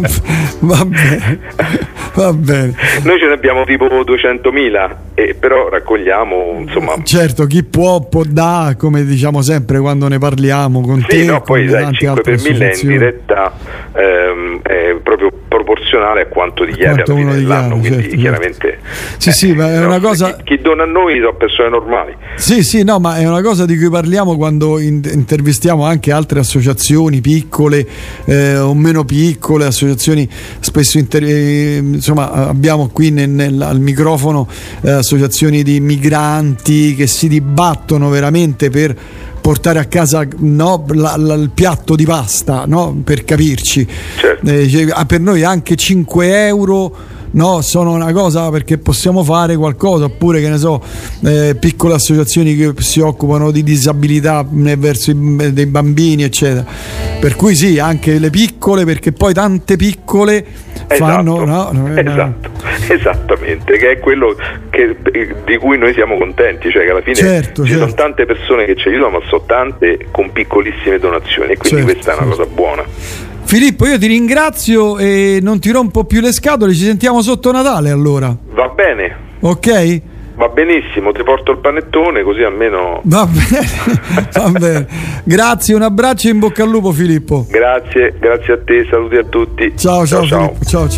bene. Noi ce ne abbiamo tipo 200.000, però raccogliamo, insomma. Certo, chi può dà, come diciamo sempre quando ne parliamo con te. No, poi sai, 5 per 1000 in diretta è proprio proporzionale a quanto dichiari alla fine dell'anno, quindi certo, certo. chiaramente Sì, ma è una cosa. Chi dona a noi sono persone normali. Sì, no, ma è una cosa di cui parliamo quando intervistiamo anche altre associazioni piccole o meno piccole, associazioni spesso insomma abbiamo qui al microfono associazioni di migranti che si dibattono veramente per portare a casa il piatto di pasta, no? Per capirci, certo. Per noi anche 5 euro sono una cosa, perché possiamo fare qualcosa, oppure che ne so, piccole associazioni che si occupano di disabilità verso dei bambini eccetera, per cui sì, anche le piccole, perché poi tante piccole fanno esattamente, che è quello di cui noi siamo contenti, cioè che alla fine ci sono tante persone che ci aiutano, ma sono tante con piccolissime donazioni, e quindi questa è una cosa buona. Filippo, io ti ringrazio e non ti rompo più le scatole, ci sentiamo sotto Natale allora. Va bene. Ok? Va benissimo, ti porto il panettone così almeno... Va bene. Grazie, un abbraccio e in bocca al lupo, Filippo. Grazie a te, saluti a tutti. Ciao Filippo, ciao.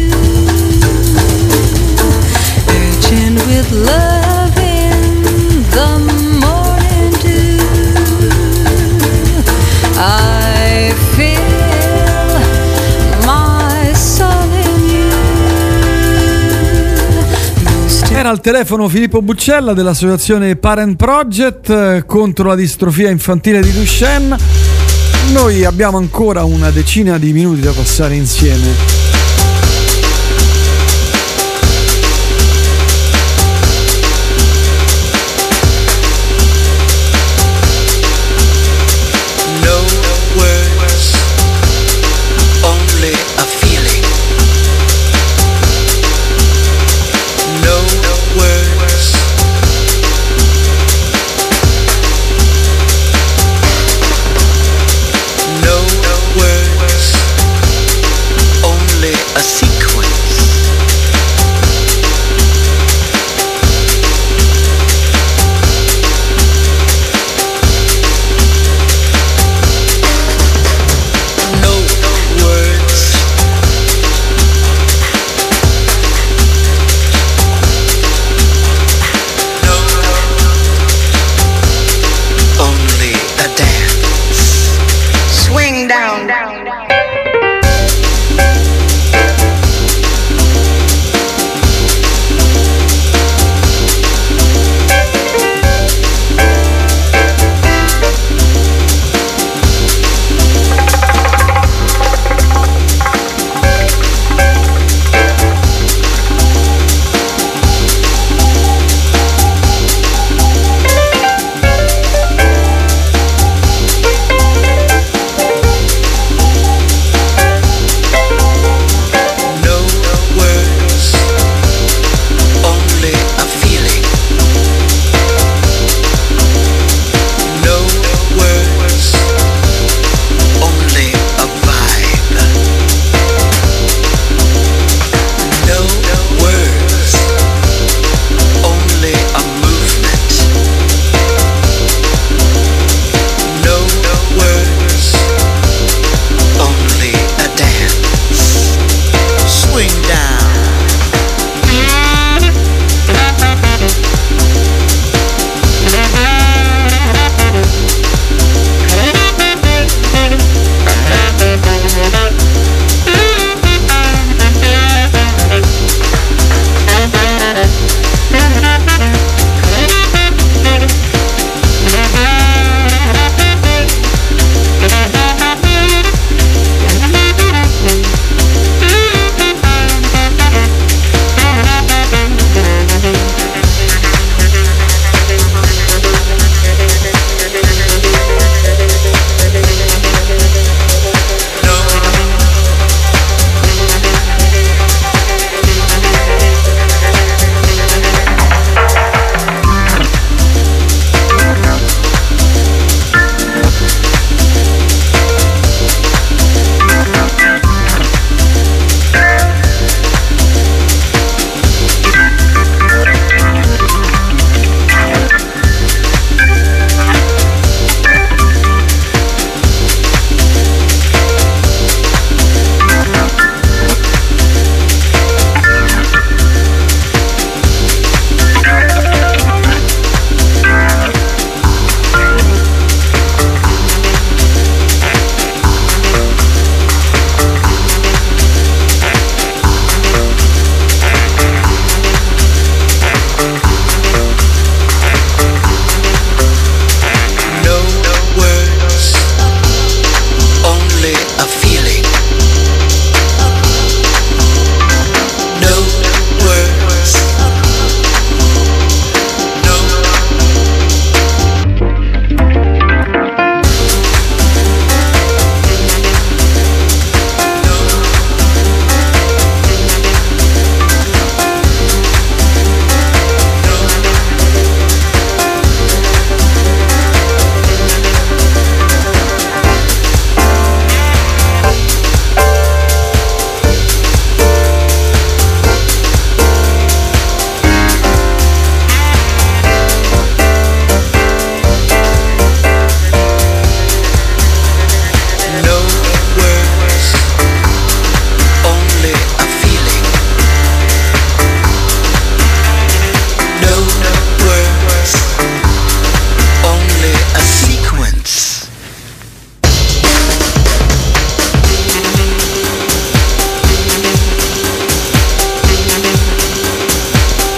With love in the morning dew, I feel my soul in you. Era al telefono Filippo Buccella dell'associazione Parent Project contro la distrofia infantile di Duchenne. Noi abbiamo ancora una decina di minuti da passare insieme. Only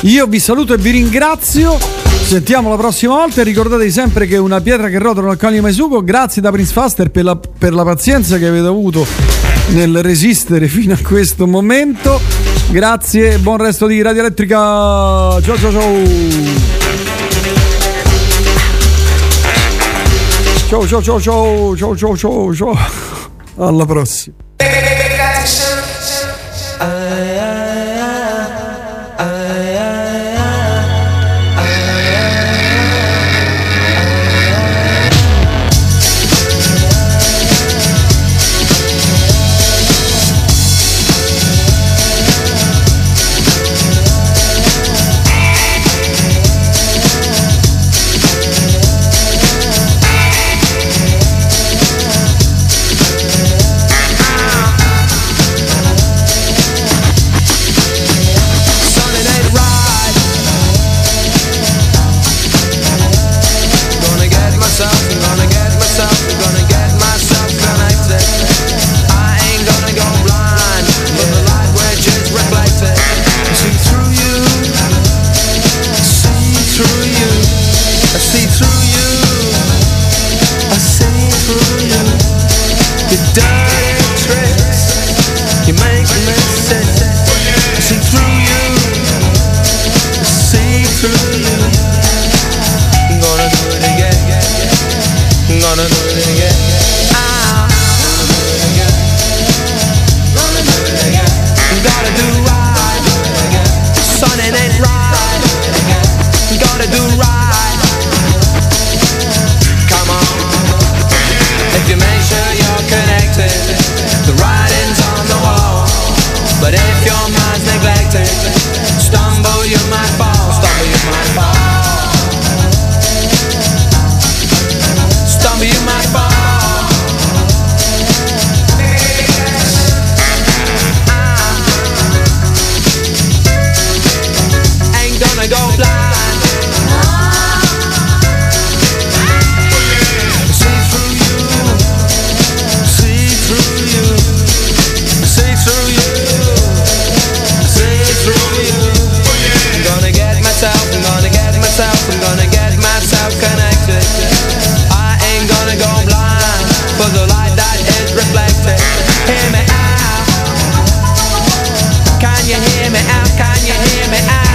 Io vi saluto e vi ringrazio. Sentiamo la prossima volta e ricordatevi sempre che una pietra che rotola non accoglie mai sugo. Grazie da Prince Faster per la pazienza che avete avuto nel resistere fino a questo momento. Grazie, buon resto di Radio Elettrica. Ciao ciao ciao. Ciao ciao ciao ciao ciao ciao ciao ciao. Alla prossima. Can you hear me out? Can you hear me out?